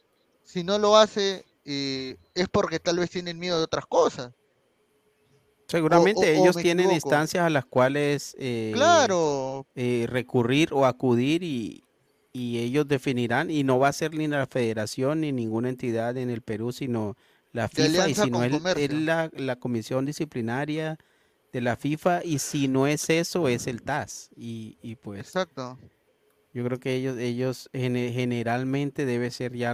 Speaker 2: es porque tal vez tienen miedo de otras cosas.
Speaker 7: Seguramente ellos tienen instancias a las cuales recurrir o acudir y ellos definirán, y no va a ser ni la federación ni ninguna entidad en el Perú, sino la FIFA, y si no es la comisión disciplinaria de la FIFA, y si no es eso, es el TAS, y pues
Speaker 2: exacto.
Speaker 7: Yo creo que ellos generalmente deben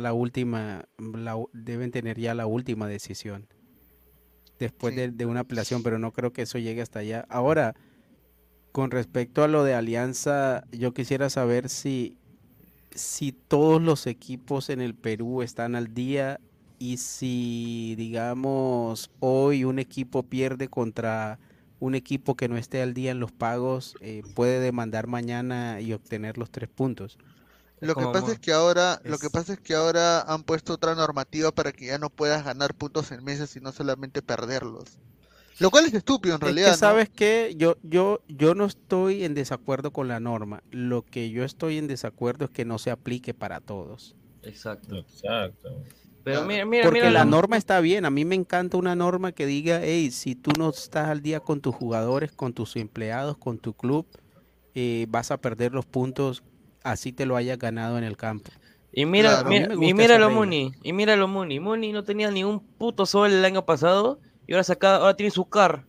Speaker 7: tener ya la última decisión después de una apelación, pero no creo que eso llegue hasta allá. Ahora, con respecto a lo de Alianza, yo quisiera saber si todos los equipos en el Perú están al día, y si, digamos, hoy un equipo pierde contra un equipo que no esté al día en los pagos, puede demandar mañana y obtener los 3 puntos.
Speaker 2: Lo que pasa es que ahora han puesto otra normativa para que ya no puedas ganar puntos en meses, sino solamente perderlos. Lo cual es estúpido en realidad.
Speaker 7: Que sabes que yo no estoy en desacuerdo con la norma. Lo que yo estoy en desacuerdo es que no se aplique para todos.
Speaker 4: Exacto.
Speaker 7: Pero porque la norma está bien. A mí me encanta una norma que diga, hey, si tú no estás al día con tus jugadores, con tus empleados, con tu club, vas a perder los puntos, así te lo hayas ganado en el campo.
Speaker 4: Y míralo Muni. Muni no tenía ni un puto sol el año pasado y ahora tiene su car.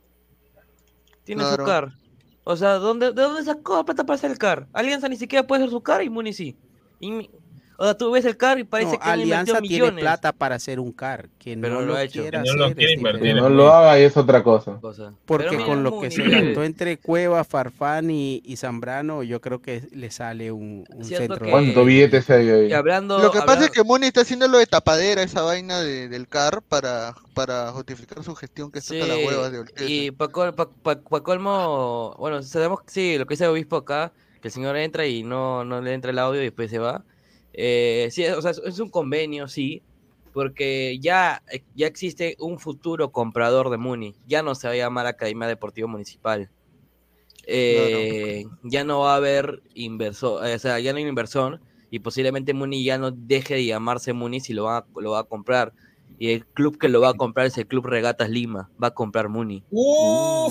Speaker 4: Su car. O sea, ¿de dónde sacó la plata para hacer el car? Alianza ni siquiera puede hacer su car y Muni sí. O sea, tú ves el car y parece que
Speaker 7: Alianza tiene plata para hacer un car,
Speaker 4: pero no lo ha hecho.
Speaker 5: Que no lo quiere invertir.
Speaker 13: Que no lo haga y es otra cosa.
Speaker 7: Porque con lo que se gastó entre Cueva, Farfán y Zambrano, yo creo que le sale un centro.
Speaker 13: ¿Cuánto billetes hay ahí?
Speaker 2: Lo que pasa es que Muni está haciendo lo de tapadera, esa vaina del car, para justificar su gestión, que está a las huevas de Olquete.
Speaker 4: Y para colmo, bueno, sabemos que lo que dice el obispo acá, que el señor entra y no le entra el audio y después se va. Sí, o sea, es un convenio, sí, porque ya existe un futuro comprador de Muni. Ya no se va a llamar Academia Deportiva Municipal. Ya no va a haber inversor, o sea, ya no hay inversor, y posiblemente Muni ya no deje de llamarse Muni si lo va a comprar. Y el club que lo va a comprar es el Club Regatas Lima. Va a comprar Muni.
Speaker 1: ¿O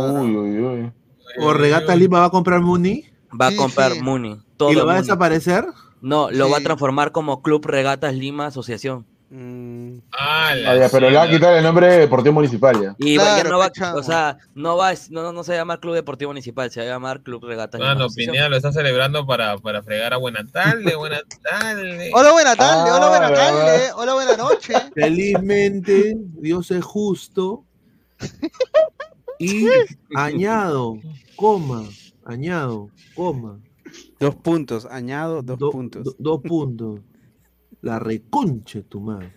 Speaker 1: Regatas Lima va a comprar Muni?
Speaker 4: Va a comprar Muni.
Speaker 1: ¿Y lo va a desaparecer?
Speaker 4: No, lo va a transformar como Club Regatas Lima Asociación.
Speaker 13: Pero le va a quitar el nombre de Deportivo Municipal ya.
Speaker 4: Y ya no va, o sea, no se va a llamar Club Deportivo Municipal, se va a llamar Club Regatas Lima.
Speaker 5: No, Pineda lo está celebrando para fregar a buenas tardes.
Speaker 2: Hola, buenas tardes. Hola, buenas noches.
Speaker 1: Felizmente, Dios es justo. Y añado, coma.
Speaker 7: 2 puntos, añado 2 puntos.
Speaker 1: 2 puntos. La reconche tu madre.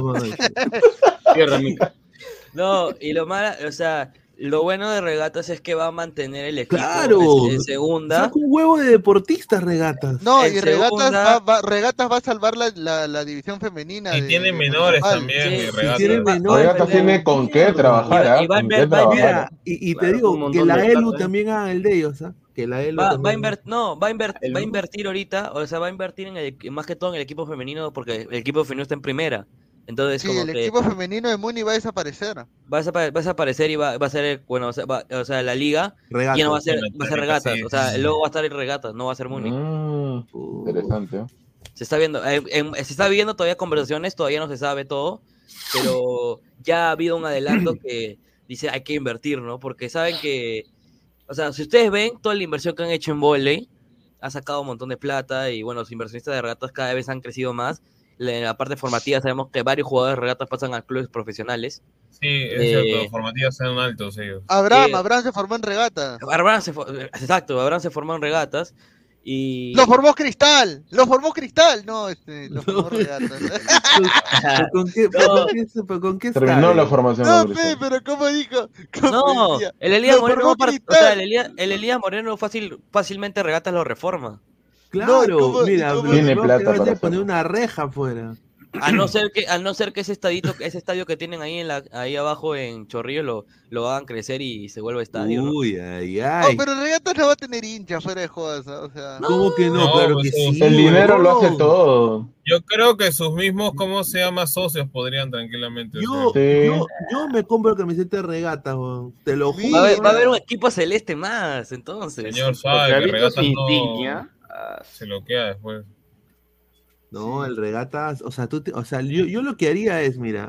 Speaker 4: No, y lo malo, o sea, lo bueno de Regatas es que va a mantener el equipo en segunda.
Speaker 1: Saca un huevo de deportistas, Regatas.
Speaker 2: No, y Regatas va a salvar la división femenina.
Speaker 5: Y tiene menores también.
Speaker 13: Regatas tiene con qué trabajar.
Speaker 1: Y te digo, que la ELU también haga el de ellos, ¿ah? Que la ELU
Speaker 4: va a invertir ahorita, o sea, va a invertir más que todo en el equipo femenino, porque el equipo femenino está en primera. Entonces,
Speaker 2: sí, el equipo femenino de Muni va a desaparecer.
Speaker 4: Va a desaparecer y va a ser, bueno, o sea, la liga
Speaker 1: Regatas,
Speaker 4: ya no va a ser Regatas, o sea, luego va a estar en Regatas, no va a ser Muni.
Speaker 13: Interesante.
Speaker 4: Se está viendo, se está viendo todavía conversaciones, todavía no se sabe todo, pero ya ha habido un adelanto que dice hay que invertir, ¿no? Porque saben que, o sea, si ustedes ven toda la inversión que han hecho en vóley, ha sacado un montón de plata y bueno, los inversionistas de regatas cada vez han crecido más. En la parte formativa sabemos que varios jugadores de regatas pasan a clubes profesionales.
Speaker 5: Sí, es cierto, formativas son altos ellos.
Speaker 2: Abraham se formó en regata.
Speaker 4: Exacto, Abraham se formó en regatas. Y...
Speaker 2: ¡Lo formó Cristal! ¡Lo formó Cristal! No, lo formó Regatas.
Speaker 1: ¿Con qué
Speaker 13: terminó la formación?
Speaker 2: No, pero ¿cómo dijo?
Speaker 4: No, el Elías Moreno, o sea, el Elías Moreno fácilmente Regatas lo reforma.
Speaker 1: Claro, mira,
Speaker 13: tiene plata para
Speaker 1: poner una reja afuera.
Speaker 4: A no ser que ese estadio que tienen ahí abajo en Chorrillos lo hagan crecer y se vuelva estadio.
Speaker 1: Uy,
Speaker 4: ¿no?
Speaker 1: ay, ay.
Speaker 2: No, pero Regatas no va a tener hinchas fuera de jodas, o sea.
Speaker 1: ¿Cómo que no? Claro que sí.
Speaker 13: El dinero lo hace todo.
Speaker 5: Yo creo que sus mismos, ¿cómo se llama? Socios podrían tranquilamente.
Speaker 1: Yo me compro camiseta de Regatas, te lo juro.
Speaker 4: Va a haber un equipo celeste más, entonces.
Speaker 5: Señor suave, que Regatas no se lo queda después.
Speaker 1: No, el Regatas, o sea, yo lo que haría es, mira,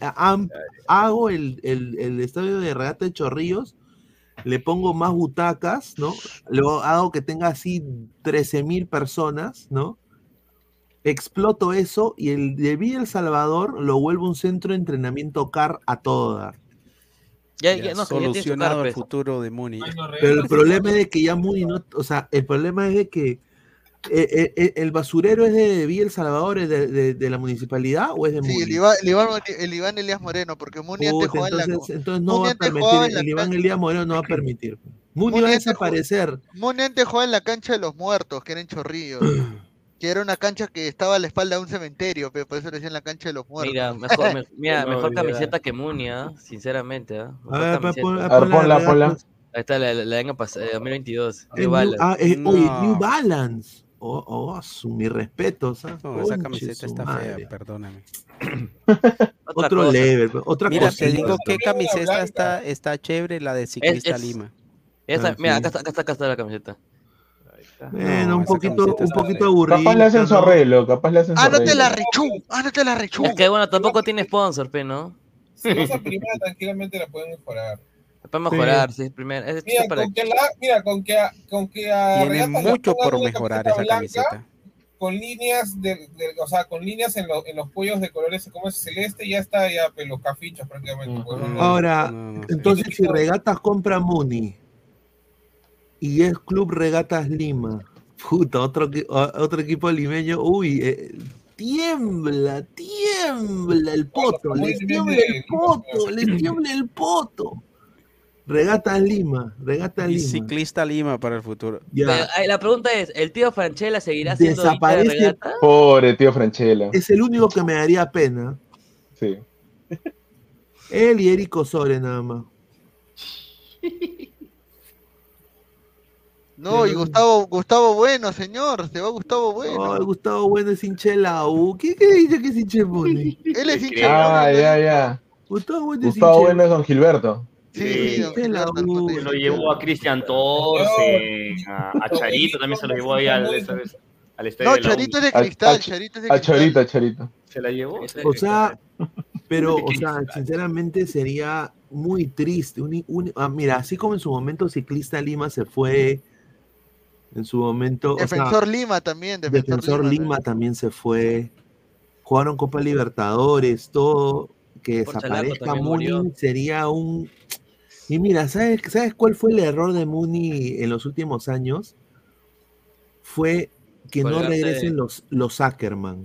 Speaker 1: hago el estadio de Regata de Chorrillos, le pongo más butacas, ¿no? Luego hago que tenga así 13,000 personas, ¿no? Exploto eso y el de Villa El Salvador lo vuelvo un centro de entrenamiento CAR a todo dar.
Speaker 7: Ya solucionado el futuro de Muni.
Speaker 1: Pero el problema es de que ya Muni no, o sea, el problema es de que ¿el basurero es de Villa El Salvador, es de la municipalidad o es de Muni?
Speaker 2: Sí, el Iván Elías Moreno, porque Muni antes jugaba en la...
Speaker 1: Entonces no va a permitir, el Iván Elías Moreno no va a permitir. Muni va a desaparecer.
Speaker 2: Muni antes jugaba en la cancha de los muertos, que era en Chorrillos. Que era una cancha que estaba a la espalda de un cementerio, pero por eso le decían la cancha de los muertos.
Speaker 4: Mejor camiseta que Muni, sinceramente.
Speaker 1: A ver, ponla.
Speaker 4: Ahí está la año pasado, 2022.
Speaker 1: New Balance. Mi respeto.
Speaker 7: No, esa camiseta está fea, perdóname.
Speaker 1: Otro level, otra cosa.
Speaker 7: Mira, te digo qué camiseta está chévere, la de Ciclista Lima.
Speaker 4: Mira, acá está la camiseta.
Speaker 1: Bueno, un poquito aburrido.
Speaker 13: Capaz le hacen su arreglo,
Speaker 2: ¡Ándate la rechú!
Speaker 4: Es que bueno, tampoco tiene sponsor, ¿no?
Speaker 5: Si vas a primera, tranquilamente la pueden mejorar.
Speaker 4: Pueden mejorar, sí, primero.
Speaker 5: Con que
Speaker 7: tiene mucho por mejorar esa camiseta.
Speaker 5: Con líneas con líneas en los cuellos de colores como es celeste, ya está los cafichos prácticamente.
Speaker 1: Ahora, entonces si Regatas compra Muni y es Club Regatas Lima, puta, otro equipo limeño, tiembla el poto, les tiembla el poto. Regatas Lima.
Speaker 7: Y Ciclista Lima para el futuro.
Speaker 4: Pero, la pregunta es, ¿el tío Franchella seguirá siendo
Speaker 1: desaparece
Speaker 4: de Regata?
Speaker 13: Pobre tío Franchella.
Speaker 1: Es el único que me daría pena.
Speaker 13: Sí.
Speaker 1: Él y Eric Osore nada más.
Speaker 2: No, y Gustavo Bueno, señor, se va Gustavo Bueno.
Speaker 1: No, Gustavo Bueno es hincha de la U. ¿Qué dice que es hincha de Muni?
Speaker 2: Él es hincha de la U.
Speaker 13: Ya.
Speaker 1: Gustavo
Speaker 13: Bueno es Don Gilberto.
Speaker 18: Sí, lo llevó a Cristian Torce, a Charito también se lo llevó ahí al estadio.
Speaker 2: No, Charito es de Cristal,
Speaker 13: Charito.
Speaker 18: Se la llevó.
Speaker 1: O sea, sinceramente sería muy triste. Mira, así como en su momento Ciclista Lima se fue, en su momento...
Speaker 2: Defensor Lima también.
Speaker 1: Defensor Lima también se fue. Jugaron Copa Libertadores, todo. Que desaparezca Muni sería un... Y mira, ¿sabes cuál fue el error de Muni en los últimos años? Fue que no regresen los Ackerman.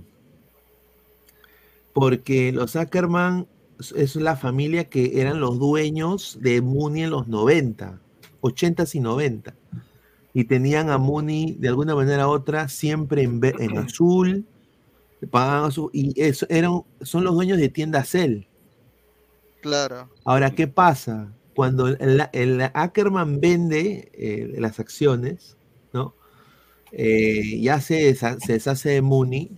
Speaker 1: Porque los Ackerman es la familia que eran los dueños de Muni en los 90, 80s y 90. Y tenían a Muni de alguna manera u otra siempre en azul, pagaban azul, y son los dueños de tienda Cell.
Speaker 2: Claro.
Speaker 1: Ahora, ¿qué pasa? Cuando el Ackerman vende las acciones, ¿no? Ya se deshace de Muni,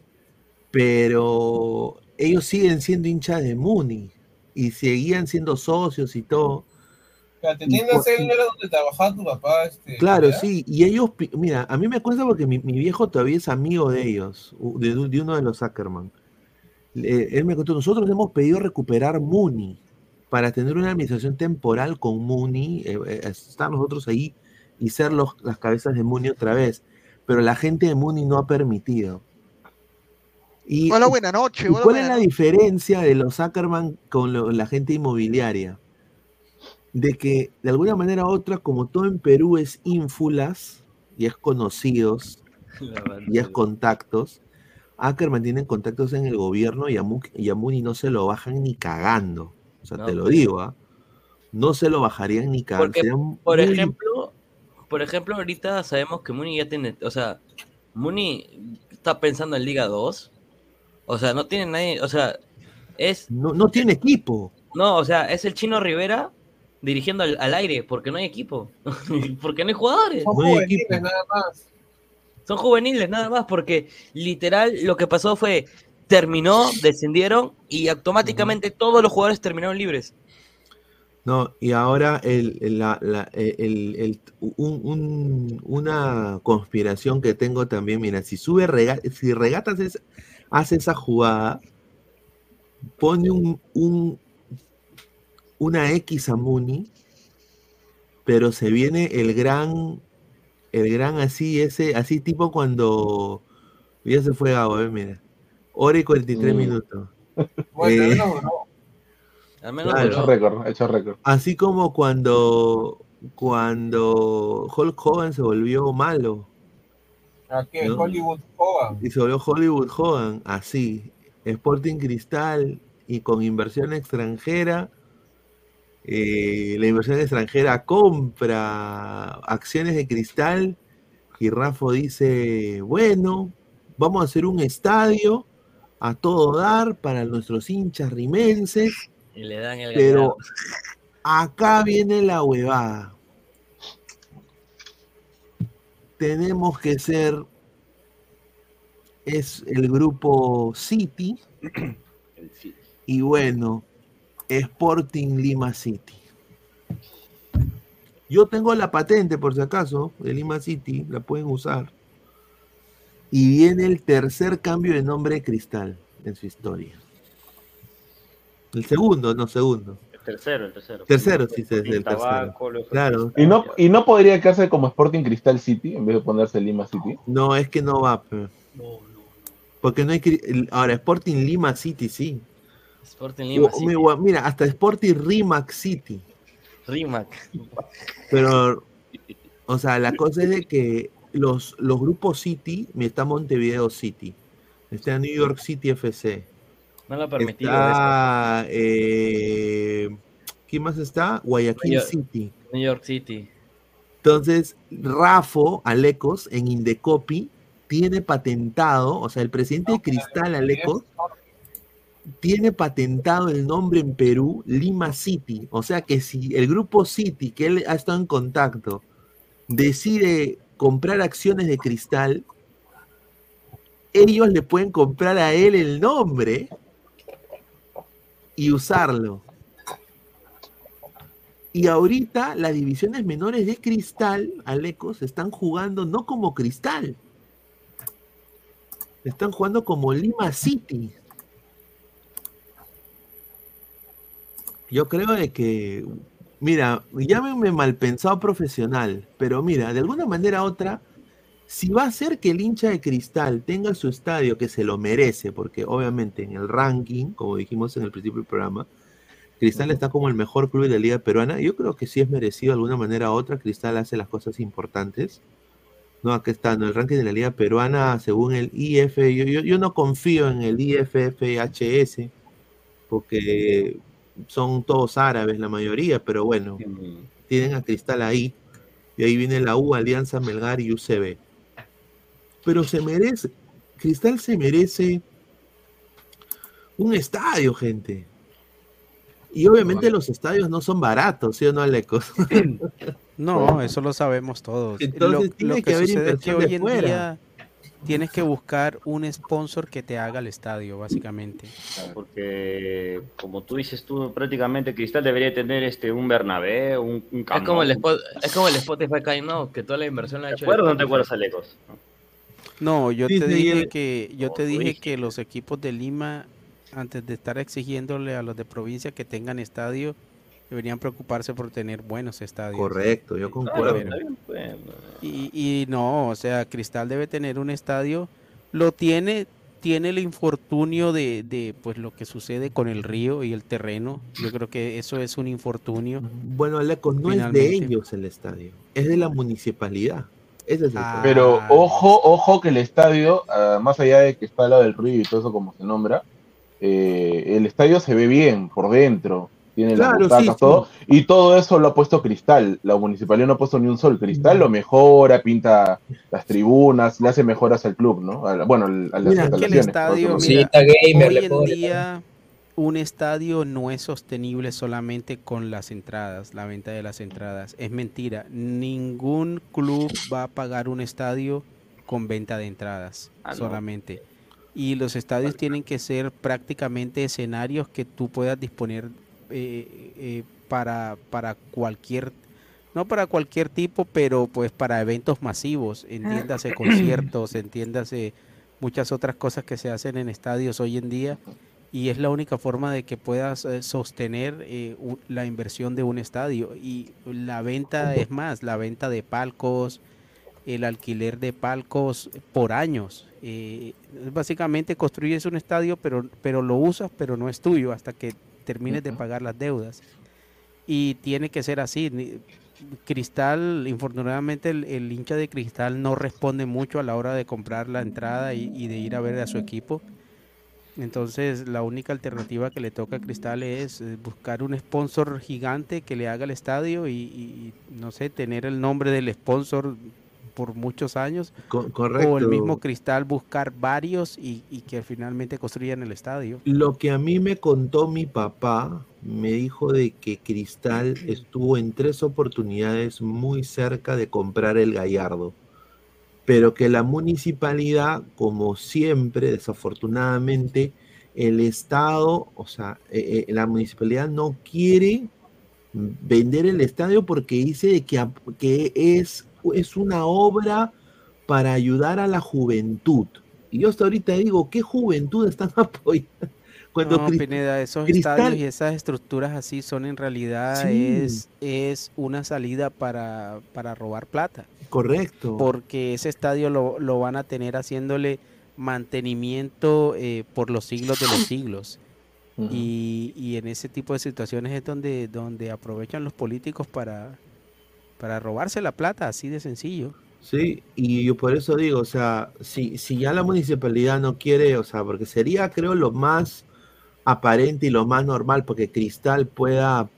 Speaker 1: pero ellos siguen siendo hinchas de Muni y seguían siendo socios y todo.
Speaker 5: Te tiendas él no era donde trabajaba tu papá.
Speaker 1: Claro, sí, y ellos, mira, a mí me cuesta porque mi viejo todavía es amigo de ellos, de uno de los Ackerman. Él me contó, nosotros hemos pedido recuperar Muni para tener una administración temporal con Muni, estar nosotros ahí y ser las cabezas de Muni otra vez, pero la gente de Muni no ha permitido.
Speaker 2: Hola, buena noche.
Speaker 1: ¿Cuál es la diferencia de los Ackerman con la gente inmobiliaria? De que de alguna manera u otra, como todo en Perú es ínfulas y es conocidos y es contactos, Ackerman tienen contactos en el gobierno y a Muni no se lo bajan ni cagando. O sea, te lo digo, ¿ah? No se lo bajarían ni cagando.
Speaker 4: Porque, por ejemplo, ahorita sabemos que Muni ya tiene, o sea, Muni está pensando en Liga 2. O sea, no tiene nadie, o sea,
Speaker 1: no tiene equipo.
Speaker 4: No, o sea, es el Chino Rivera dirigiendo al aire, porque no hay equipo. Porque no hay jugadores.
Speaker 5: Son juveniles nada más.
Speaker 4: Son juveniles nada más, porque literal lo que pasó fue, terminó, descendieron y automáticamente todos los jugadores terminaron libres.
Speaker 1: No, y ahora una conspiración que tengo también, mira, si Regatas hace esa jugada, pone una X a Muni, pero se viene el gran así tipo cuando ya se fue Gabo, mira, hora y 43 minutos.
Speaker 5: Bueno,
Speaker 4: al menos
Speaker 13: ha hecho récord.
Speaker 1: Así como cuando Hulk Hogan se volvió malo.
Speaker 5: ¿A qué?
Speaker 1: ¿No?
Speaker 5: Hollywood Hogan.
Speaker 1: Y se volvió Hollywood Hogan, así. Sporting Cristal y con inversión extranjera. La inversión extranjera compra acciones de Cristal y Rafa dice, bueno, vamos a hacer un estadio a todo dar para nuestros hinchas rimenses.
Speaker 4: Y le dan el
Speaker 1: pero acá viene la huevada. Tenemos que ser es el grupo City y bueno, Sporting Lima City. Yo tengo la patente por si acaso de Lima City, la pueden usar. Y viene el tercer cambio de nombre de Cristal en su historia. El segundo.
Speaker 18: El tercero.
Speaker 1: Tercero, sí, es el
Speaker 18: tabaco,
Speaker 1: tercero. Claro.
Speaker 13: ¿Y no podría quedarse como Sporting Cristal City en vez de ponerse Lima City?
Speaker 1: No, es que no va. No. Porque no hay ahora Sporting Lima City, sí.
Speaker 4: Sporting Lima City.
Speaker 1: Mira, hasta Sporting Rimac City.
Speaker 4: Rimac.
Speaker 1: Pero, o sea, la cosa es de que los grupos City, está Montevideo City, está New York City FC.
Speaker 4: No lo ha permitido.
Speaker 1: Está, ¿quién más está? Guayaquil City.
Speaker 4: New York City.
Speaker 1: Entonces, Rafo Alecos en Indecopi tiene patentado, o sea, el presidente de Cristal Alecos tiene patentado el nombre en Perú, Lima City. O sea que si el grupo City, que él ha estado en contacto, decide comprar acciones de Cristal, ellos le pueden comprar a él el nombre y usarlo. Y ahorita las divisiones menores de Cristal, Alecos, están jugando no como Cristal, están jugando como Lima City. Yo creo de que, mira, llámenme mal pensado profesional, pero mira, de alguna manera u otra, si va a ser que el hincha de Cristal tenga su estadio, que se lo merece, porque obviamente en el ranking, como dijimos en el principio del programa, Cristal está como el mejor club de la Liga Peruana. Yo creo que sí es merecido de alguna manera u otra. Cristal hace las cosas importantes. No, aquí está, en el ranking de la Liga Peruana, según el IF, yo no confío en el IFFHS, porque son todos árabes la mayoría, pero bueno, tienen a Cristal ahí, y ahí viene la U, Alianza, Melgar y UCB. Pero Cristal se merece un estadio, gente. Y obviamente los estadios no son baratos, ¿sí o no, Alecos?
Speaker 7: No, eso lo sabemos todos.
Speaker 1: Entonces tiene que haber inversión de fuera.
Speaker 7: tienes que buscar un sponsor que te haga el estadio, básicamente.
Speaker 18: Porque, como tú dices, prácticamente Cristal debería tener un Bernabéu, un Camp
Speaker 4: Es como el
Speaker 18: Nou.
Speaker 4: es como el Spotify Kai No, que toda la inversión la ha
Speaker 18: ¿Te
Speaker 4: hecho
Speaker 18: acuerdas o no te
Speaker 4: Spotify.
Speaker 18: acuerdas, Alecos?
Speaker 7: No, yo
Speaker 1: Sí,
Speaker 7: te
Speaker 1: sí,
Speaker 7: dije que
Speaker 18: dije.
Speaker 7: los equipos de Lima, antes de estar exigiéndole a los de provincia que tengan estadio, deberían preocuparse por tener buenos estadios.
Speaker 1: Correcto, yo concuerdo.
Speaker 18: Claro, está bien, pues.
Speaker 7: Y no, o sea, Cristal debe tener un estadio, lo tiene el infortunio de pues lo que sucede con el río y el terreno. Yo creo que eso es un infortunio.
Speaker 1: Bueno, Aleco, no es de
Speaker 7: Finalmente.
Speaker 1: ellos el estadio, es de la municipalidad. Ese es el problema.
Speaker 13: Pero ojo que el estadio, más allá de que está al lado del río y todo eso como se nombra, el estadio se ve bien por dentro, tiene las
Speaker 1: Claro,
Speaker 13: butacas,
Speaker 1: sí,
Speaker 13: todo, y todo eso lo ha puesto Cristal. La municipalidad no ha puesto ni un sol. Cristal lo mejora, pinta las tribunas, le hace mejoras al club, ¿no? A las
Speaker 7: Mira, que el
Speaker 13: instalaciones.
Speaker 7: estadio,
Speaker 13: por
Speaker 7: mira,
Speaker 13: otro lado.
Speaker 7: hoy en día un estadio no es sostenible solamente con las entradas, la venta de las entradas. Es mentira. Ningún club va a pagar un estadio con venta de entradas
Speaker 18: no.
Speaker 7: solamente. Y los estadios tienen que ser prácticamente escenarios que tú puedas disponer para cualquier, no para cualquier tipo, pero pues para eventos masivos, entiéndase conciertos, entiéndase muchas otras cosas que se hacen en estadios hoy en día, y es la única forma de que puedas sostener la inversión de un estadio. Y la venta, es más, la venta de palcos, el alquiler de palcos por años. Básicamente construyes un estadio, pero lo usas, pero no es tuyo hasta que termines de pagar las deudas. Y tiene que ser así. Cristal, infortunadamente el hincha de Cristal no responde mucho a la hora de comprar la entrada y de ir a ver a su equipo. Entonces la única alternativa que le toca a Cristal es buscar un sponsor gigante que le haga el estadio y no sé, tener el nombre del sponsor por muchos años.
Speaker 1: Correcto.
Speaker 7: O el mismo Cristal buscar varios y que finalmente construyan el estadio.
Speaker 1: Lo que a mí me contó mi papá, me dijo de que Cristal estuvo en 3 oportunidades muy cerca de comprar el Gallardo, pero que la municipalidad, como siempre, desafortunadamente, el Estado, o sea, la municipalidad no quiere vender el estadio porque dice de que es una obra para ayudar a la juventud. Y yo hasta ahorita digo, ¿qué juventud están apoyando? Cuando
Speaker 7: No, Pineda, esos
Speaker 1: Cristal,
Speaker 7: estadios y esas estructuras así son en realidad
Speaker 1: sí,
Speaker 7: es una salida para robar plata.
Speaker 1: Correcto.
Speaker 7: Porque ese estadio lo van a tener haciéndole mantenimiento por los siglos de los siglos. Y en ese tipo de situaciones es donde aprovechan los políticos para robarse la plata, así de sencillo.
Speaker 1: Sí, y yo por eso digo, o sea, si ya la municipalidad no quiere, o sea, porque sería, creo, lo más aparente y lo más normal, porque Cristal pueda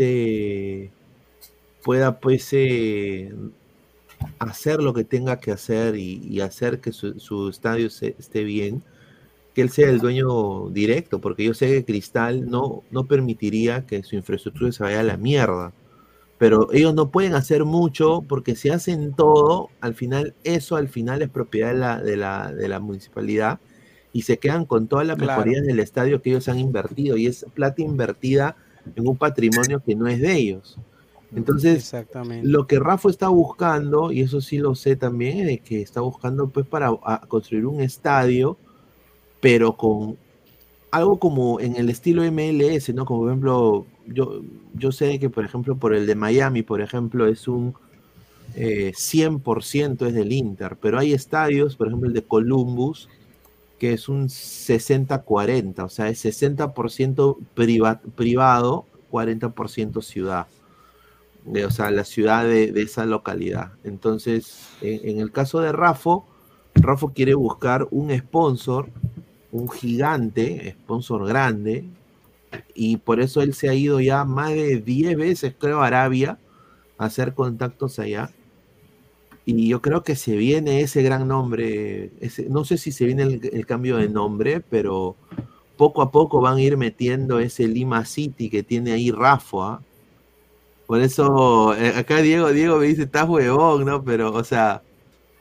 Speaker 1: hacer lo que tenga que hacer y hacer que su estadio esté bien, que él sea el dueño directo, porque yo sé que Cristal no permitiría que su infraestructura se vaya a la mierda. Pero ellos no pueden hacer mucho porque si hacen todo, al final es propiedad de la municipalidad y se quedan con todas las mejorías del estadio que ellos han invertido y es plata invertida en un patrimonio que no es de ellos. Entonces, lo que Rafa está buscando, y eso sí lo sé también, es que está buscando pues para construir un estadio, pero con algo como en el estilo MLS, ¿no? Como por ejemplo, yo sé que por ejemplo por el de Miami, por ejemplo, es un 100% es del Inter, pero hay estadios, por ejemplo el de Columbus, que es un 60-40, o sea, es 60% privado, 40% ciudad. O sea, la ciudad de esa localidad. Entonces, en el caso de Rafa quiere buscar un sponsor, un gigante, sponsor grande, y por eso él se ha ido ya más de 10 veces, creo, a Arabia, a hacer contactos allá. Y yo creo que se viene ese gran nombre, no sé si se viene el cambio de nombre, pero poco a poco van a ir metiendo ese Lima City que tiene ahí Rafa. Por eso, acá Diego me dice, estás huevón, ¿no? Pero, o sea,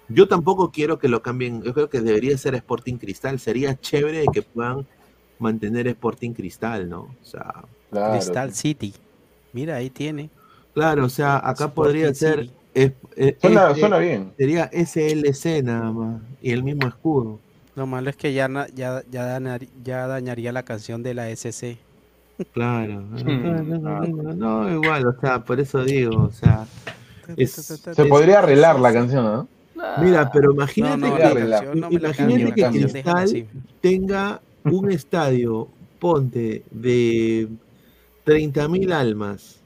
Speaker 1: Yo tampoco quiero que lo cambien. Yo creo que debería ser Sporting Cristal. Sería chévere que puedan mantener Sporting Cristal, ¿no? O sea,
Speaker 13: Claro.
Speaker 7: Cristal City. Mira, ahí tiene.
Speaker 1: claro, o sea, acá
Speaker 7: Sporting
Speaker 1: podría ser.
Speaker 7: City.
Speaker 13: Suena bien.
Speaker 1: Sería SLC nada más. Y el mismo escudo.
Speaker 7: Lo malo es que ya dañaría la canción de la SC.
Speaker 1: Claro. No, igual, o sea, por eso digo, o sea.
Speaker 13: Se podría arreglar la canción, ¿no?
Speaker 1: Mira, pero imagínate
Speaker 7: No,
Speaker 1: que,
Speaker 7: la canción no me la
Speaker 1: imagínate
Speaker 7: cambio,
Speaker 1: que
Speaker 7: la canción déjala
Speaker 1: Cristal
Speaker 7: así.
Speaker 1: tenga un estadio, ponte, de 30.000 almas,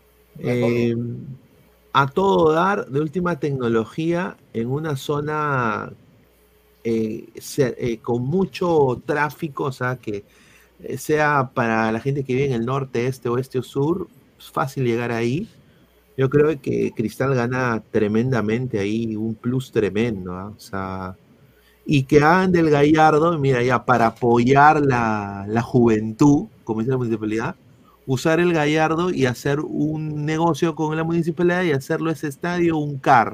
Speaker 1: a todo dar, de última tecnología, en una zona con mucho tráfico, o sea, que sea para la gente que vive en el norte, este, oeste o sur, es fácil llegar ahí. Yo creo que Cristal gana tremendamente ahí, un plus tremendo, ¿ah? O sea, y que hagan del Gallardo, mira, ya para apoyar la juventud, como dice la municipalidad, usar el Gallardo y hacer un negocio con la municipalidad y hacerlo ese estadio un CAR.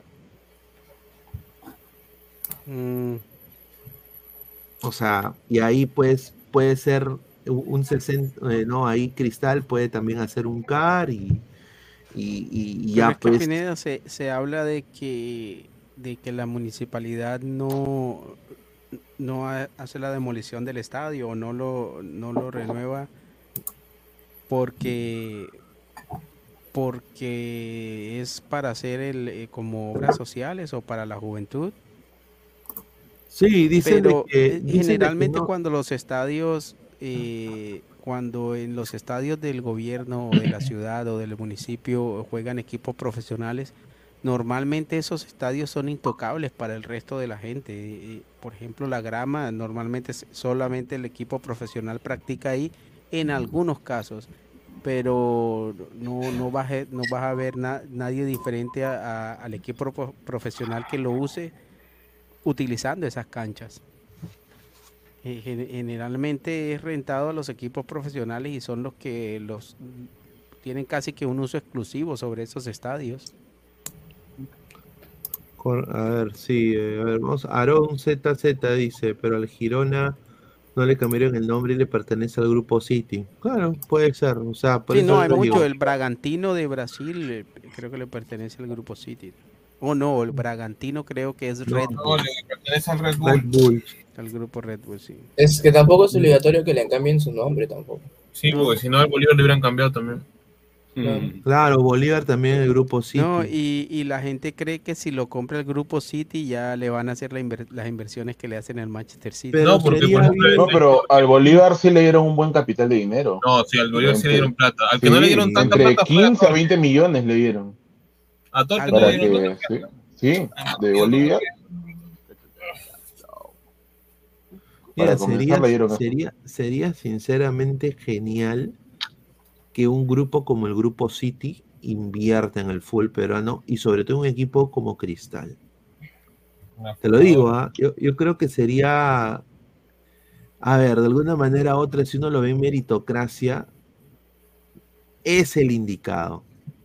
Speaker 1: O sea, y ahí pues puede ser un 60, ¿no? Ahí Cristal puede también hacer un CAR y
Speaker 7: Pero
Speaker 1: ya
Speaker 7: es que
Speaker 1: pues.
Speaker 7: Pineda se habla de que la municipalidad no hace la demolición del estadio o no lo renueva porque es para hacer como obras sociales o para la juventud.
Speaker 1: Sí, dicen
Speaker 7: Pero
Speaker 1: dicen de que
Speaker 7: generalmente
Speaker 1: no.
Speaker 7: cuando los estadios, cuando en los estadios del gobierno o de la ciudad o del municipio juegan equipos profesionales, normalmente esos estadios son intocables para el resto de la gente. Por ejemplo, la grama, normalmente solamente el equipo profesional practica ahí en algunos casos, pero no vas a ver nadie diferente al equipo profesional que lo use utilizando esas canchas. Generalmente es rentado a los equipos profesionales y son los que tienen casi que un uso exclusivo sobre esos estadios.
Speaker 1: A ver, sí, a ver, vamos. Aarón ZZ dice, pero al Girona no le cambiaron el nombre y le pertenece al grupo City. Claro, puede ser, o sea, por
Speaker 7: Sí,
Speaker 1: eso
Speaker 7: no, hay
Speaker 1: lo
Speaker 7: mucho.
Speaker 1: digo.
Speaker 7: El Bragantino de Brasil creo que le pertenece al grupo City. O no, el Bragantino creo que es Red Bull.
Speaker 5: No, le pertenece al Red Bull.
Speaker 1: Red Bull.
Speaker 7: Al grupo Red Bull, sí.
Speaker 15: Es que tampoco es obligatorio que le cambien su nombre tampoco.
Speaker 5: Sí, porque si no, al Bolívar le hubieran cambiado también.
Speaker 1: Claro, Bolívar también el grupo City.
Speaker 7: No, y la gente cree que si lo compra el grupo City ya le van a hacer las inversiones que le hacen al Manchester City.
Speaker 1: Pero
Speaker 5: No, porque por ejemplo,
Speaker 13: No, pero al Bolívar sí le dieron un buen capital de dinero.
Speaker 5: No, sí, al Bolívar sí le dieron plata. Al que
Speaker 13: Sí,
Speaker 5: no le dieron tanta
Speaker 13: entre
Speaker 5: plata fue
Speaker 13: 15 a 20 millones le dieron.
Speaker 5: a todo el que no
Speaker 13: Para
Speaker 5: le dieron
Speaker 13: que, sí, de Bolivia.
Speaker 1: Mira,
Speaker 13: Para comenzar le dieron eso.
Speaker 1: sería sinceramente genial que un grupo como el grupo City invierta en el fútbol peruano y sobre todo un equipo como Cristal. Te lo digo, ¿ah? Yo creo que sería, a ver, de alguna manera u otra, si uno lo ve en meritocracia, es el indicado.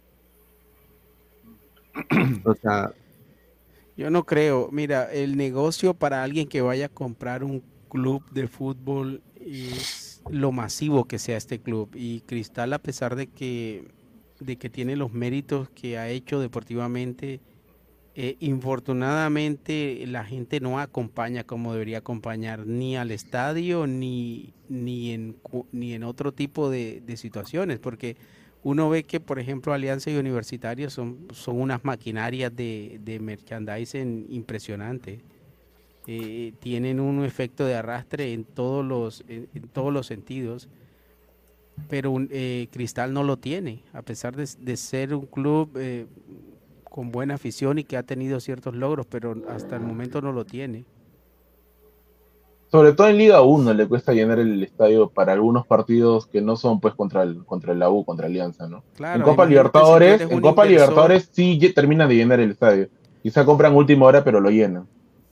Speaker 1: O sea,
Speaker 7: Yo no creo. Mira, el negocio para alguien que vaya a comprar un club de fútbol es lo masivo que sea este club. Y Cristal, a pesar de que tiene los méritos que ha hecho deportivamente, infortunadamente la gente no acompaña como debería acompañar ni al estadio ni en otro tipo de situaciones, porque uno ve que, por ejemplo, Alianza y Universitario son unas maquinarias de merchandising impresionantes. Tienen un efecto de arrastre en todos los sentidos, pero Cristal no lo tiene, a pesar de ser un club con buena afición y que ha tenido ciertos logros, pero hasta el momento no lo tiene.
Speaker 13: Sobre todo en Liga 1 le cuesta llenar el estadio para algunos partidos que no son pues contra la U, contra Alianza, ¿no?
Speaker 7: Claro,
Speaker 13: en Copa
Speaker 7: imagínate si tú
Speaker 13: Libertadores,
Speaker 7: eres un inversor.
Speaker 13: Libertadores sí termina de llenar el estadio. Quizá compran última hora, pero lo llenan.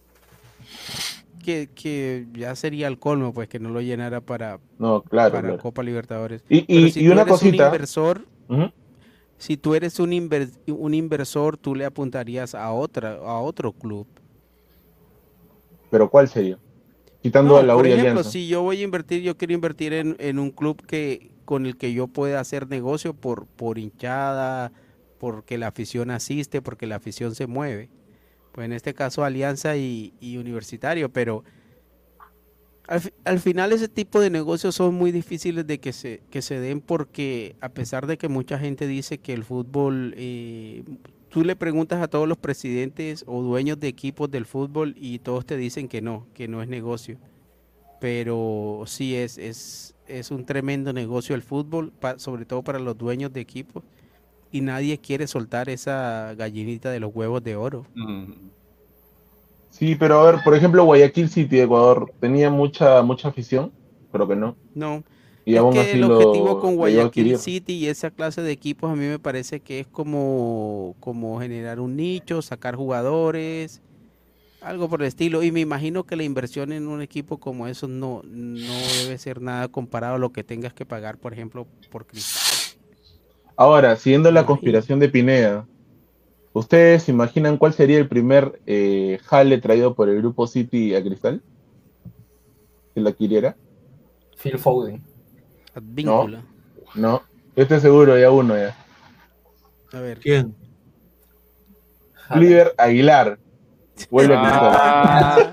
Speaker 7: Que ya sería el colmo, pues, que no lo llenara para
Speaker 13: claro.
Speaker 7: Copa Libertadores.
Speaker 13: Y
Speaker 7: Pero si tú
Speaker 13: una
Speaker 7: eres
Speaker 13: cosita.
Speaker 7: un inversor, si tú eres un inversor, tú le apuntarías a otro club
Speaker 13: Pero ¿cuál sería? Quitando a la U
Speaker 7: por
Speaker 13: y
Speaker 7: ejemplo,
Speaker 13: Alianza.
Speaker 7: si yo voy a invertir, yo quiero invertir en un club con el que yo pueda hacer negocio por hinchada, porque la afición asiste, porque la afición se mueve. Pues en este caso Alianza y Universitario, pero al final ese tipo de negocios son muy difíciles de que se den, porque a pesar de que mucha gente dice que el fútbol, tú le preguntas a todos los presidentes o dueños de equipos del fútbol y todos te dicen que no es negocio. Pero sí es un tremendo negocio el fútbol, sobre todo para los dueños de equipos, y nadie quiere soltar esa gallinita de los huevos de oro.
Speaker 13: Sí, pero a ver, por ejemplo, Guayaquil City de Ecuador, ¿tenía mucha afición? Creo que no.
Speaker 7: No.
Speaker 13: Y
Speaker 7: Es
Speaker 13: aún
Speaker 7: que
Speaker 13: así
Speaker 7: el objetivo
Speaker 13: lo
Speaker 7: con
Speaker 13: llegó a
Speaker 7: Guayaquil
Speaker 13: adquirir.
Speaker 7: City y esa clase de equipos a mí me parece que es como generar un nicho, sacar jugadores, algo por el estilo. Y me imagino que la inversión en un equipo como eso no debe ser nada comparado a lo que tengas que pagar, por ejemplo, por Cristal.
Speaker 13: Ahora, siguiendo la conspiración de Pineda, ¿ustedes se imaginan cuál sería el primer jale traído por el grupo City a Cristal? ¿Que la adquiriera?
Speaker 15: Phil Foden.
Speaker 7: Advíncula.
Speaker 13: No, yo estoy seguro, ya uno ya.
Speaker 7: A ver.
Speaker 1: ¿Quién?
Speaker 13: Cliver Aguilar. Vuelve a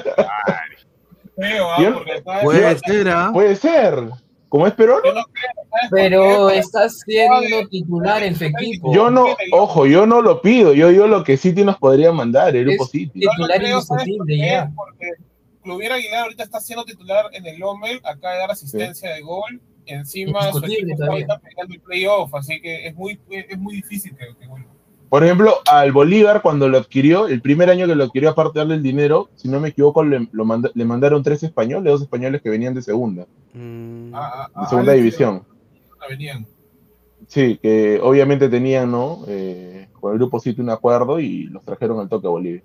Speaker 1: Puede ser, ¿ah?
Speaker 13: Puede ser. ¿Cómo es Perón?
Speaker 15: Pero está siendo titular en su equipo.
Speaker 13: Yo no lo pido. Yo lo que City nos podría mandar, el grupo City.
Speaker 15: Titular indiscutible ya.
Speaker 5: Porque Cluvier Aguilar ahorita está siendo titular en el Lommel, acaba de dar asistencia de gol. Encima su equipo está ahorita peleando el playoff, así que es muy difícil que vuelva.
Speaker 13: Por ejemplo, al Bolívar, cuando lo adquirió, el primer año que lo adquirió, aparte de darle el dinero, si no me equivoco, le mandaron 3 españoles, 2 españoles que venían de segunda. De segunda división.
Speaker 5: Venían.
Speaker 13: Sí, que obviamente tenían, ¿no? Con el grupo City un acuerdo y los trajeron al toque a Bolivia.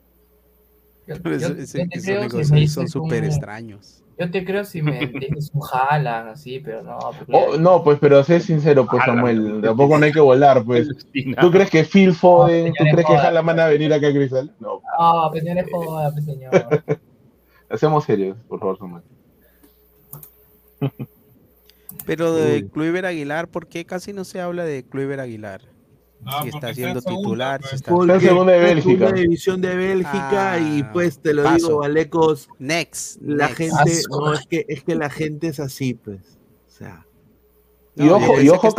Speaker 7: Esos negocios son súper extraños.
Speaker 15: Yo te creo si me dices un Haaland, así, pero no.
Speaker 13: No, pues, pero sé sincero, pues, Samuel, tampoco no hay que volar, pues. ¿Tú crees que Phil Foden, tú crees que Haaland van a venir acá a Cristal? No.
Speaker 15: Ah, pues señores, joda, pues señor.
Speaker 13: Hacemos serios, por favor, Samuel.
Speaker 7: Pero de Kluivert Aguilar, ¿por qué casi no se habla de Kluivert Aguilar? Si está siendo titular, si está
Speaker 1: en
Speaker 13: segunda de Bélgica.
Speaker 1: Segunda división de Bélgica y pues te lo digo, Valecos. La gente, no, es que la gente es así, pues. O sea.
Speaker 13: Y ojo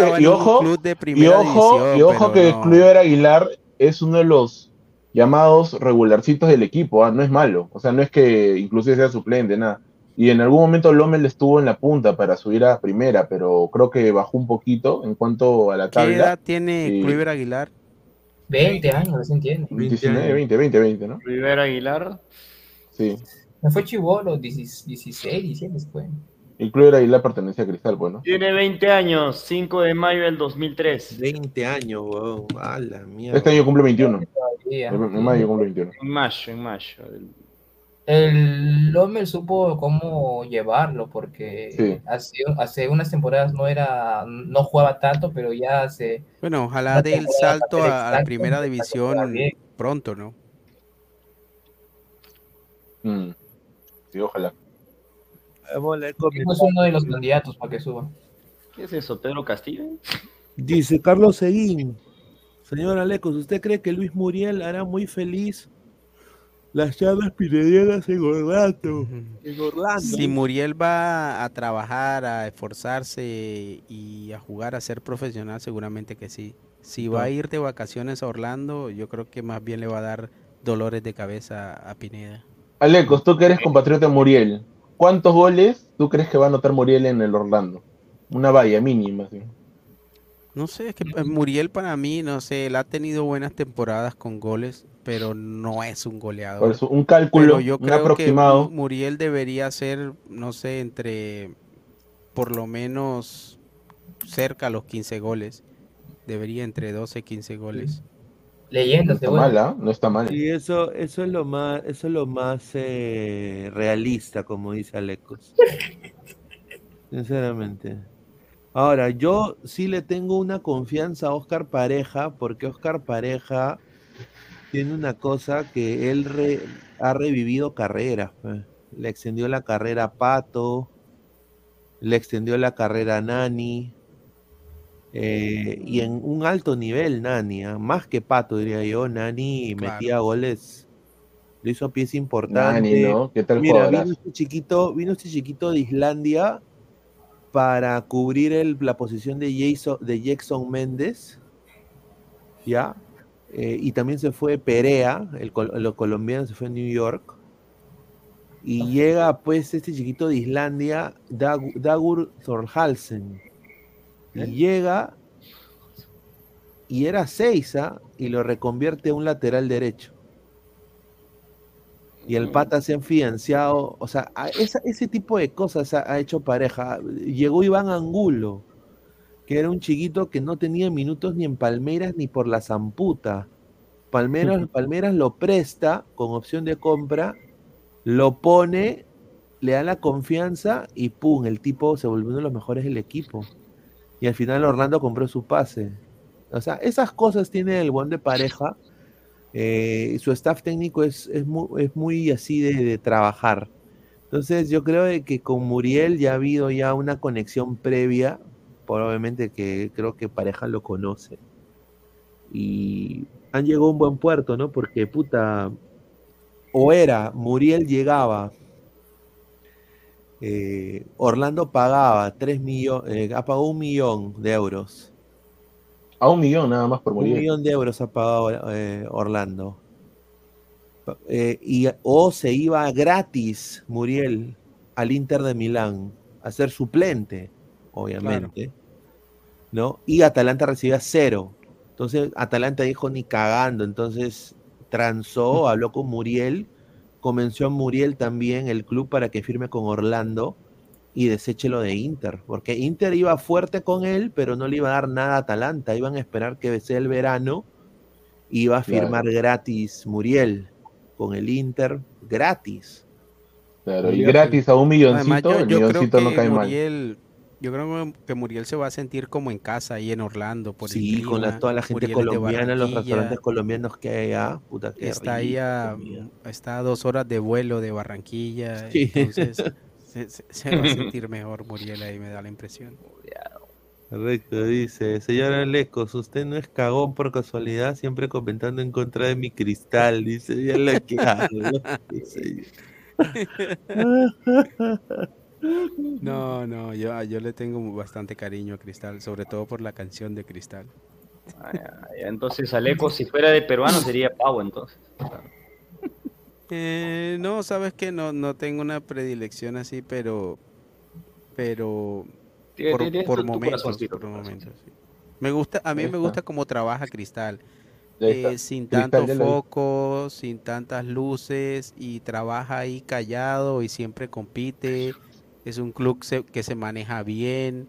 Speaker 13: que Kluivert Aguilar es uno de los llamados regularcitos del equipo, ¿ah? No es malo. O sea, no es que inclusive sea suplente, nada. Y en algún momento Lommel estuvo en la punta para subir a primera, pero creo que bajó un poquito en cuanto a la tabla.
Speaker 7: ¿Qué edad tiene Kluivert Aguilar?
Speaker 15: 20 años, recién tiene.
Speaker 13: 20, ¿no?
Speaker 18: Kluivert Aguilar.
Speaker 13: Sí.
Speaker 15: Me fue chibolo, 16, 17 después.
Speaker 13: Y Kluivert Aguilar pertenece a Cristal, pues, ¿no?
Speaker 18: Tiene 20 años, 5 de mayo del 2003.
Speaker 1: 20 años, weón. A la mierda.
Speaker 13: Este año cumple 21. En mayo cumple 21.
Speaker 18: En mayo.
Speaker 15: El Lommel supo cómo llevarlo, porque hace unas temporadas no jugaba tanto, pero ya hace...
Speaker 7: Bueno, ojalá dé el salto a la primera división pronto, ¿no?
Speaker 13: Sí, ojalá.
Speaker 15: Es uno de los candidatos para que suba.
Speaker 18: ¿Qué es eso, Pedro Castillo?
Speaker 1: Dice Carlos Seguín. Señor Alecos, ¿usted cree que Luis Muriel hará muy feliz las charlas pinedianas en Orlando?
Speaker 7: Si Muriel va a trabajar, a esforzarse y a jugar, a ser profesional, seguramente que sí. Si va a ir de vacaciones a Orlando, yo creo que más bien le va a dar dolores de cabeza a Pineda.
Speaker 13: Alecos, tú que eres compatriota de Muriel, ¿cuántos goles tú crees que va a anotar Muriel en el Orlando? Una valla mínima, ¿sí?
Speaker 7: No sé, es que Muriel para mí, no sé, él ha tenido buenas temporadas con goles, pero no es un goleador.
Speaker 13: Por eso, un cálculo,
Speaker 7: pero yo
Speaker 13: un
Speaker 7: creo
Speaker 13: aproximado.
Speaker 7: Que Muriel debería ser, no sé, entre por lo menos cerca a los 15 goles. Debería entre 12 y 15 goles.
Speaker 15: Leyenda,
Speaker 13: no está mal, no está mal.
Speaker 1: Y eso es lo más realista, como dice Alecos. Sinceramente. Ahora, yo sí le tengo una confianza a Óscar Pareja, porque Óscar Pareja tiene una cosa que él ha revivido carreras. Pues. Le extendió la carrera a Pato, le extendió la carrera a Nani, y en un alto nivel Nani, más que Pato diría yo. Nani metía goles, le hizo pies importantes.
Speaker 13: Nani, ¿no? ¿Qué tal?
Speaker 1: Mira, vino este chiquito de Islandia para cubrir la posición de Jackson Méndez, ¿ya? Y también se fue Perea, el colombiano se fue a New York. Y llega pues este chiquito de Islandia, Dagur Thorhalsen. Y llega y era Seiza y lo reconvierte a un lateral derecho. Y el pata se ha afianzado, o sea, ese tipo de cosas ha hecho pareja. Llegó Iván Angulo, que era un chiquito que no tenía minutos ni en Palmeiras ni por la zamputa. Palmeiras lo presta con opción de compra, lo pone, le da la confianza y ¡pum! El tipo se volvió uno de los mejores del equipo. Y al final Orlando compró su pase. O sea, esas cosas tiene el buen de pareja. Su staff técnico es muy así de trabajar. Entonces yo creo que con Muriel ya ha habido ya una conexión previa, probablemente que creo que pareja lo conoce. Y han llegado a un buen puerto, ¿no? Porque puta, Muriel llegaba, Orlando pagaba 3 millones, ha pagado 1 millón de euros.
Speaker 13: A 1 millón nada más por Muriel.
Speaker 1: 1 millón de euros ha pagado Orlando. O se iba gratis Muriel al Inter de Milán a ser suplente, obviamente, claro, ¿no? Y Atalanta recibía 0. Entonces Atalanta dijo ni cagando, entonces transó, habló con Muriel, convenció a Muriel también el club para que firme con Orlando y deseche lo de Inter, porque Inter iba fuerte con él, pero no le iba a dar nada a Atalanta, iban a esperar que sea el verano y iba a firmar gratis Muriel con el Inter, gratis.
Speaker 13: Claro, y gratis a 1 milloncito, el milloncito no cae mal.
Speaker 7: Yo creo que Muriel se va a sentir como en casa ahí en Orlando. Por
Speaker 1: sí, el clima, con toda la gente colombiana, los restaurantes colombianos que hay allá. Puta, que
Speaker 7: está ahí está a 2 horas de vuelo de Barranquilla. Sí. Entonces se va a sentir mejor Muriel ahí, me da la impresión.
Speaker 1: Correcto, dice, señora Lecos, usted no es cagón por casualidad, siempre comentando en contra de mi Cristal, dice, ya la que hablo, dice.
Speaker 7: No, yo le tengo bastante cariño a Cristal, sobre todo por la canción de Cristal.
Speaker 18: Entonces Aleco, si fuera de peruano, sería Pau, entonces.
Speaker 7: No, sabes que no tengo una predilección así, pero por momentos. Sí. Me gusta, a mí me gusta cómo trabaja Cristal. Sin tanto foco, sin tantas luces, y trabaja ahí callado y siempre compite. Es un club que se maneja bien,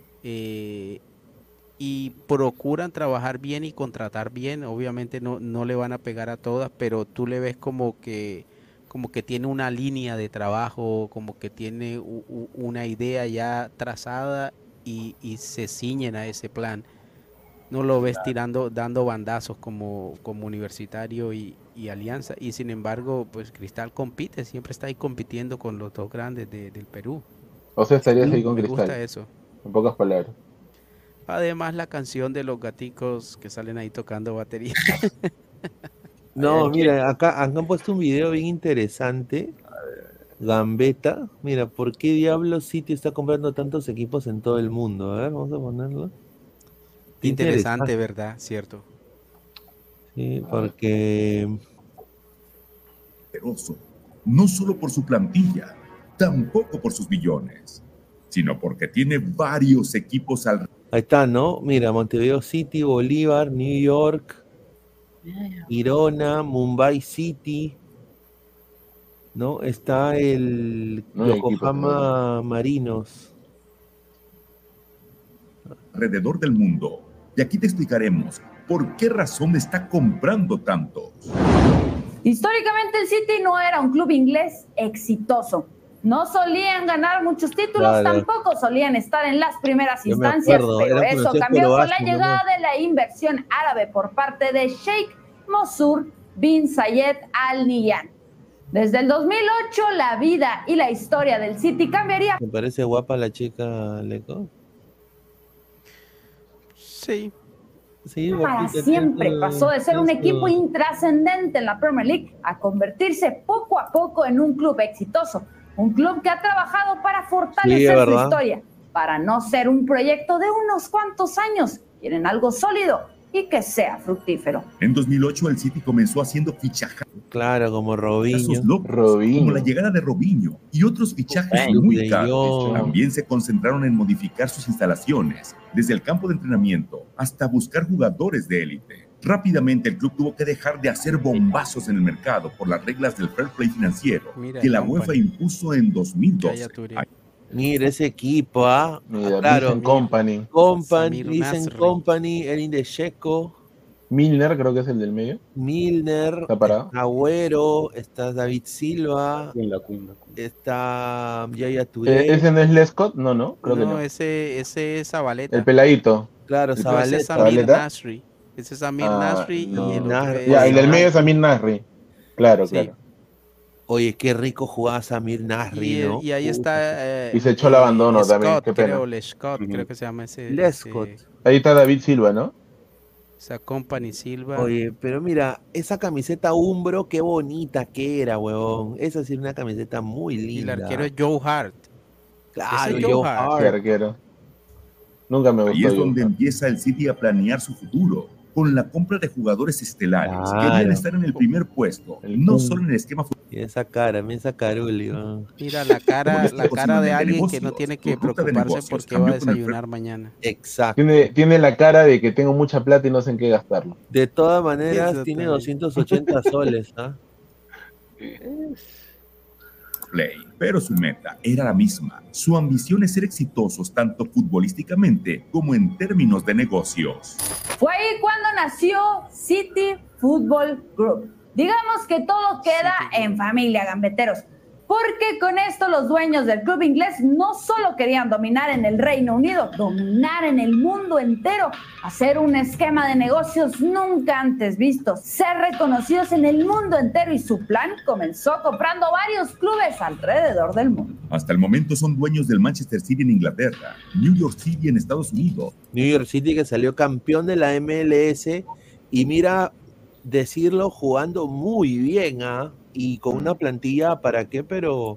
Speaker 7: y procuran trabajar bien y contratar bien. Obviamente no le van a pegar a todas, pero tú le ves como que tiene una línea de trabajo, como que tiene una idea ya trazada y se ciñen a ese plan. No lo ves dando bandazos como Universitario y Alianza, y sin embargo pues Cristal compite, siempre está ahí compitiendo con los dos grandes del Perú.
Speaker 13: O sea, estarías ahí con
Speaker 7: Me
Speaker 13: Cristal.
Speaker 7: gusta eso.
Speaker 13: En pocas palabras.
Speaker 7: Además la canción de los gaticos que salen ahí tocando batería.
Speaker 1: No, mira, acá han puesto un video bien interesante. Gambetta, mira, ¿por qué diablos City está comprando tantos equipos en todo el mundo? A ver, vamos a ponerlo.
Speaker 7: Interesante, ¿verdad? Cierto.
Speaker 1: Sí, porque...
Speaker 20: Poderoso, no solo por su plantilla, tampoco por sus billones, sino porque tiene varios equipos al...
Speaker 1: Ahí está, ¿no? Mira, Montevideo City, Bolívar, New York, Girona, Mumbai City, ¿no? Está el Yokohama Marinos.
Speaker 20: Alrededor del mundo. Y aquí te explicaremos por qué razón está comprando tanto.
Speaker 21: Históricamente el City no era un club inglés exitoso. No solían ganar muchos títulos, tampoco solían estar en las primeras instancias, pero eso cambió con la llegada de la inversión árabe por parte de Sheikh Mansour bin Zayed Al Nahyan. Desde el 2008, la vida y la historia del City cambiaría.
Speaker 1: ¿Te parece guapa la chica, Leco?
Speaker 7: Sí.
Speaker 1: Sí,
Speaker 21: Para siempre pasó de ser un equipo intrascendente en la Premier League a convertirse poco a poco en un club exitoso. Un club que ha trabajado para fortalecer su historia, para no ser un proyecto de unos cuantos años. Quieren algo sólido y que sea fructífero.
Speaker 20: En 2008 el City comenzó haciendo fichajes.
Speaker 1: Claro, como Robinho.
Speaker 20: Como la llegada de Robinho y otros fichajes muy caros. También se concentraron en modificar sus instalaciones, desde el campo de entrenamiento hasta buscar jugadores de élite. Rápidamente el club tuvo que dejar de hacer bombazos en el mercado por las reglas del fair play financiero que la UEFA impuso en 2012.
Speaker 1: Mira ese equipo,
Speaker 13: Mira,
Speaker 1: claro.
Speaker 13: Company.
Speaker 1: Dicen Company, Erin de Checo.
Speaker 13: Milner creo que es el del medio.
Speaker 1: Milner,
Speaker 13: ¿Está parado?
Speaker 1: Agüero, está David Silva, está Yaya Touré.
Speaker 13: ¿Ese no es Lescott? No, creo que no.
Speaker 7: Ese es Zabaleta.
Speaker 13: El peladito.
Speaker 1: Claro, Zabaleta.
Speaker 7: Ese es Samir Nasri. Ese es Samir Nasri
Speaker 13: no.
Speaker 7: y el
Speaker 13: Ya, el del medio es Samir Nasri. Claro,
Speaker 7: Sí.
Speaker 13: claro.
Speaker 1: Oye, qué rico jugaba Samir Nasri, ¿no?
Speaker 7: Y ahí está.
Speaker 13: Y se echó el abandono
Speaker 7: Lescott,
Speaker 13: también, qué pena.
Speaker 7: Lescott, creo que se llama ese.
Speaker 1: Lescott.
Speaker 13: Ahí está David Silva, ¿no?
Speaker 7: Esa Company Silva.
Speaker 1: Oye, pero mira, esa camiseta Umbro, qué bonita que era, huevón. Esa sí era una camiseta muy linda.
Speaker 7: Y el arquero es Joe Hart.
Speaker 1: Claro,
Speaker 7: Ese
Speaker 1: Joe Hart.
Speaker 13: Sí, arquero. Nunca me gustó.
Speaker 20: Ahí es
Speaker 13: Joe
Speaker 20: donde
Speaker 13: Hart.
Speaker 20: empieza el City a planear su futuro, con la compra de jugadores estelares.
Speaker 1: Claro.
Speaker 20: Querían estar en el primer puesto, no solo en el esquema futbolístico.
Speaker 1: Y esa cara, mira esa caruli, huevón.
Speaker 7: Mira la cara de alguien que no tiene que
Speaker 20: Ruta de
Speaker 7: preocuparse
Speaker 20: negocios,
Speaker 7: porque va a
Speaker 20: cambió con el
Speaker 7: desayunar mañana.
Speaker 1: Exacto.
Speaker 13: Tiene la cara de que tengo mucha plata y no sé en qué gastarlo.
Speaker 1: De todas maneras,
Speaker 7: Eso
Speaker 1: tiene
Speaker 7: también.
Speaker 1: 280 soles, ¿ah?
Speaker 20: Play, pero su meta era la misma. Su ambición es ser exitosos tanto futbolísticamente como en términos de negocios.
Speaker 21: Fue ahí cuando nació City Football Group. Digamos que todo queda en familia, gambeteros. Porque con esto los dueños del club inglés no solo querían dominar en el Reino Unido, dominar en el mundo entero, hacer un esquema de negocios nunca antes visto, ser reconocidos en el mundo entero, y su plan comenzó comprando varios clubes alrededor del mundo.
Speaker 20: Hasta el momento son dueños del Manchester City en Inglaterra, New York City en Estados Unidos.
Speaker 1: New York City, que salió campeón de la MLS, y mira, decirlo, jugando muy bien, y con una plantilla, ¿para qué? Pero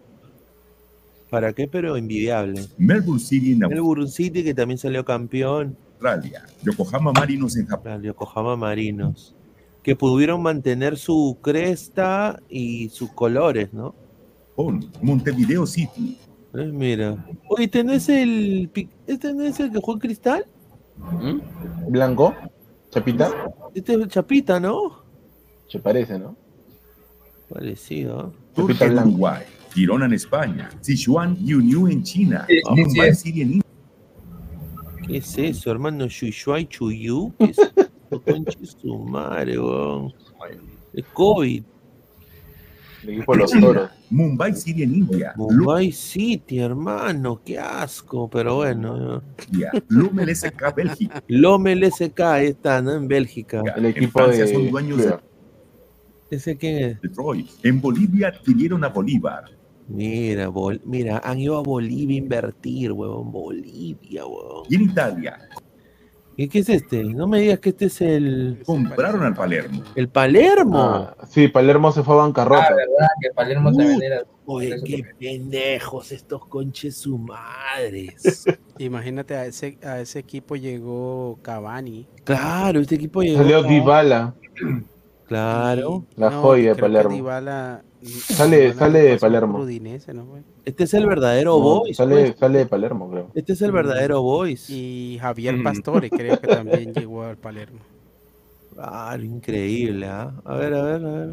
Speaker 1: envidiable.
Speaker 20: Melbourne City en
Speaker 1: Melbourne City, que también salió campeón.
Speaker 20: Australia, Yokohama Marinos en Japón.
Speaker 1: Yokohama Marinos, que pudieron mantener su cresta y sus colores, ¿no?
Speaker 20: Montevideo City.
Speaker 1: Mira. Oye, ¿este no es el que jugó en Cristal?
Speaker 13: ¿Blanco? ¿Chapita?
Speaker 1: Este es el Chapita, ¿no?
Speaker 13: Se parece, ¿no?
Speaker 1: Parecido.
Speaker 20: Turquía en Uruguay, Girona en España, Sichuan Union en China,
Speaker 1: Sí,
Speaker 20: Mumbai
Speaker 1: sí.
Speaker 20: City en India.
Speaker 1: ¿Qué es eso, hermano? Shushuay Chuyu. ¿Qué es eso? Conche su madre, weón. Es COVID.
Speaker 13: El equipo de los toros.
Speaker 20: Mumbai City en India.
Speaker 1: Mumbai City, hermano. Qué asco, pero bueno.
Speaker 20: Lommel SK Bélgica.
Speaker 1: Lommel SK, ahí está, ¿no? En Bélgica.
Speaker 13: El
Speaker 20: En
Speaker 13: equipo
Speaker 20: Francia
Speaker 13: de
Speaker 20: son dueños de
Speaker 13: Kluivert.
Speaker 1: ¿Ese quién es?
Speaker 20: Detroit. En Bolivia adquirieron a Bolívar.
Speaker 1: Mira, mira, han ido a Bolivia a invertir, huevón. Bolivia, huevón.
Speaker 20: Y en Italia
Speaker 1: ¿Y qué es este? No me digas que este es el...
Speaker 20: compraron al Palermo.
Speaker 1: ¿El Palermo?
Speaker 13: Sí, Palermo se fue a bancarrota.
Speaker 15: verdad, que Palermo también era.
Speaker 1: Oye, qué pendejos estos conches su madres.
Speaker 7: Imagínate, a ese equipo llegó Cavani.
Speaker 1: Claro, este equipo llegó...
Speaker 13: Salió Dybala.
Speaker 1: Claro.
Speaker 13: La
Speaker 7: No,
Speaker 13: joya de
Speaker 7: creo que
Speaker 13: Palermo.
Speaker 7: Dybala-
Speaker 13: Sale
Speaker 7: Dybala
Speaker 13: de
Speaker 7: pasó por
Speaker 13: Palermo.
Speaker 7: Udinese, ¿no, güey?
Speaker 1: Este es el verdadero
Speaker 13: No,
Speaker 1: Boys.
Speaker 13: sale
Speaker 1: pues.
Speaker 13: de Palermo, creo.
Speaker 1: Este es el verdadero Boys.
Speaker 7: Y Javier Pastore creo que también llegó al Palermo.
Speaker 1: Claro, increíble, ¿ah? A ver. Hola.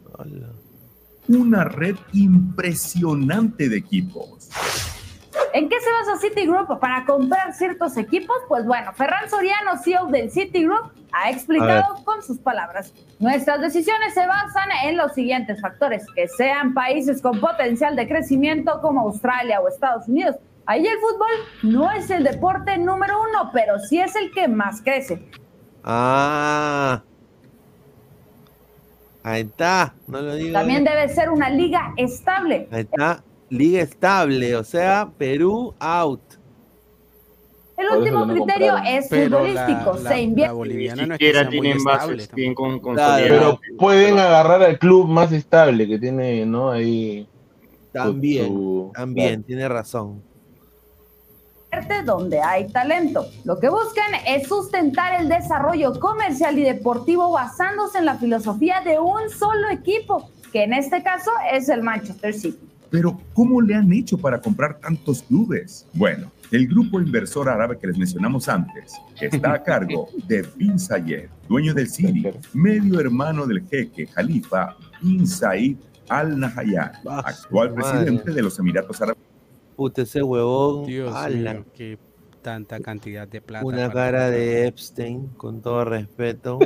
Speaker 20: Una red impresionante de equipos.
Speaker 21: ¿En qué se basa Citigroup para comprar ciertos equipos? Pues bueno, Ferran Soriano, CEO del Citigroup, ha explicado con sus palabras: nuestras decisiones se basan en los siguientes factores: que sean países con potencial de crecimiento como Australia o Estados Unidos. Ahí el fútbol no es el deporte número uno, pero sí es el que más crece.
Speaker 1: Ahí está, no lo digo.
Speaker 21: También debe ser una liga estable.
Speaker 1: Ahí está, liga estable, o sea, Perú out.
Speaker 21: El último criterio es futbolístico, se invierte.
Speaker 7: La boliviana
Speaker 18: Ni
Speaker 7: no es que
Speaker 18: siquiera
Speaker 7: sea muy
Speaker 18: tienen bases
Speaker 7: estable.
Speaker 18: bien
Speaker 13: Claro,
Speaker 18: consolidadas.
Speaker 13: pero pueden agarrar al club más estable que tiene, ¿no? Ahí.
Speaker 1: También, tiene razón.
Speaker 21: Donde hay talento. Lo que buscan es sustentar el desarrollo comercial y deportivo basándose en la filosofía de un solo equipo, que en este caso es el Manchester City.
Speaker 20: Pero, ¿cómo le han hecho para comprar tantos clubes? Bueno, el grupo inversor árabe que les mencionamos antes está a cargo de Bin Zayed, dueño del City, medio hermano del jeque Khalifa Bin Zayed Al Nahyan, actual presidente de los Emiratos Árabes.
Speaker 1: Puta, ese huevón.
Speaker 7: Dios
Speaker 1: ala.
Speaker 7: mío, qué tanta cantidad de plata.
Speaker 1: Una
Speaker 7: para
Speaker 1: cara
Speaker 7: comprar.
Speaker 1: de Epstein, con todo respeto.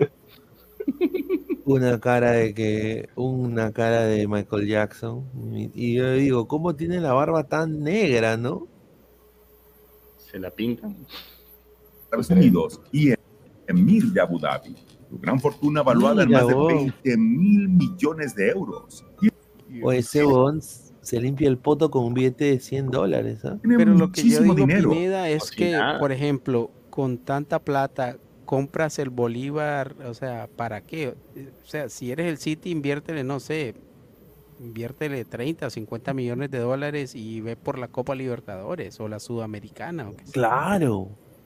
Speaker 1: Una cara de Michael Jackson. Y yo digo, ¿cómo tiene la barba tan negra, no?
Speaker 18: Se la pintan.
Speaker 20: Estados Unidos y el Emir de Abu Dhabi. Su gran fortuna valuada en más de 20 mil millones de euros.
Speaker 1: O ese huevón se limpia el poto con un billete de $100, ¿ah?
Speaker 7: Pero lo que yo digo,
Speaker 20: dinero.
Speaker 7: Pineda, es
Speaker 1: O
Speaker 7: que,
Speaker 1: sea,
Speaker 7: por ejemplo, con tanta plata, compras el Bolívar, o sea, ¿para qué? O sea, si eres el City, inviértele, no sé, inviértele 30 o 50 millones de dólares y ve por la Copa Libertadores o la Sudamericana. O qué sé.
Speaker 1: Claro.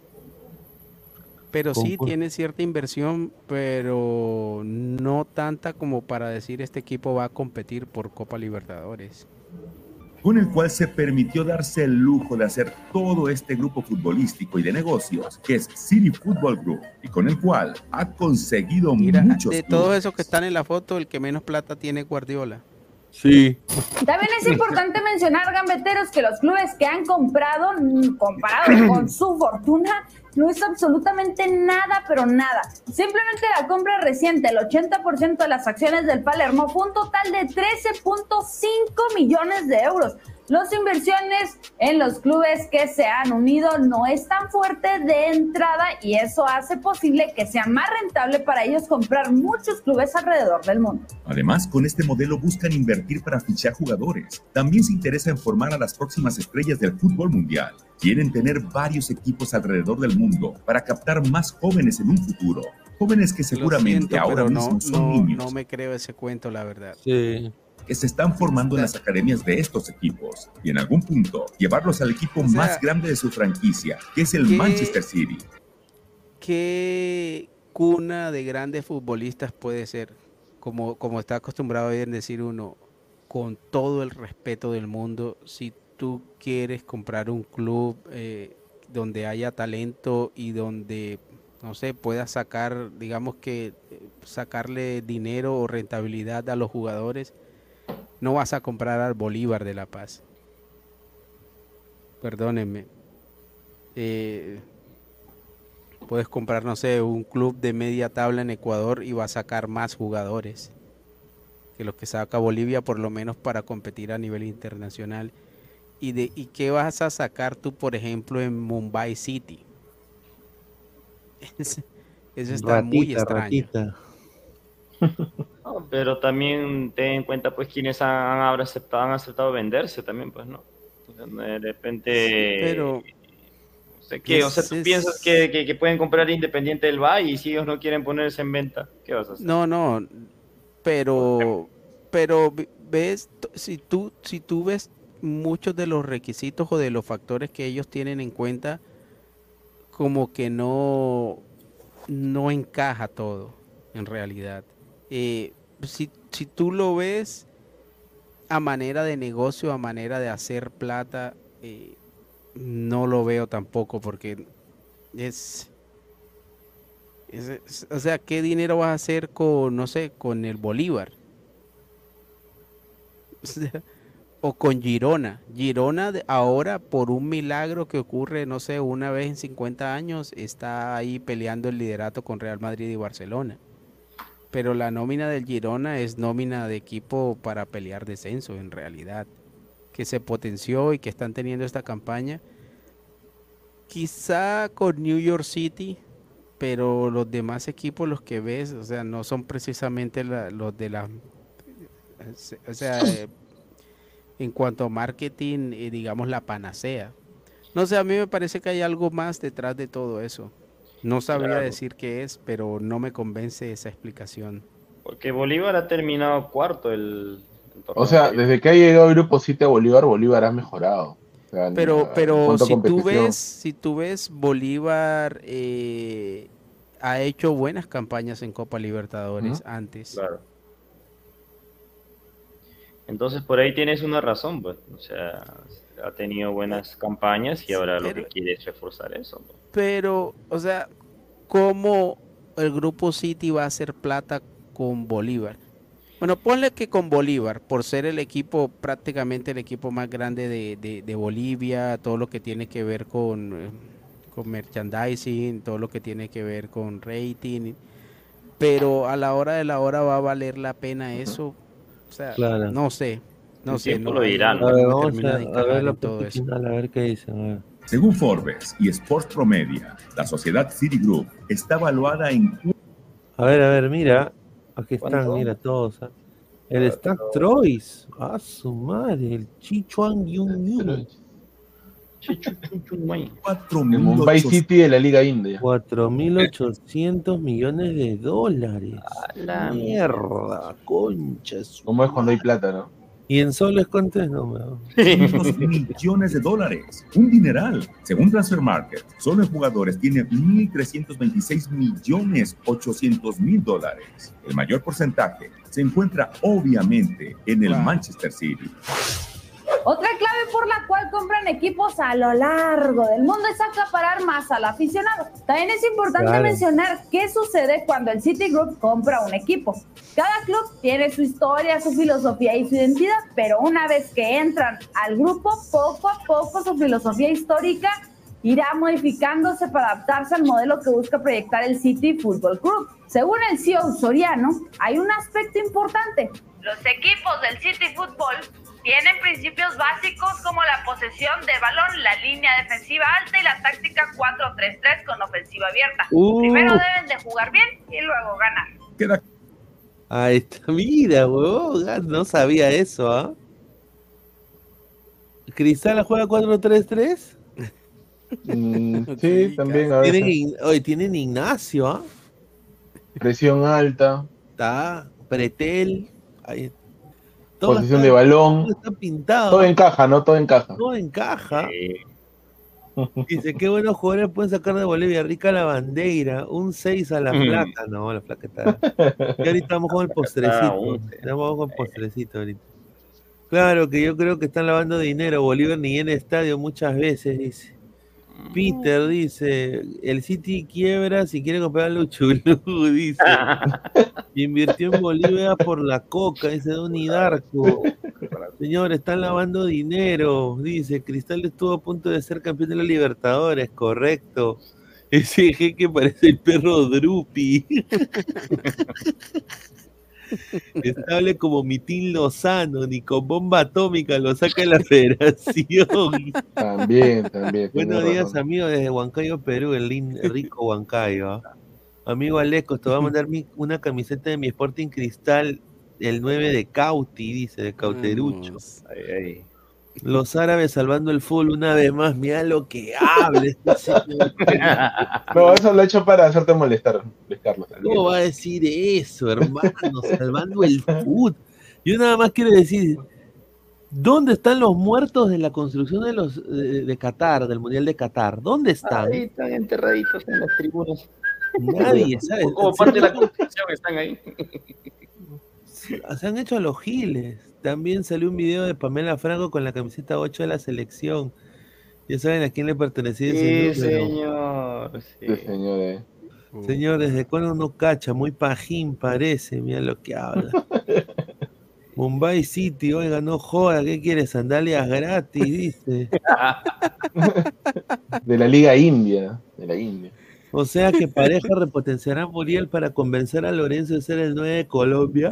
Speaker 7: Pero sí
Speaker 1: Concu-
Speaker 7: tiene cierta inversión, pero no tanta como para decir este equipo va a competir por Copa Libertadores.
Speaker 20: Con el cual se permitió darse el lujo de hacer todo este grupo futbolístico y de negocios, que es City Football Group, y con el cual ha conseguido muchos
Speaker 7: De
Speaker 20: clubes.
Speaker 7: todos esos que están en la foto, el que menos plata tiene es Guardiola.
Speaker 1: Sí.
Speaker 21: También es importante mencionar, gambeteros, que los clubes que han comprado, comparado con su fortuna, no es absolutamente nada, pero nada. Simplemente la compra reciente, el 80% de las acciones del Palermo, fue un total de 13.5 millones de euros. Las inversiones en los clubes que se han unido no es tan fuerte de entrada y eso hace posible que sea más rentable para ellos comprar muchos clubes alrededor del mundo.
Speaker 20: Además, con este modelo buscan invertir para fichar jugadores. También se interesa en formar a las próximas estrellas del fútbol mundial. Quieren tener varios equipos alrededor del mundo para captar más jóvenes en un futuro. Jóvenes que seguramente
Speaker 7: Lo siento,
Speaker 20: ahora
Speaker 7: pero
Speaker 20: mismo son niños.
Speaker 7: no me creo ese cuento, la verdad.
Speaker 1: Sí.
Speaker 20: Que se están formando en las academias de estos equipos y en algún punto llevarlos al equipo más grande de su franquicia, que es el Manchester City.
Speaker 7: ¿Qué cuna de grandes futbolistas puede ser? Como está acostumbrado hoy en decir uno, con todo el respeto del mundo, si tú quieres comprar un club donde haya talento y donde, no sé, puedas sacar, digamos que sacarle dinero o rentabilidad a los jugadores, no vas a comprar al Bolívar de La Paz. Perdónenme. Puedes comprar, no sé, un club de media tabla en Ecuador y va a sacar más jugadores que los que saca Bolivia, por lo menos para competir a nivel internacional. ¿Y qué vas a sacar tú, por ejemplo, en Mumbai City? Eso está muy extraño.
Speaker 18: No, pero también ten en cuenta pues quienes han aceptado venderse también, pues, ¿no? De repente...
Speaker 7: Pero...
Speaker 18: O sea, ¿tú piensas que pueden comprar Independiente del Valle y si ellos no quieren ponerse en venta? ¿Qué vas a hacer?
Speaker 7: No, pero ves, si tú ves muchos de los requisitos o de los factores que ellos tienen en cuenta, como que no encaja todo en realidad. Si tú lo ves a manera de negocio, a manera de hacer plata, no lo veo tampoco, porque o sea, ¿qué dinero vas a hacer con, no sé, con el Bolívar? O sea, o con Girona. Girona ahora, por un milagro que ocurre, no sé, una vez en 50 años, está ahí peleando el liderato con Real Madrid y Barcelona. Pero la nómina del Girona es nómina de equipo para pelear descenso, en realidad. Que se potenció y que están teniendo esta campaña. Quizá con New York City pero los demás equipos, los que ves, o sea, no son precisamente los de la... O sea, en cuanto a marketing, digamos, la panacea. No sé, a mí me parece que hay algo más detrás de todo eso. No sabría decir qué es, pero no me convence esa explicación.
Speaker 18: Porque Bolívar ha terminado cuarto el torneo.
Speaker 13: O sea, desde que ha llegado el Grupo 7 a Bolívar, Bolívar ha mejorado. O sea,
Speaker 7: Pero
Speaker 13: competición.
Speaker 7: si tú ves, Bolívar ha hecho buenas campañas en Copa Libertadores antes.
Speaker 18: Claro. Entonces por ahí tienes una razón, pues. O sea, ha tenido buenas campañas y ahora lo que quiere es reforzar eso, pues.
Speaker 7: Pero, o sea, ¿cómo el Grupo City va a hacer plata con Bolívar? Bueno, ponle que con Bolívar, por ser el equipo, prácticamente el equipo más grande de Bolivia, todo lo que tiene que ver con merchandising, todo lo que tiene que ver con rating, pero a la hora de la hora va a valer la pena eso. O sea,
Speaker 3: Claro.
Speaker 7: no sé. No sé,
Speaker 18: lo dirán.
Speaker 3: A ver,
Speaker 7: me
Speaker 3: vamos
Speaker 7: termina de
Speaker 3: a
Speaker 7: encajar
Speaker 3: ver la
Speaker 7: en todo
Speaker 3: parte
Speaker 7: eso.
Speaker 3: final, a ver qué dicen. A ver.
Speaker 20: Según Forbes y Sports Promedia, la sociedad Citigroup está valuada en...
Speaker 3: A ver, mira. Aquí están,
Speaker 18: ¿Cuánto?
Speaker 3: mira todos. El Stack Troyes. A su madre. El Chichuan Yun.
Speaker 13: 4.000 Mumbai City de la Liga India.
Speaker 3: 4.800 millones de dólares.
Speaker 18: la
Speaker 3: mierda, conchas.
Speaker 13: ¿Cómo es cuando hay plata, no?
Speaker 3: Y en soles, ¿cuánto es? No, me...
Speaker 20: 2 millones de dólares. Un dineral. Según Transfer Market, solo en jugadores tiene 1.326.800.000 dólares. El mayor porcentaje se encuentra obviamente en el Manchester City.
Speaker 21: Otra clave por la cual compran equipos a lo largo del mundo es acaparar más al aficionado. También es importante mencionar qué sucede cuando el Citigroup compra un equipo. Cada club tiene su historia, su filosofía y su identidad, pero una vez que entran al grupo, poco a poco su filosofía histórica irá modificándose para adaptarse al modelo que busca proyectar el City Football Club. Según el CEO Soriano, hay un aspecto importante. Los equipos del City Football tienen principios básicos como la posesión de balón, la línea defensiva alta y la táctica 4-3-3 con ofensiva abierta. Primero deben de jugar bien y luego ganar.
Speaker 3: Ahí está, mira, huevón, no sabía eso, ¿ah? ¿Cristal juega 4-3-3?
Speaker 13: Sí, también a veces.
Speaker 3: Tienen Ignacio, ¿ah?
Speaker 13: Presión alta.
Speaker 3: Está, Pretel, ahí.
Speaker 13: Posición de balón.
Speaker 3: Todo está pintado.
Speaker 13: Todo encaja, ¿no? Todo encaja.
Speaker 3: Todo encaja. Dice, qué buenos jugadores pueden sacar de Bolivia. Rica la bandera. Un 6 a la flaca. No, la flaca está. Y ahorita vamos con el postrecito. Vamos con el postrecito ahorita. Claro que yo creo que están lavando dinero. Bolívar ni en estadio muchas veces, dice. Peter dice, el City quiebra si quiere comprar a Luchulú, dice. Invirtió en Bolivia por la coca, dice Donny Darko. Señor, están lavando dinero, dice. Cristal estuvo a punto de ser campeón de la Libertadores, correcto. Ese jeque parece el perro Drupi. Estable como Mitín Lozano, ni con bomba atómica lo saca de la federación.
Speaker 13: También.
Speaker 3: Buenos días, amigos, desde Huancayo, Perú, el rico Huancayo. Amigo Aleco, te voy a mandar una camiseta de mi Sporting Cristal, el 9 de Cauti, dice, de Cauterucho. Los árabes salvando el fútbol una vez más, mira lo que hables.
Speaker 13: No, eso lo he hecho para hacerte molestar, Luis Carlos.
Speaker 3: ¿Cómo va a decir eso, hermano? Salvando el fútbol. Yo nada más quiero decir, ¿dónde están los muertos de la construcción de Qatar, del Mundial de Qatar? ¿Dónde están?
Speaker 18: Ahí están enterraditos en las tribunas.
Speaker 3: Nadie sabe.
Speaker 18: Como parte de la construcción están ahí.
Speaker 3: Se han hecho a los giles. También salió un video de Pamela Franco con la camiseta 8 de la selección. Ya saben a quién le pertenecía ese número.
Speaker 18: Señor.
Speaker 13: Sí, señor.
Speaker 3: Señor, ¿desde cuándo no cacha? Muy pajín parece, mira lo que habla. Mumbai City, oiga, no joda, ¿qué quiere? Sandalias gratis, dice.
Speaker 13: De la Liga India,
Speaker 3: O sea que Pareja repotenciará a Muriel para convencer a Lorenzo de ser el 9 de Colombia.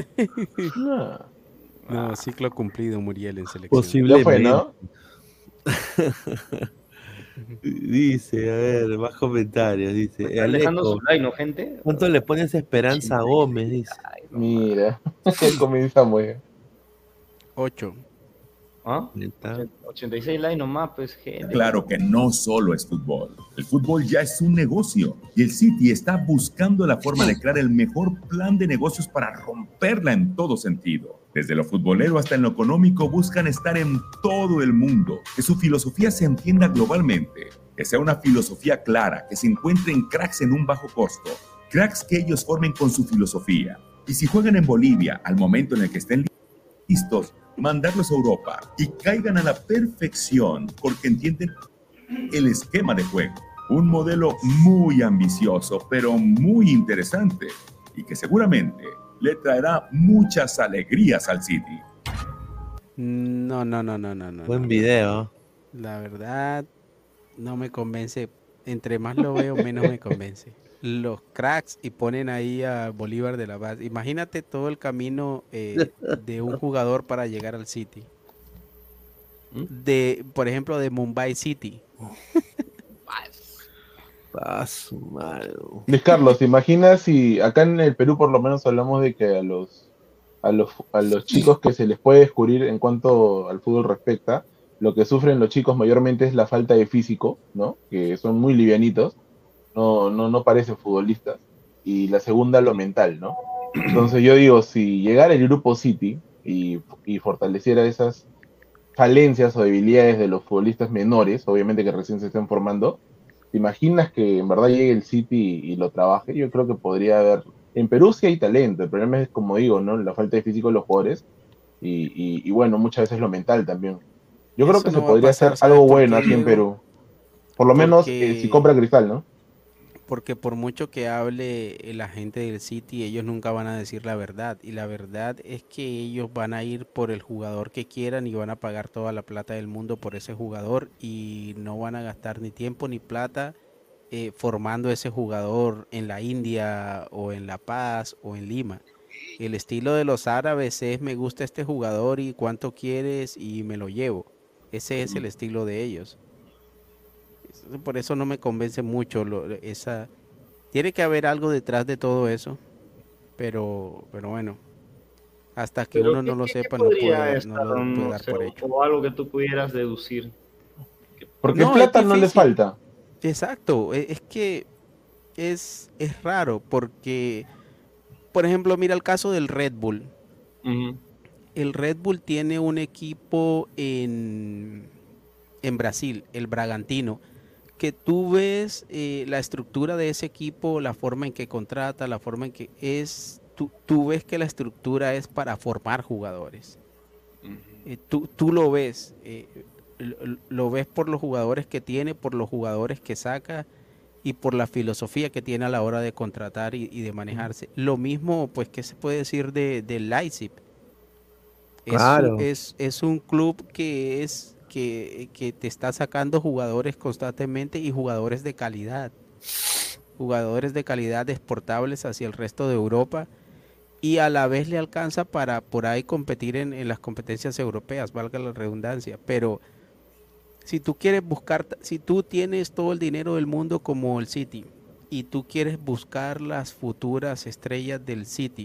Speaker 7: No, ciclo cumplido Muriel en selección.
Speaker 3: Posiblemente.
Speaker 13: Ya fue, ¿no?
Speaker 3: Dice, a ver, más comentarios. Dice,
Speaker 18: Están dejando
Speaker 3: Alejo,
Speaker 18: su like, ¿no, gente?
Speaker 3: ¿cuánto le pones Esperanza Gómez? Dice.
Speaker 13: Mira, comenzamos ya.
Speaker 7: 8.
Speaker 18: ¿Ah? 86 likes nomás, pues, gente.
Speaker 20: Claro que no solo es fútbol. El fútbol ya es un negocio y el City está buscando la forma de crear el mejor plan de negocios para romperla en todo sentido. Desde lo futbolero hasta en lo económico buscan estar en todo el mundo, que su filosofía se entienda globalmente, que sea una filosofía clara, que se encuentren cracks en un bajo costo, cracks que ellos formen con su filosofía. Y si juegan en Bolivia, al momento en el que estén listos, mandarlos a Europa y caigan a la perfección porque entienden el esquema de juego. Un modelo muy ambicioso, pero muy interesante y que seguramente le traerá muchas alegrías al City.
Speaker 7: No.
Speaker 3: Buen video.
Speaker 7: La verdad, no me convence. Entre más lo veo, menos me convence. Los cracks y ponen ahí a Bolívar de la base. Imagínate todo el camino de un jugador para llegar al City. Por ejemplo, de Mumbai City.
Speaker 13: Luis Carlos, ¿te imaginas si acá en el Perú por lo menos hablamos de que a los chicos que se les puede descubrir en cuanto al fútbol respecta, lo que sufren los chicos mayormente es la falta de físico, ¿no? Que son muy livianitos, no parecen futbolistas, y la segunda lo mental, ¿no? Entonces yo digo, si llegara el grupo City y fortaleciera esas falencias o debilidades de los futbolistas menores, obviamente que recién se estén formando, ¿te imaginas que en verdad llegue el City y lo trabaje? Yo creo que podría haber. En Perú sí hay talento, el problema es, como digo, ¿no? La falta de físico de los jugadores y bueno, muchas veces lo mental también. Yo creo que se podría hacer algo bueno aquí en Perú. Por lo menos si compra Cristal, ¿no?
Speaker 7: Porque por mucho que hable la gente del City, ellos nunca van a decir la verdad. Y la verdad es que ellos van a ir por el jugador que quieran y van a pagar toda la plata del mundo por ese jugador y no van a gastar ni tiempo ni plata formando ese jugador en la India o en La Paz o en Lima. El estilo de los árabes es: me gusta este jugador y cuánto quieres y me lo llevo. Ese es el estilo de ellos. Por eso no me convence mucho tiene que haber algo detrás de todo eso, pero bueno, hasta que uno no lo sepa no lo puede dar por hecho.
Speaker 18: O algo que tú pudieras deducir.
Speaker 13: Porque plata no le falta.
Speaker 7: Exacto, es que es raro porque, por ejemplo, mira el caso del Red Bull. El Red Bull tiene un equipo en Brasil, el Bragantino, que tú ves la estructura de ese equipo, la forma en que contrata, la forma en que es, tú ves que la estructura es para formar jugadores. Tú lo ves, lo ves por los jugadores que tiene, por los jugadores que saca y por la filosofía que tiene a la hora de contratar y de manejarse. Lo mismo, pues, ¿qué se puede decir del Leipzig?
Speaker 3: Claro.
Speaker 7: Es un club que te está sacando jugadores constantemente y jugadores de calidad exportables hacia el resto de Europa, y a la vez le alcanza para por ahí competir en las competencias europeas, valga la redundancia. Pero si tú quieres si tú tienes todo el dinero del mundo como el City y tú quieres buscar las futuras estrellas del City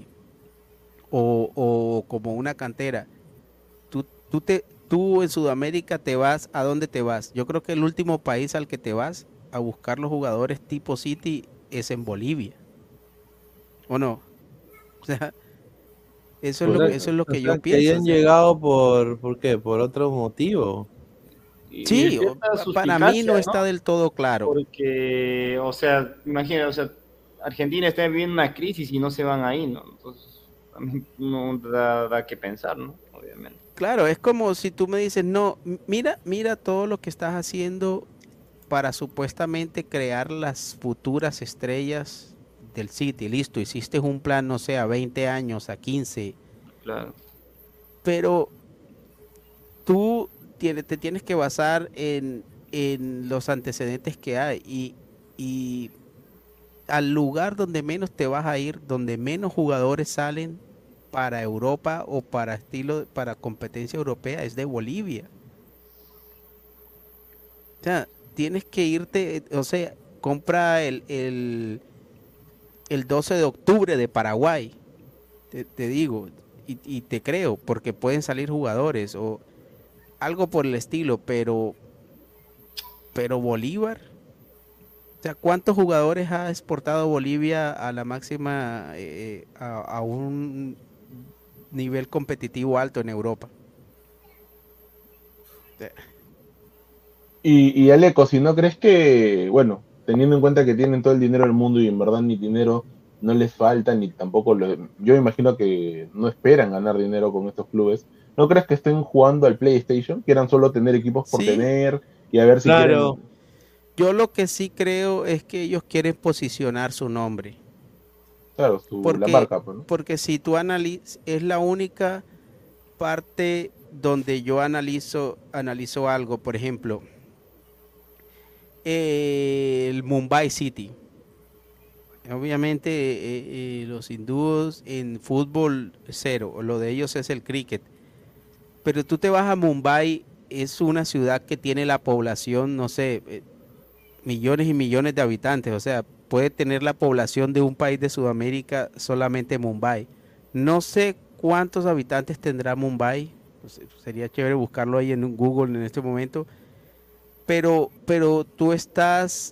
Speaker 7: o como una cantera, tú en Sudamérica te vas, ¿a dónde te vas? Yo creo que el último país al que te vas a buscar los jugadores tipo City es en Bolivia. ¿O no? O sea, eso es lo que yo pienso.
Speaker 3: Que hayan llegado ¿por qué? ¿Por otro motivo?
Speaker 7: Sí, para mí no está del todo claro.
Speaker 18: Porque, o sea, imagina, Argentina está viviendo una crisis y no se van ahí, ¿no? Entonces, también no da que pensar, ¿no? Obviamente.
Speaker 7: Claro, es como si tú me dices, no, mira todo lo que estás haciendo para supuestamente crear las futuras estrellas del City. Listo, hiciste un plan, no sé, a 20 años, a 15.
Speaker 18: Claro.
Speaker 7: Pero tú te tienes que basar en los antecedentes que hay y al lugar donde menos te vas a ir, donde menos jugadores salen para Europa o para competencia europea, es de Bolivia. O sea, tienes que irte, o sea, compra el 12 de octubre de Paraguay, te digo, y te creo, porque pueden salir jugadores o algo por el estilo, pero Bolívar, o sea, ¿cuántos jugadores ha exportado Bolivia a la máxima, a un nivel competitivo alto en Europa?
Speaker 13: Y Aleco, si no crees que, bueno, teniendo en cuenta que tienen todo el dinero del mundo y en verdad ni dinero no les falta, ni tampoco, yo imagino que no esperan ganar dinero con estos clubes, ¿no crees que estén jugando al PlayStation? Quieran solo tener equipos por tener y a ver si quieren...
Speaker 7: Yo lo que sí creo es que ellos quieren posicionar su nombre.
Speaker 13: Claro, la marca, pues, ¿no?
Speaker 7: Porque si tú analizas, es la única parte donde yo analizo algo, por ejemplo, el Mumbai City. Obviamente los hindúes en fútbol cero, lo de ellos es el cricket. Pero tú te vas a Mumbai, es una ciudad que tiene la población, no sé, millones y millones de habitantes, o sea, puede tener la población de un país de Sudamérica solamente Mumbai. No sé cuántos habitantes tendrá Mumbai, pues, sería chévere buscarlo ahí en Google en este momento, pero tú estás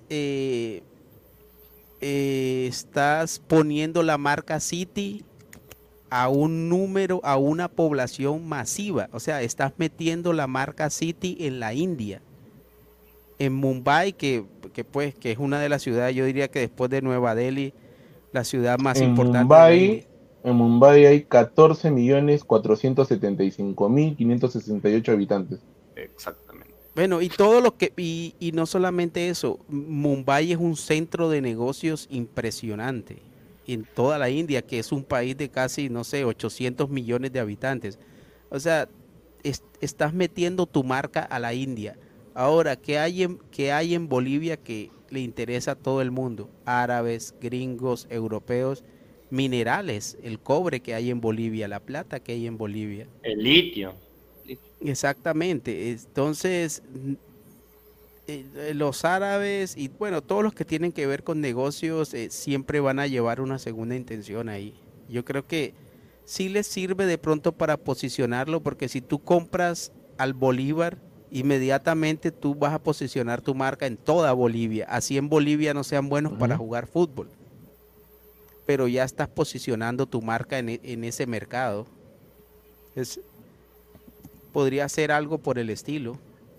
Speaker 7: poniendo la marca City a un número, a una población masiva, o sea, estás metiendo la marca City en la India. En Mumbai, que es una de las ciudades, yo diría que después de Nueva Delhi, la ciudad más importante de la India.
Speaker 13: En Mumbai hay 14.475.568 habitantes.
Speaker 18: Exactamente.
Speaker 7: Bueno, y todo lo que, y no solamente eso, Mumbai es un centro de negocios impresionante en toda la India, que es un país de casi, no sé, 800 millones de habitantes. O sea, estás metiendo tu marca a la India. Ahora, ¿qué hay en Bolivia que le interesa a todo el mundo? Árabes, gringos, europeos, minerales, el cobre que hay en Bolivia, la plata que hay en Bolivia.
Speaker 18: El litio.
Speaker 7: Exactamente. Entonces, los árabes y bueno, todos los que tienen que ver con negocios siempre van a llevar una segunda intención ahí. Yo creo que sí les sirve de pronto para posicionarlo, porque si tú compras al Bolívar, inmediatamente tú vas a posicionar tu marca en toda Bolivia. Así en Bolivia no sean buenos para jugar fútbol, pero ya estás posicionando tu marca en ese mercado. Podría ser algo por el estilo.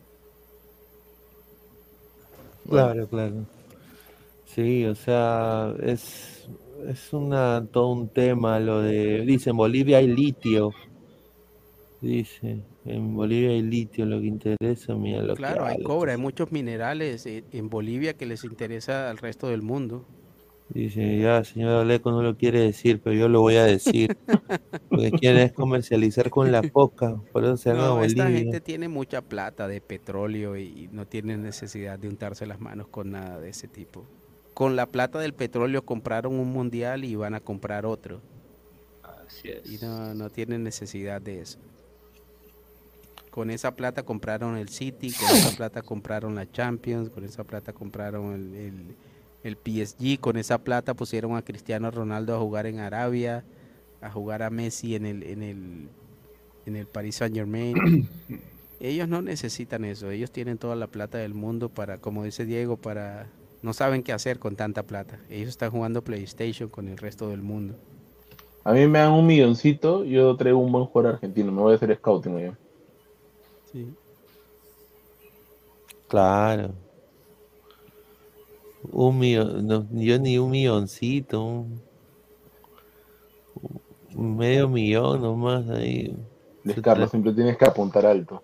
Speaker 3: Claro, claro. Sí, o sea, es todo un tema lo de... Dice, en Bolivia hay litio. Dice, en Bolivia hay litio, lo que interesa, mira lo
Speaker 7: claro,
Speaker 3: que
Speaker 7: hay cobre, hay muchos minerales en Bolivia que les interesa al resto del mundo.
Speaker 3: Dice, ya, señor Aleco no lo quiere decir, pero yo lo voy a decir. Porque quieren comercializar con la coca, por eso se van a Bolivia.
Speaker 7: Esta gente tiene mucha plata de petróleo y no tiene necesidad de untarse las manos con nada de ese tipo. Con la plata del petróleo compraron un mundial y van a comprar otro.
Speaker 18: Así es.
Speaker 7: Y no tienen necesidad de eso. Con esa plata compraron el City, con esa plata compraron la Champions, con esa plata compraron el PSG, con esa plata pusieron a Cristiano Ronaldo a jugar en Arabia, a jugar a Messi en el Paris Saint-Germain. Ellos no necesitan eso, ellos tienen toda la plata del mundo para, como dice Diego, no saben qué hacer con tanta plata. Ellos están jugando PlayStation con el resto del mundo.
Speaker 13: A mí me dan $1 milloncito, yo traigo un buen jugador argentino, me voy a hacer scouting yo.
Speaker 7: Sí.
Speaker 3: Claro. $1 millón, no, yo ni $1 milloncito, medio millón nomás ahí.
Speaker 13: Carlos, siempre tienes que apuntar alto.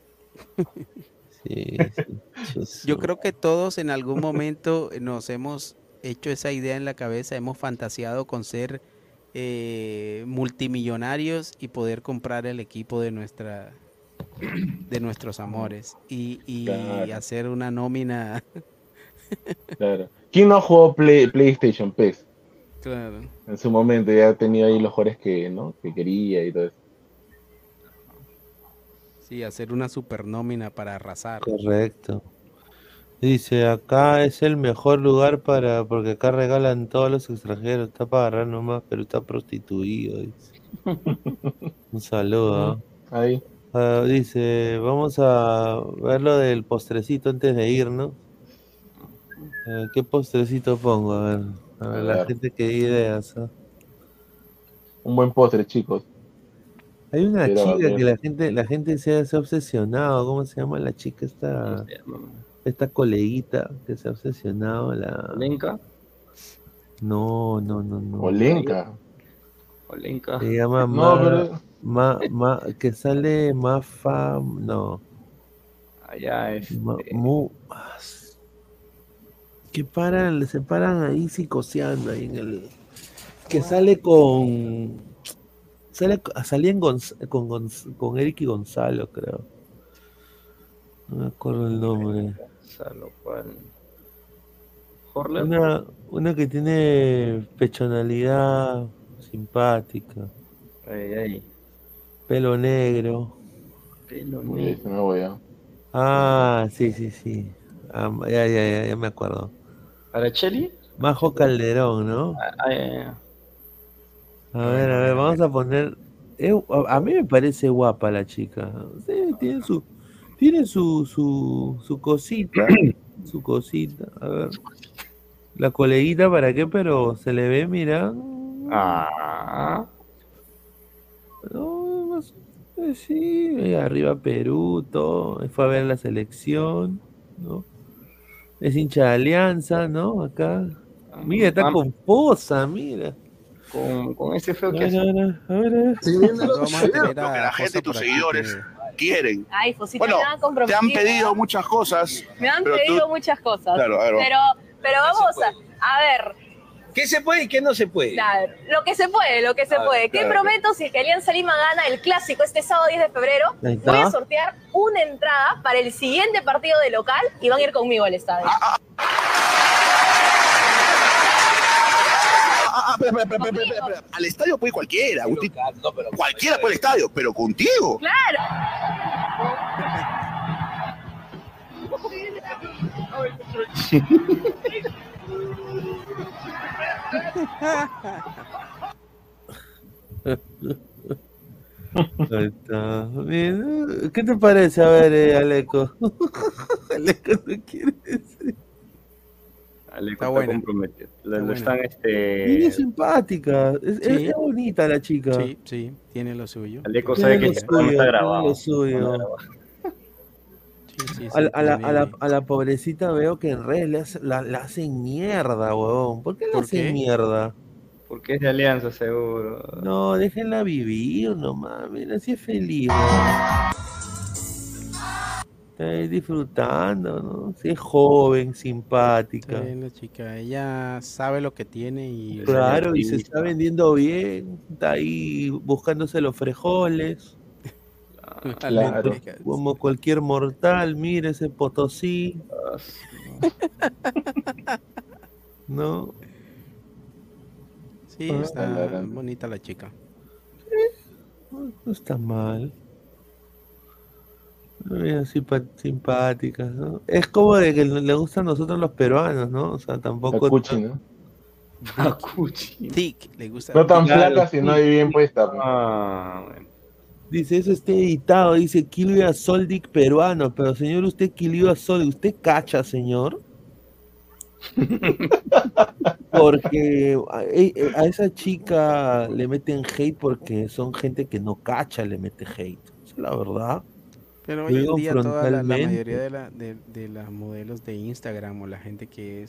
Speaker 3: Sí.
Speaker 7: Yo creo que todos en algún momento nos hemos hecho esa idea en la cabeza, hemos fantaseado con ser multimillonarios y poder comprar el equipo de nuestros amores y
Speaker 13: claro,
Speaker 7: hacer una nómina.
Speaker 13: Claro. ¿Quién no jugó PlayStation PES?
Speaker 7: Claro.
Speaker 13: En su momento ya tenía ahí los jugadores que quería y todo eso.
Speaker 7: Sí, hacer una super nómina para arrasar.
Speaker 3: Correcto. Dice, acá es el mejor lugar porque acá regalan todos los extranjeros, está para agarrar nomás, pero está prostituido. Dice. Un saludo.
Speaker 13: Ahí.
Speaker 3: Dice, vamos a ver lo del postrecito antes de irnos. ¿Qué postrecito pongo? A ver, la
Speaker 13: ver.
Speaker 3: gente que dé ideas.
Speaker 13: Un buen postre, chicos.
Speaker 3: Hay una
Speaker 13: Quiero
Speaker 3: chica
Speaker 13: ver.
Speaker 3: que la gente se ha obsesionado. ¿Cómo se llama la chica esta coleguita que se ha obsesionado?
Speaker 18: ¿Olenka?
Speaker 3: No.
Speaker 13: Olenka.
Speaker 18: Olenka.
Speaker 3: Se llama que sale Mafa. No.
Speaker 18: Allá es.
Speaker 3: Que se paran ahí psicoseando ahí en el. Que sale con. Salían con Eric y Gonzalo, creo. No me acuerdo el nombre.
Speaker 18: Gonzalo, ¿cuál? ¿Horler?
Speaker 3: Una que tiene pechonalidad simpática.
Speaker 18: Ay.
Speaker 3: Pelo negro.
Speaker 18: Pelo
Speaker 13: Uy,
Speaker 18: negro.
Speaker 13: se me voy a...
Speaker 3: Ah, sí. Ya me acuerdo.
Speaker 18: ¿Araceli?
Speaker 3: Majo Calderón, ¿no? A ver, vamos a poner. A mí me parece guapa la chica. Sí, tiene su cosita. Su cosita. A ver. La coleguita, ¿para qué? Pero se le ve, mira. No, sí, arriba Perú, todo. Fue a ver la selección, ¿no? Es hincha de Alianza, ¿no? Acá. Mira, está con posa, mira.
Speaker 18: Con ese feo que hace.
Speaker 3: A ver.
Speaker 8: Lo que la gente y tus seguidores quieren.
Speaker 22: Ay, Fosito,
Speaker 8: Bueno,
Speaker 22: me han comprometido.
Speaker 8: te han pedido muchas cosas.
Speaker 22: Me han
Speaker 8: pero
Speaker 22: pedido
Speaker 8: tú-
Speaker 22: muchas cosas.
Speaker 8: Claro, a ver,
Speaker 22: pero vamos a ver.
Speaker 23: ¿Qué se puede y qué no se puede?
Speaker 22: Claro, lo que se puede. ¿Qué
Speaker 23: claro.
Speaker 22: prometo si es que Alianza Lima gana el clásico este sábado 10 de febrero?
Speaker 3: Ahí está.
Speaker 22: Voy a sortear una entrada para el siguiente partido de local y van a ir conmigo al estadio.
Speaker 8: Espera. Al estadio puede cualquiera. Cualquiera puede al estadio, pero contigo.
Speaker 22: ¡Claro!
Speaker 3: Ahí está. Bien. ¿Qué te parece? A ver, Aleco. Aleco no quiere decir.
Speaker 18: Está
Speaker 7: buena.
Speaker 18: comprometido.
Speaker 7: Está
Speaker 18: Lo
Speaker 7: buena.
Speaker 18: están
Speaker 3: Y es simpática. Es bonita la chica.
Speaker 7: Sí, tiene lo suyo.
Speaker 18: Aleco sabe que este programa está grabado.
Speaker 3: Lo suyo.
Speaker 7: Sí,
Speaker 3: A la pobrecita veo que en redes la hacen mierda, huevón. ¿Por qué la
Speaker 18: ¿Por
Speaker 3: hacen
Speaker 18: qué?
Speaker 3: mierda?
Speaker 18: Porque es de Alianza, seguro.
Speaker 3: No, déjenla vivir nomás. Mira, si es feliz. Está ahí disfrutando, ¿no? Si es joven, simpática.
Speaker 7: Sí, la chica, ella sabe lo que tiene y
Speaker 3: Claro, y se está vendiendo bien. Está ahí buscándose los frijoles.
Speaker 7: Claro.
Speaker 3: Como cualquier mortal, mire ese Potosí. ¿No?
Speaker 7: Sí, está bonita la chica.
Speaker 3: No está mal. Mira, simpática, ¿no? Es como de que le gustan a nosotros los peruanos, ¿no? O sea, tampoco.
Speaker 13: Cuchi, ¿no?
Speaker 7: Tic, le gusta.
Speaker 13: No tan
Speaker 3: Claro,
Speaker 13: flaca, sino
Speaker 3: sí.
Speaker 13: bien puesta.
Speaker 18: Bueno.
Speaker 3: Dice, eso está editado, dice Kilvia Soldic peruano, pero señor, usted Kilvia Soldic, ¿usted cacha, señor? Porque a esa chica le meten hate porque son gente que no cacha, le mete hate. Esa es la verdad.
Speaker 7: Pero
Speaker 3: Lo
Speaker 7: hoy en
Speaker 3: digo
Speaker 7: día toda la
Speaker 3: frontalmente.
Speaker 7: mayoría de las modelos de Instagram o la gente que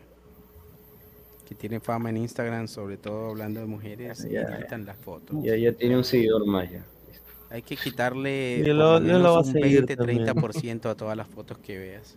Speaker 7: tiene fama en Instagram, sobre todo hablando de mujeres,
Speaker 18: Ya.
Speaker 7: editan las fotos.
Speaker 18: Ya tiene un seguidor más ya.
Speaker 7: Hay que quitarle
Speaker 3: Yo
Speaker 7: por
Speaker 3: lo
Speaker 7: lo menos
Speaker 3: voy a
Speaker 7: un
Speaker 3: seguir
Speaker 7: 20-30% a todas las fotos que veas.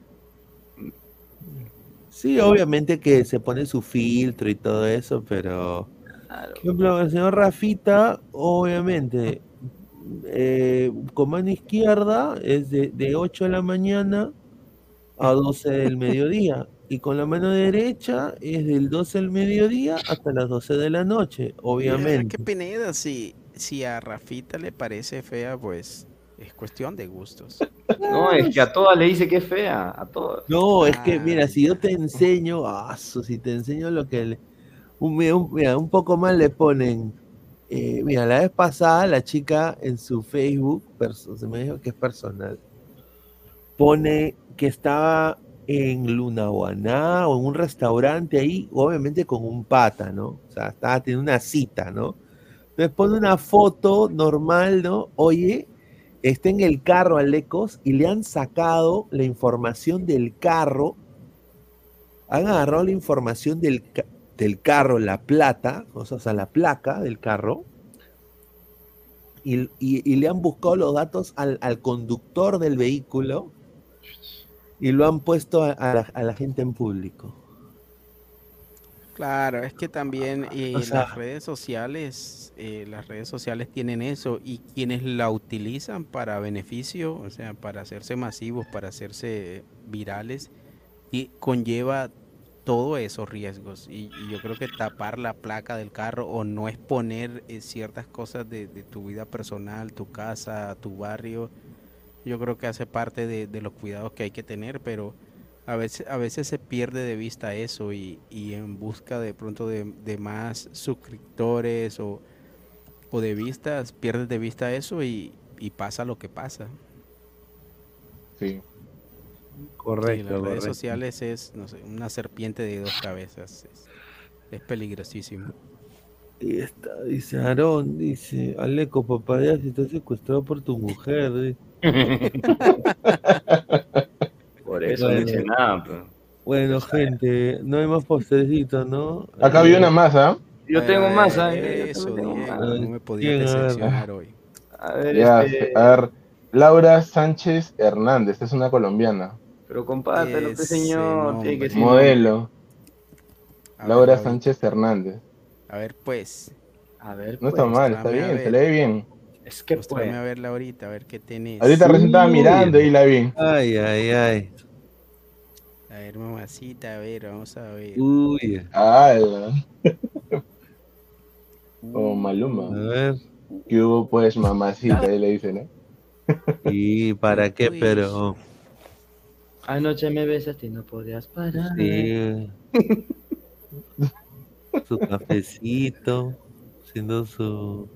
Speaker 3: Sí, obviamente que se pone su filtro y todo eso, pero por ejemplo, el señor Rafita, obviamente, con mano izquierda es de 8 de la mañana a 12 del mediodía, y con la mano derecha es del 12 del mediodía hasta las 12 de la noche, obviamente.
Speaker 7: Qué Pineda, si a Rafita le parece fea, pues Es cuestión de gustos.
Speaker 18: No, es que a todas le dice que es fea, a todas.
Speaker 3: No, es que, mira, si yo te enseño, si te enseño lo que mira, un poco más le ponen. Mira, la vez pasada la chica en su Facebook, se me dijo que es personal, pone que estaba en Lunahuaná o en un restaurante ahí, obviamente con un pata, ¿no? O sea, estaba teniendo una cita, ¿no? Entonces pone una foto normal, ¿no? Oye, está en el carro Alecos y le han sacado la información del carro, han agarrado la información del carro, la plata, o sea, la placa del carro, y le han buscado los datos al conductor del vehículo y lo han puesto a la gente en público.
Speaker 7: Claro, es que también
Speaker 3: O sea,
Speaker 7: las redes sociales tienen eso, y quienes la utilizan para beneficio, o sea, para hacerse masivos, para hacerse virales, y conlleva todos esos riesgos. Y yo creo que tapar la placa del carro o no exponer ciertas cosas de tu vida personal, tu casa, tu barrio, yo creo que hace parte de los cuidados que hay que tener, pero a veces se pierde de vista eso, y en busca de pronto de más suscriptores o de vistas, pierdes de vista eso y pasa lo que pasa.
Speaker 13: Sí.
Speaker 3: Correcto.
Speaker 7: Sí, las redes
Speaker 3: correcto.
Speaker 7: sociales es, no sé, una serpiente de dos cabezas. Es peligrosísimo.
Speaker 3: Y dice Aarón, dice, Aleco, papaya, si estás secuestrado por tu mujer.
Speaker 18: Por eso no
Speaker 3: Bueno.
Speaker 18: dice nada, pero.
Speaker 3: Bueno, gente, no hay más postercitos, ¿no?
Speaker 13: Acá había una más, ¿ah?
Speaker 18: Yo tengo más,
Speaker 7: Eso, Diego, no me podía
Speaker 3: ¿Quién? A ver.
Speaker 7: decepcionar hoy.
Speaker 18: A ver,
Speaker 13: Ya, a ver, Laura Sánchez Hernández, es una colombiana.
Speaker 18: Pero compártelo,
Speaker 7: Ese
Speaker 18: señor, tiene que
Speaker 7: nombre.
Speaker 18: ser
Speaker 13: Modelo.
Speaker 7: A ver,
Speaker 13: Laura
Speaker 7: Laurita.
Speaker 13: Sánchez Hernández.
Speaker 7: A ver, pues.
Speaker 18: A ver,
Speaker 13: No está
Speaker 18: pues,
Speaker 13: mal, está
Speaker 7: mostrame a
Speaker 13: bien,
Speaker 7: ver.
Speaker 13: se le ve bien.
Speaker 18: Es que
Speaker 7: Mostrame a
Speaker 18: pues.
Speaker 7: ver, Laurita, a ver qué tenés.
Speaker 13: Ahorita recién estaba mirando y la vi.
Speaker 3: Ay, ay, ay.
Speaker 7: A ver, mamacita, a ver, vamos a ver.
Speaker 3: Uy.
Speaker 13: ¡Hala! Como Maluma.
Speaker 3: A ver.
Speaker 13: ¿Qué hubo pues, mamacita? Ahí le dicen, ¿no?
Speaker 3: ¿Y para qué?
Speaker 7: Uy.
Speaker 3: Pero.
Speaker 18: Anoche me besaste y no podías parar.
Speaker 3: Sí. Su cafecito, haciendo su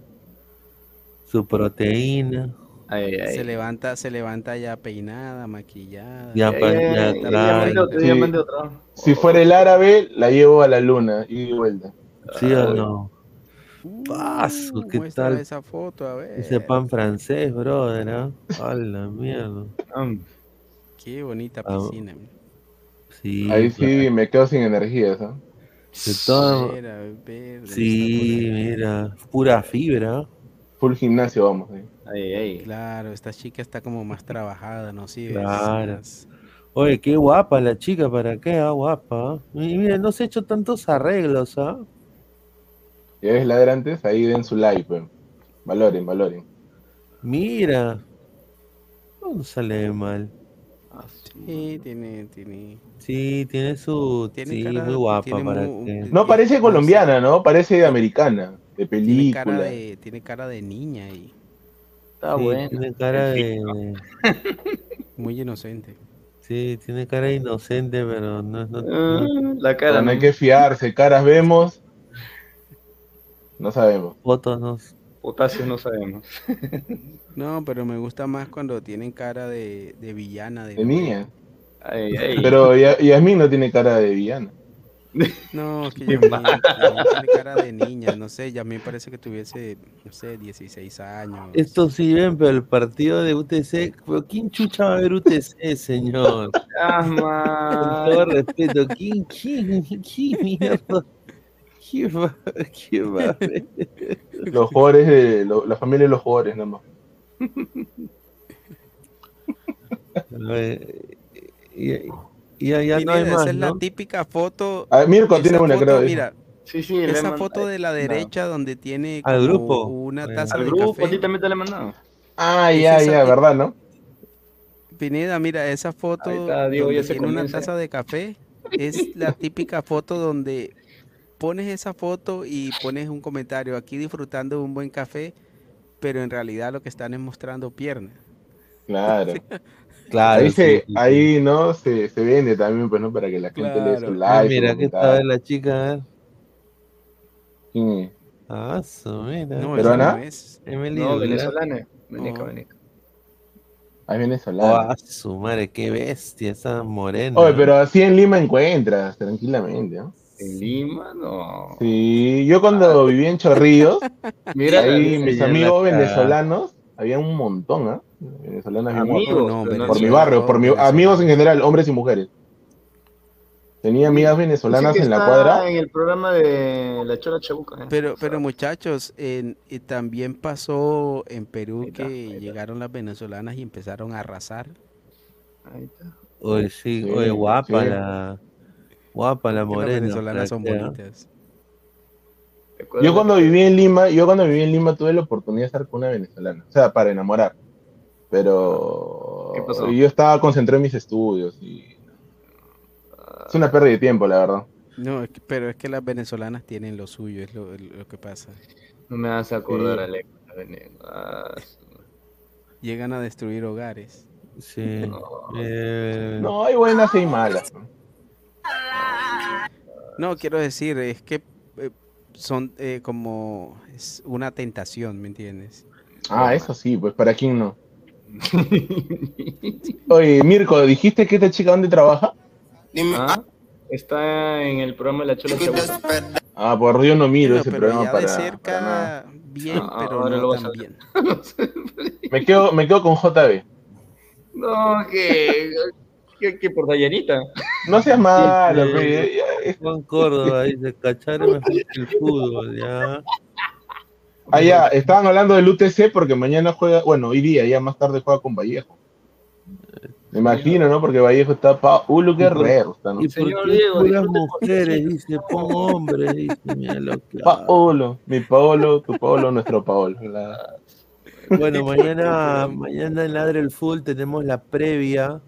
Speaker 3: proteína.
Speaker 18: Ay, ay.
Speaker 7: Se levanta ya peinada, maquillada.
Speaker 3: Ya, ya,
Speaker 18: Ya
Speaker 3: claro.
Speaker 18: mandé otro,
Speaker 13: Sí.
Speaker 18: ya mandé otro.
Speaker 13: Si fuera el árabe, la llevo a la luna y de vuelta.
Speaker 3: ¿Sí o no? Paso, ¿qué
Speaker 7: Muéstrame
Speaker 3: tal?
Speaker 7: esa foto, a ver.
Speaker 3: Ese pan francés, brother, ¿ah? A la mierda.
Speaker 7: Qué bonita
Speaker 3: Ah,
Speaker 7: piscina.
Speaker 3: Sí,
Speaker 13: Ahí sí me quedo sin energías, ¿ah?
Speaker 3: de todo.
Speaker 7: Verde,
Speaker 3: Sí, mira, pura fibra.
Speaker 13: Full gimnasio, vamos. ¿eh?
Speaker 18: Ay, ay.
Speaker 7: Claro, esta chica está como más trabajada, ¿no? Sí,
Speaker 3: Claro.
Speaker 7: más-
Speaker 3: Oye, qué guapa la chica, ¿para qué? Ah, guapa. ¿Ah? Y mira, no se ha hecho tantos arreglos, ¿ah?
Speaker 13: Ya ves ladrantes, ahí den su like, pues. Valoren, valoren.
Speaker 3: Mira. No sale mal.
Speaker 7: Sí, tiene.
Speaker 3: Sí, tiene su.
Speaker 7: Tiene
Speaker 3: Sí,
Speaker 7: cara-
Speaker 3: muy guapa
Speaker 7: tiene
Speaker 3: para
Speaker 7: mu-
Speaker 3: que.
Speaker 13: No parece colombiana, ¿no? Parece americana, de
Speaker 7: Tiene cara
Speaker 13: película.
Speaker 7: tiene cara de niña y
Speaker 18: Está
Speaker 3: Sí,
Speaker 18: bueno.
Speaker 3: tiene cara de.
Speaker 7: muy inocente.
Speaker 3: Sí, tiene cara de inocente, pero no.
Speaker 18: La cara.
Speaker 13: Pero no hay
Speaker 18: ¿no?
Speaker 13: que fiarse, caras vemos. No sabemos.
Speaker 3: Fotos no.
Speaker 18: Potasio no sabemos.
Speaker 7: No, pero me gusta más cuando tienen cara de villana.
Speaker 13: De niña.
Speaker 18: Ay, ay.
Speaker 13: Pero Yasmín no tiene cara de villana.
Speaker 7: No, es que
Speaker 18: Qué
Speaker 7: Yasmín
Speaker 18: mal.
Speaker 7: tiene cara de niña, no sé, Yasmín parece que tuviese, no sé, 16 años.
Speaker 3: Esto sí ven, pero el partido de UTC, pero ¿quién chucha va a ver UTC, señor?
Speaker 18: Ah,
Speaker 3: Con
Speaker 18: man.
Speaker 3: todo respeto, ¿quién mierda? ¿Quién va a ver?
Speaker 13: Los jugadores de. La familia de los jugadores, nada más.
Speaker 3: Ya
Speaker 7: Y
Speaker 3: no hay
Speaker 7: mira,
Speaker 3: más,
Speaker 7: esa es la
Speaker 3: ¿no?
Speaker 7: típica foto.
Speaker 13: Ah, Mirko
Speaker 7: esa
Speaker 13: tiene una,
Speaker 7: foto,
Speaker 13: creo.
Speaker 7: mira,
Speaker 18: Sí, sí, le he
Speaker 7: esa
Speaker 18: mandado.
Speaker 7: foto de la derecha donde tiene
Speaker 3: ¿Al
Speaker 7: como
Speaker 3: grupo?
Speaker 7: una
Speaker 3: Bueno.
Speaker 7: taza
Speaker 18: Al
Speaker 7: de
Speaker 18: grupo, a
Speaker 7: café.
Speaker 18: ti también te le he mandado.
Speaker 13: Ah,
Speaker 7: Es
Speaker 13: ya,
Speaker 7: esa
Speaker 13: ya,
Speaker 7: tip-
Speaker 13: ¿verdad, no?
Speaker 7: Pineda, mira, esa
Speaker 18: Ahí
Speaker 7: foto
Speaker 18: está, Diego,
Speaker 7: donde
Speaker 18: ya se
Speaker 7: tiene una
Speaker 18: comienza.
Speaker 7: taza de café es la típica foto donde pones esa foto y pones un comentario aquí disfrutando de un buen café, pero en realidad lo que están es mostrando pierna.
Speaker 13: Claro.
Speaker 1: Claro,
Speaker 13: ahí ¿no? Se vende también, pues, ¿no? Para que la gente le dé su like.
Speaker 1: Mira, ¿qué tal la chica?
Speaker 13: ¿Quién es?
Speaker 1: Ah, mira.
Speaker 7: No,
Speaker 13: ¿Peruana?
Speaker 7: no es.
Speaker 18: No, venezolana. Veneca.
Speaker 13: Ah, es venezolana.
Speaker 1: Oh, su madre, qué bestia, esa morena.
Speaker 13: Oye, pero así en Lima encuentras, tranquilamente, ¿no?
Speaker 18: En Lima, no.
Speaker 13: Sí, yo cuando vivía en Chorrillos,
Speaker 18: Mira,
Speaker 13: ahí mis
Speaker 1: señala
Speaker 13: amigos
Speaker 1: acá.
Speaker 13: venezolanos, había un montón, ¿ah? Venezolanos bien
Speaker 18: Amigos,
Speaker 13: guapos.
Speaker 7: No,
Speaker 13: Por mi
Speaker 7: Venezuela,
Speaker 13: barrio, por mi
Speaker 7: Venezuela.
Speaker 13: amigos en general, hombres y mujeres. Tenía amigas venezolanas
Speaker 18: Dice que
Speaker 13: en la
Speaker 18: está
Speaker 13: cuadra.
Speaker 18: en el programa de La Chola Chabuca.
Speaker 7: Pero muchachos, y también pasó en Perú que llegaron las venezolanas y empezaron a arrasar.
Speaker 18: Ahí está.
Speaker 1: Oye, sí,
Speaker 13: Sí,
Speaker 1: oye, guapa
Speaker 13: sí.
Speaker 1: la
Speaker 7: Que
Speaker 1: morena.
Speaker 7: las venezolanas son
Speaker 1: flaquea.
Speaker 7: bonitas.
Speaker 13: Yo cuando viví en Lima tuve la oportunidad de estar con una venezolana, o sea, para enamorar. Pero
Speaker 18: ¿Qué pasó?
Speaker 13: yo estaba concentrado en mis estudios y es una pérdida de tiempo, la verdad.
Speaker 7: No, pero es que las venezolanas tienen lo suyo, es lo que pasa.
Speaker 18: No me vas a acordar,
Speaker 13: Sí.
Speaker 18: Alex.
Speaker 7: Llegan a destruir hogares.
Speaker 1: Sí.
Speaker 13: No, hay buenas y hay malas, ¿no?
Speaker 7: No, quiero decir, es que son como es una tentación, ¿me entiendes?
Speaker 13: Ah, eso sí, pues para quién no. Oye, Mirko, ¿dijiste que esta chica dónde trabaja?
Speaker 18: Ah, está en el programa de La Chola Chabuca.
Speaker 13: Ah, por yo no miro
Speaker 7: No,
Speaker 13: ese
Speaker 7: pero
Speaker 13: programa
Speaker 7: ya
Speaker 13: para
Speaker 7: de cerca
Speaker 13: nada.
Speaker 7: bien, pero
Speaker 18: ahora lo
Speaker 7: no
Speaker 18: vas a
Speaker 7: tan
Speaker 18: ver.
Speaker 7: bien.
Speaker 13: Me quedo con JB.
Speaker 18: No, que por Dayanita.
Speaker 13: No seas malo,
Speaker 1: Sí,
Speaker 13: pe.
Speaker 1: Juan Córdoba dice, cachar es mejor que el fútbol, ya.
Speaker 13: Ah, ya, estaban hablando del UTC porque mañana juega, bueno, hoy día, ya más tarde juega con Vallejo. Me imagino, ¿no? Porque Vallejo está Paulo Guerrero, está, ¿no?
Speaker 1: ¿Y por
Speaker 18: Señor
Speaker 1: qué
Speaker 18: Diego,
Speaker 1: puras
Speaker 18: disfrute
Speaker 1: mujeres? Dice, pon hombres, dice, mira lo que
Speaker 13: Paolo, mi Paolo, tu Paolo, nuestro Paolo.
Speaker 1: Bueno, mañana en Ladre el Full tenemos la previa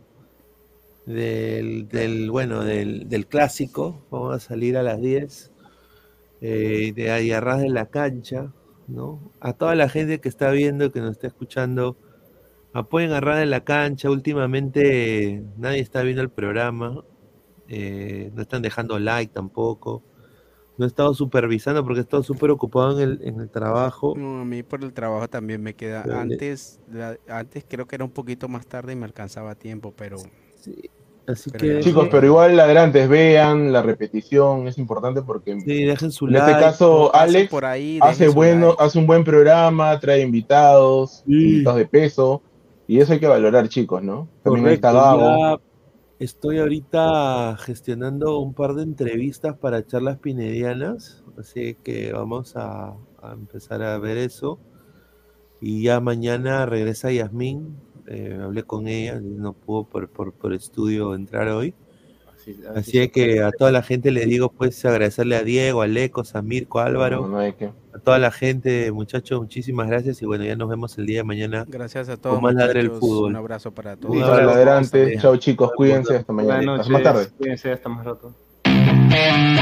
Speaker 1: del clásico. Vamos a salir a las 10. De ahí a ras de la cancha, ¿no? A toda la gente que está viendo, que nos está escuchando, apoyen a ras de la cancha. Últimamente nadie está viendo el programa. No están dejando like tampoco. No he estado supervisando porque he estado súper ocupado en el trabajo.
Speaker 7: No, a mí por el trabajo también me queda.
Speaker 1: Dale.
Speaker 7: Antes creo que era un poquito más tarde y me alcanzaba a tiempo, pero
Speaker 1: Así
Speaker 7: pero
Speaker 1: que
Speaker 7: ya
Speaker 13: Chicos, pero igual adelante, vean la repetición, es importante porque
Speaker 1: sí, dejen su
Speaker 13: en
Speaker 1: like.
Speaker 13: este caso
Speaker 7: pasen
Speaker 13: Alex
Speaker 7: por ahí,
Speaker 13: hace
Speaker 7: dejen su like.
Speaker 13: hace un buen programa, trae invitados de peso, y eso hay que valorar, chicos, ¿no? También ahí está
Speaker 1: Correcto,
Speaker 13: Gabo.
Speaker 1: ya estoy ahorita gestionando un par de entrevistas para charlas pinedianas, así que vamos a empezar a ver eso. Y ya mañana regresa Yasmín, hablé con ella, no pudo por estudio entrar hoy. Así que a toda la gente le digo, pues, agradecerle a Diego, a Lecos, a Mirko, a Álvaro,
Speaker 13: No hay que.
Speaker 1: a toda la gente, muchachos, muchísimas gracias. Y bueno, ya nos vemos el día de mañana.
Speaker 7: Gracias a todos,
Speaker 1: Con más Ladre el
Speaker 7: muchachos.
Speaker 1: Fútbol.
Speaker 7: Un abrazo para todos.
Speaker 1: Un
Speaker 13: Listo,
Speaker 1: abrazo.
Speaker 13: adelante,
Speaker 1: Hasta
Speaker 13: chao chicos, cuídense, hasta mañana.
Speaker 18: Buenas
Speaker 13: Hasta más
Speaker 18: noches,
Speaker 13: tarde.
Speaker 18: cuídense, hasta más rato.